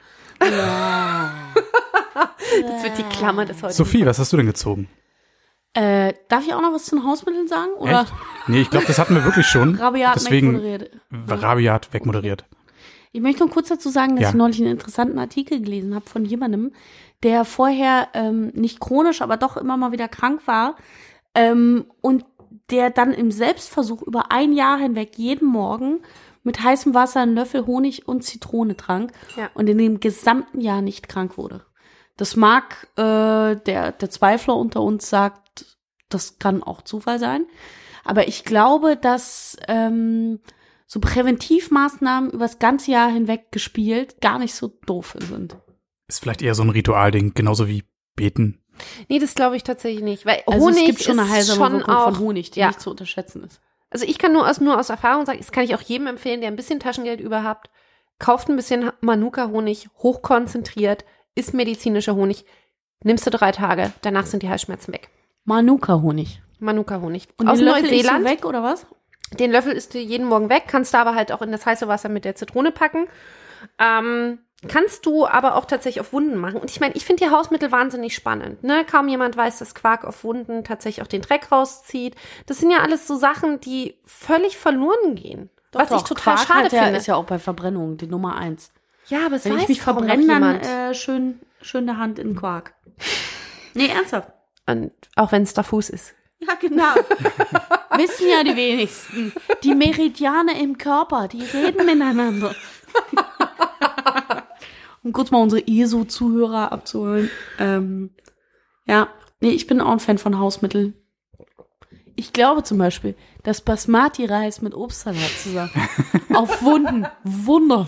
Das wird die Klammer des heutigen. Sophie, was hast du denn gezogen? Äh, darf ich auch noch was zu den Hausmitteln sagen? Oder Echt? Nee, ich glaube, das hatten wir wirklich schon. rabiat Deswegen wegmoderiert? rabiat wegmoderiert. Ich möchte nur kurz dazu sagen, dass Ja. ich neulich einen interessanten Artikel gelesen habe von jemandem, der vorher ähm, nicht chronisch, aber doch immer mal wieder krank war ähm, und der dann im Selbstversuch über ein Jahr hinweg jeden Morgen mit heißem Wasser einen Löffel Honig und Zitrone trank Ja. und in dem gesamten Jahr nicht krank wurde. Das mag äh, der, der Zweifler unter uns sagt, das kann auch Zufall sein. Aber ich glaube, dass ähm, so Präventivmaßnahmen übers ganze Jahr hinweg gespielt gar nicht so doof sind. Ist vielleicht eher so ein Ritualding, genauso wie Beten. Nee, das glaube ich tatsächlich nicht. Weil Also Honig es gibt schon eine ist heilsame schon Wirkung auch, von Honig, die ja. nicht zu unterschätzen ist. Also ich kann nur aus, nur aus Erfahrung sagen, das kann ich auch jedem empfehlen, der ein bisschen Taschengeld über hat. Kauft ein bisschen Manuka-Honig, hochkonzentriert, ist medizinischer Honig. Nimmst du drei Tage, danach sind die Halsschmerzen weg. Manuka-Honig. Manuka-Honig. Und Aus den Löffel isst du Neuseeland. weg, oder was? Den Löffel isst du jeden Morgen weg, kannst du aber halt auch in das heiße Wasser mit der Zitrone packen. Ähm, kannst du aber auch tatsächlich auf Wunden machen. Und ich meine, ich finde die Hausmittel wahnsinnig spannend. Ne? Kaum jemand weiß, dass Quark auf Wunden tatsächlich auch den Dreck rauszieht. Das sind ja alles so Sachen, die völlig verloren gehen. was ich total Quark schade hat ja, finde. ist ja auch bei Verbrennungen die Nummer eins. Ja, aber es Wenn weiß ich mich kaum noch verbrenne, dann jemand. äh, schön, schön der Hand in Quark. Nee, ernsthaft. Und auch wenn es diffus ist. Ja, genau. Wissen ja die wenigsten. Die Meridiane im Körper, die reden miteinander. Um kurz mal unsere E S O-Zuhörer abzuholen. Ähm, ja, nee, ich bin auch ein Fan von Hausmitteln. Ich glaube zum Beispiel, dass Basmati-Reis mit Obstsalat zusammen auf Wunden wunderbar.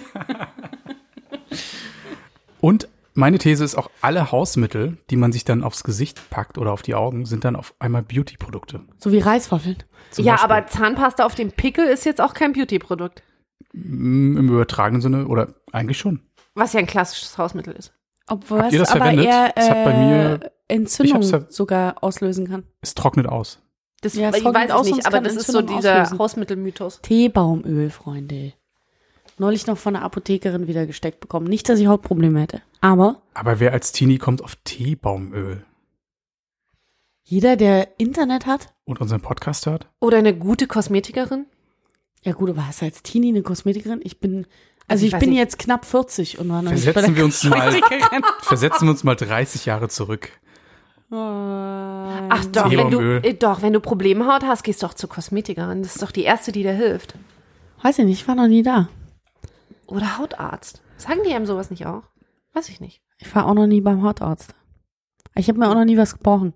Und meine These ist auch, alle Hausmittel, die man sich dann aufs Gesicht packt oder auf die Augen, sind dann auf einmal Beauty-Produkte. So wie Reiswaffeln. Zum Ja, Beispiel. aber Zahnpasta auf dem Pickel ist jetzt auch kein Beauty-Produkt. Mm, Im übertragenen Sinne oder eigentlich schon. Was ja ein klassisches Hausmittel ist. Obwohl Habt ihr es das aber verwendet? eher Es hat bei mir- äh, Entzündung Ich hab's ver- sogar auslösen kann. Es trocknet aus. Das Ja, es ich trocknet weiß aus es und nicht, es aber kann das ist so Entzündung dieser auslösen. Hausmittelmythos. Teebaumöl, Freunde. Neulich noch von der Apothekerin wieder gesteckt bekommen. Nicht, dass ich Hautprobleme hätte. Aber Aber wer als Teenie kommt auf Teebaumöl jeder, der Internet hat, und unseren Podcast hört? Oder eine gute Kosmetikerin. ja gut, aber hast du als Teenie eine Kosmetikerin? Ich bin, also ich ich, weiß bin nicht. jetzt knapp vierzig und war noch nicht bei Versetzen der wir uns mal, Kosmetikerin. versetzen wir uns mal dreißig Jahre zurück. Ach doch, wenn du, Teebaumöl. äh, doch, wenn du Problemhaut hast, gehst du doch zur Kosmetikerin. Das ist doch die erste, die dir hilft. Weiß ich nicht, ich war noch nie da. Oder Hautarzt. Sagen die einem sowas nicht auch? Weiß ich nicht. Ich war auch noch nie beim Hautarzt. Ich habe mir auch noch nie was gebrochen.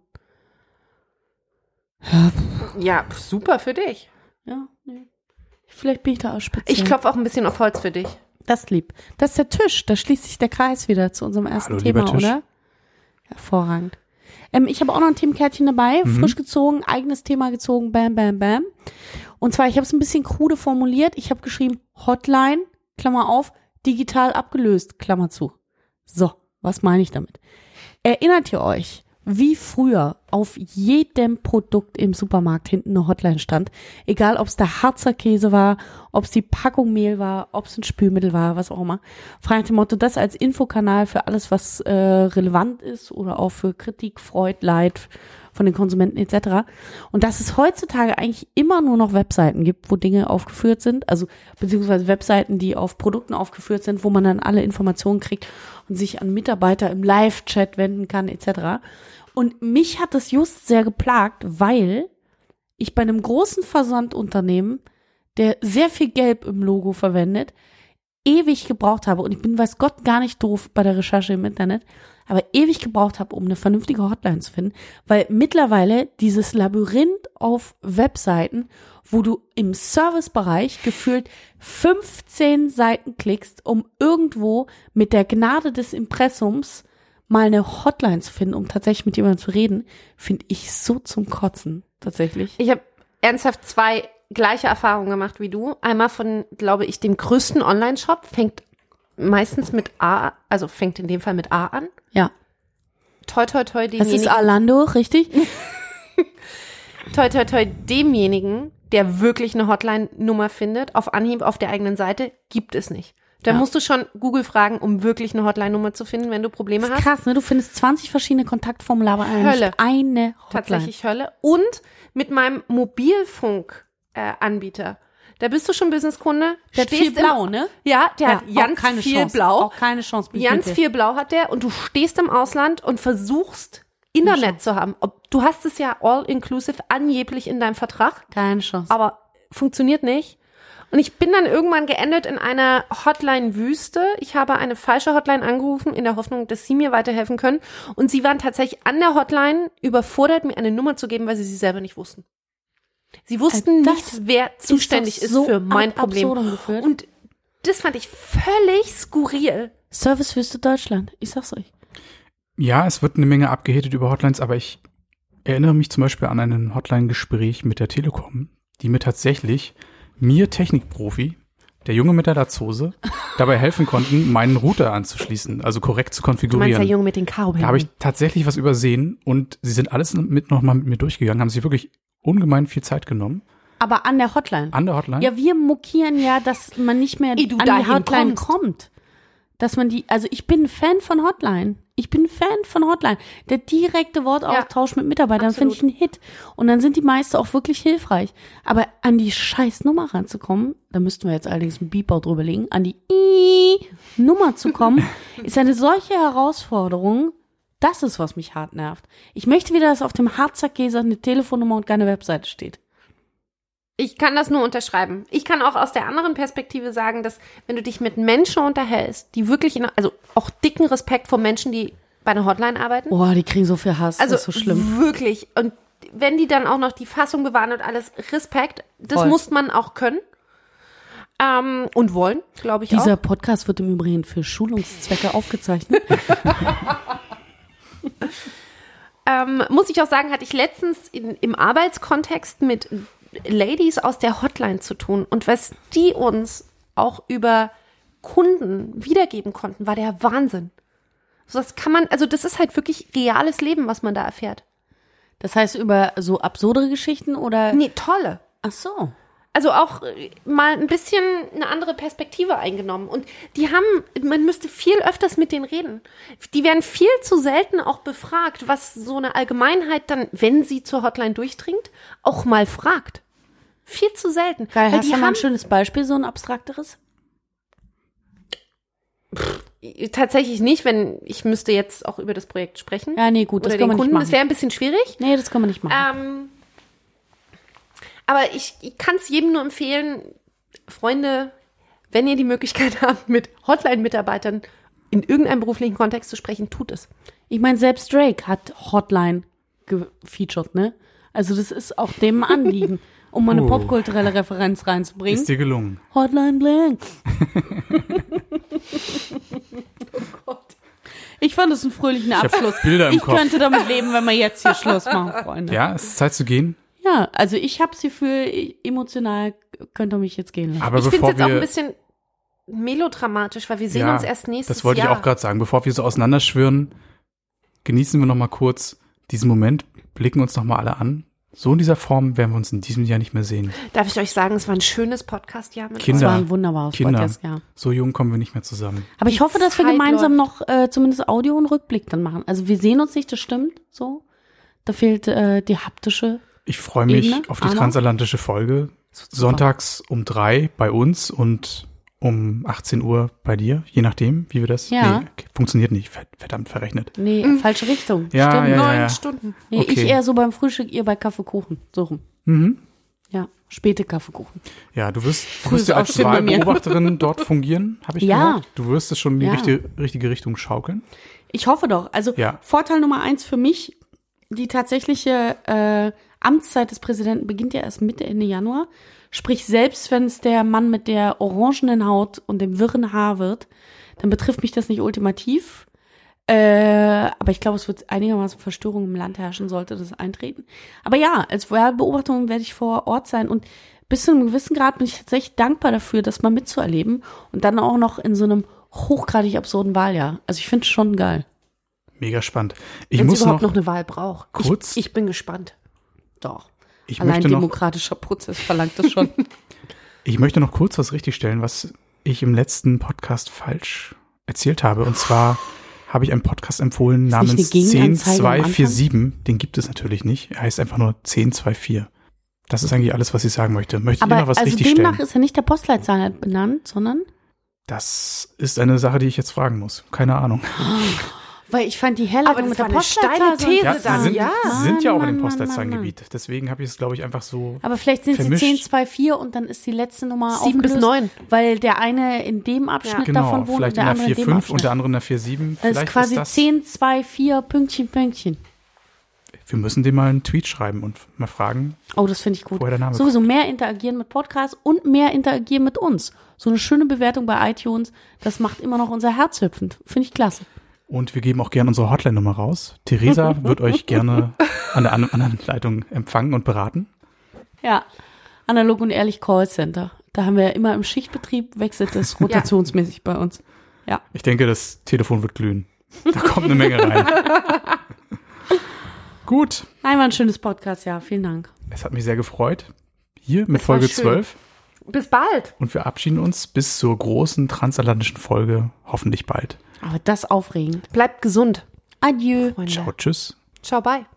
Ja, super für dich. Ja, nee. Vielleicht bin ich da auch speziell. Ich klopfe auch ein bisschen auf Holz für dich. Das lieb. Das ist der Tisch. Da schließt sich der Kreis wieder zu unserem ersten Hallo, Thema, lieber Tisch. oder? Hervorragend. Ähm, ich habe auch noch ein Themenkärtchen dabei. Mhm. Frisch gezogen, eigenes Thema gezogen. Bam, bam, bam. Und zwar, ich habe es ein bisschen krude formuliert. Ich habe geschrieben, Hotline, Klammer auf, digital abgelöst, Klammer zu. So, was meine ich damit? Erinnert ihr euch, wie früher auf jedem Produkt im Supermarkt hinten eine Hotline stand. Egal, ob es der Harzer Käse war, ob es die Packung Mehl war, ob es ein Spülmittel war, was auch immer. Frei nach dem Motto, das als Infokanal für alles, was äh, relevant ist oder auch für Kritik, Freud, Leid von den Konsumenten et cetera. Und dass es heutzutage eigentlich immer nur noch Webseiten gibt, wo Dinge aufgeführt sind, also beziehungsweise Webseiten, die auf Produkten aufgeführt sind, wo man dann alle Informationen kriegt und sich an Mitarbeiter im Live-Chat wenden kann et cetera. Und mich hat das just sehr geplagt, weil ich bei einem großen Versandunternehmen, der sehr viel Gelb im Logo verwendet, ewig gebraucht habe. Und ich bin, weiß Gott, gar nicht doof bei der Recherche im Internet, aber ewig gebraucht habe, um eine vernünftige Hotline zu finden, weil mittlerweile dieses Labyrinth auf Webseiten, wo du im Servicebereich gefühlt fünfzehn Seiten klickst, um irgendwo mit der Gnade des Impressums mal eine Hotline zu finden, um tatsächlich mit jemandem zu reden, finde ich so zum Kotzen, tatsächlich. Ich habe ernsthaft zwei gleiche Erfahrungen gemacht wie du. Einmal von, glaube ich, dem größten Online-Shop, fängt meistens mit A, also fängt in dem Fall mit A an. Ja. Toi, toi, toi, Das demjenigen. ist Alando, richtig? Toi, toi, toi, demjenigen, der wirklich eine Hotline-Nummer findet, auf Anhieb auf der eigenen Seite, gibt es nicht. Da Ja. musst du schon Google fragen, um wirklich eine Hotline-Nummer zu finden, wenn du Probleme Das ist hast. krass, ne? Du findest zwanzig verschiedene Kontaktformulare, aber Hölle. nicht eine Hotline. Tatsächlich Hölle. Und mit meinem Mobilfunk äh, Anbieter. Da bist du schon Businesskunde. Der hat stehst viel blau, im, ne? Ja, der Ja, hat ganz auch keine viel Chance. blau. Auch keine Chance. bin ich Ganz mit dir. viel blau hat der und du stehst im Ausland und versuchst Internet zu haben. Ob, du hast es ja all-inclusive angeblich in deinem Vertrag, Keine Chance. aber funktioniert nicht. Und ich bin dann irgendwann geendet in einer Hotline-Wüste. Ich habe eine falsche Hotline angerufen, in der Hoffnung, dass sie mir weiterhelfen können. Und sie waren tatsächlich an der Hotline überfordert, mir eine Nummer zu geben, weil sie sie selber nicht wussten. Sie wussten Das nicht, wer zuständig doch ist, so für mein ad Problem. absurdum geführt. Und das fand ich völlig skurril. Servicewüste Deutschland, ich sag's euch. Ja, es wird eine Menge abgehatet über Hotlines, aber ich erinnere mich zum Beispiel an ein Hotline-Gespräch mit der Telekom, die mir tatsächlich, mir Technikprofi, der Junge mit der Latzhose, dabei helfen konnten, meinen Router anzuschließen, also korrekt zu Du meinst der konfigurieren. Junge mit den Karohänden? Da habe ich tatsächlich was übersehen und sie sind alles mit nochmal mit mir durchgegangen, haben sich wirklich ungemein viel Zeit genommen. Aber an der Hotline. An der Hotline. Ja, wir mokieren ja, dass man nicht mehr Ehe du an die dahin Hotline kommst. kommt. Dass man die, also ich bin ein Fan von Hotline. Ich bin ein Fan von Hotline. Der direkte Wortaustausch mit Mitarbeitern finde ich ein Hit. Und dann sind die meisten auch wirklich hilfreich. Aber an die scheiß Nummer ranzukommen, da müssten wir jetzt allerdings einen Beeper drüber legen, an die I-Nummer zu kommen, ist eine solche Herausforderung. Das ist, was mich hart nervt. Ich möchte wieder, dass auf dem Harzer Käse eine Telefonnummer und keine Webseite steht. Ich kann das nur unterschreiben. Ich kann auch aus der anderen Perspektive sagen, dass wenn du dich mit Menschen unterhältst, die wirklich, in, also auch dicken Respekt vor Menschen, die bei einer Hotline arbeiten. Boah, die kriegen so viel Hass. also das ist so schlimm. wirklich. Und wenn die dann auch noch die Fassung bewahren und alles, Respekt, das Voll. muss man auch können. Ähm, und wollen, glaube ich Dieser auch. Podcast wird im Übrigen für Schulungszwecke aufgezeichnet. Ähm, muss ich auch sagen, hatte ich letztens in, im Arbeitskontext mit Ladies aus der Hotline zu tun. Und was die uns auch über Kunden wiedergeben konnten, war der Wahnsinn. So, das kann man, also das ist halt wirklich reales Leben, was man da erfährt. Das heißt über so absurde Geschichten oder? Nee, tolle. Ach so. Also auch äh, mal ein bisschen eine andere Perspektive eingenommen. Und die haben, man müsste viel öfters mit denen reden. Die werden viel zu selten auch befragt, was so eine Allgemeinheit dann, wenn sie zur Hotline durchdringt, auch mal fragt. Viel zu selten. Geil, Weil hast die du mal haben ein schönes Beispiel, so ein abstrakteres? tatsächlich nicht, wenn ich müsste jetzt auch über das Projekt sprechen. Ja, nee, gut, Oder das den kann man Kunden. nicht machen. Das wäre ein bisschen schwierig. Nee, das kann man nicht machen. Ähm, aber ich, ich kann es jedem nur empfehlen, Freunde, wenn ihr die Möglichkeit habt, mit Hotline-Mitarbeitern in irgendeinem beruflichen Kontext zu sprechen, tut es. Ich meine, selbst Drake hat Hotline gefeatured, ne? Also das ist auch dem ein Anliegen, um mal eine Oh. popkulturelle Referenz reinzubringen. Ist dir gelungen. Hotline Bling. Ich fand es einen fröhlichen hab Abschluss. Bilder im Ich Kopf. könnte damit leben, wenn wir jetzt hier Schluss machen, Freunde. Ja, es ist Zeit zu gehen. Ja, also ich habe sie für emotional, könnt ihr mich jetzt gehen lassen. Aber Ich finde bevor es jetzt auch wir ein bisschen melodramatisch, weil wir sehen Ja, uns erst nächstes das wollte Jahr. ich auch gerade sagen. Bevor wir so auseinanderschwirren, genießen wir noch mal kurz diesen Moment, blicken uns nochmal alle an. So in dieser Form werden wir uns in diesem Jahr nicht mehr sehen. Darf ich euch sagen, es war ein schönes Podcast-Jahr mit Kinder. Das war ein wunderbares Kinder, Podcast, ja. so jung kommen wir nicht mehr zusammen. Aber ich Die hoffe, dass wir Zeit gemeinsam läuft. noch äh, zumindest Audio und Rückblick dann machen. Also wir sehen uns nicht, das stimmt, so. Da fehlt äh, die haptische. Ich freue mich Ebene, auf die aber- transatlantische Folge. Sonntags um drei bei uns und um achtzehn Uhr bei dir, je nachdem, wie wir das. Ja. Nee, okay, funktioniert nicht, verdammt verrechnet. Nee, falsche Richtung. Ja, Stimmt. ja, neun ja. Stunden. Nee, Okay. ich eher so beim Frühstück, ihr bei Kaffeekuchen. So rum. Mhm. Ja, späte Kaffeekuchen. Ja, du wirst, du Frühes wirst ja als Aufstehen bei mir. Wahlbeobachterin dort fungieren, habe ich Ja. gehört. Du wirst es schon in die Ja. richtige, richtige Richtung schaukeln. Ich hoffe doch. Also Ja. Vorteil Nummer eins für mich, die tatsächliche äh, Amtszeit des Präsidenten beginnt ja erst Mitte, Ende Januar. Sprich, selbst wenn es der Mann mit der orangenen Haut und dem wirren Haar wird, dann betrifft mich das nicht ultimativ. Äh, aber ich glaube, es wird einigermaßen Verstörung im Land herrschen, sollte das eintreten. Aber ja, als Wahlbeobachtung werde ich vor Ort sein und bis zu einem gewissen Grad bin ich tatsächlich dankbar dafür, das mal mitzuerleben und dann auch noch in so einem hochgradig absurden Wahljahr. Also ich finde es schon geil. Mega spannend. Ich Wenn es muss überhaupt noch, noch eine Wahl braucht. kurz- Ich, ich bin gespannt. Doch. ich Allein möchte noch, demokratischer Prozess verlangt das schon. ich möchte noch kurz was richtigstellen, was ich im letzten Podcast falsch erzählt habe. Und zwar habe ich einen Podcast empfohlen Ist nicht namens eine zehn Gegenanzeige am zwei Anfang? vier sieben. Den gibt es natürlich nicht. Er heißt einfach nur zehn zwei vier. Das ist eigentlich alles, was ich sagen möchte. Möchte ich Aber noch was also richtigstellen? demnach ist ja nicht der Postleitzahl benannt, sondern Das ist eine Sache, die ich jetzt fragen muss. Keine Ahnung. weil ich fand die Aber Herleitung das mit war der eine steile Postleitzahl so These Ja, dann. sie sind, ja. sie sind ja auch in dem Mann, Mann, Postleitzahlengebiet. Deswegen habe ich es, glaube ich, einfach so. Aber vielleicht sind Vermischt. sie zehn zwei vier und dann ist die letzte Nummer Sieben bis aufgelöst, neun. weil der eine in dem Abschnitt Genau, davon wohnt und vielleicht in der der andere vier in dem fünf Abschnitt. und der andere in der vier sieben. das ist Vielleicht quasi ist das. zehn zwei vier Pünktchen, Pünktchen. Wir müssen dem mal einen Tweet schreiben und mal fragen. Oh, das finde ich gut. Woher der Name Sowieso mehr interagieren mit Podcasts und mehr interagieren mit uns. So eine schöne Bewertung bei iTunes, das macht immer noch unser Herz hüpfend. Finde ich klasse. Und wir geben auch gerne unsere Hotline-Nummer raus. Theresa wird euch gerne an der an- anderen Leitung empfangen und beraten. Ja, analog und ehrlich Callcenter. Da haben wir ja immer im Schichtbetrieb, wechselt das rotationsmäßig bei uns. Ja. Ich denke, das Telefon wird glühen. Da kommt eine Menge rein. Gut, Einmal ein schönes Podcast, ja, vielen Dank. es hat mich sehr gefreut. Hier mit Es war Folge schön. zwölf. Bis bald. Und wir verabschieden uns bis zur großen transatlantischen Folge. Hoffentlich bald. Aber das aufregend. Bleibt gesund, Adieu. Freunde. Ciao, tschüss. Ciao, bye.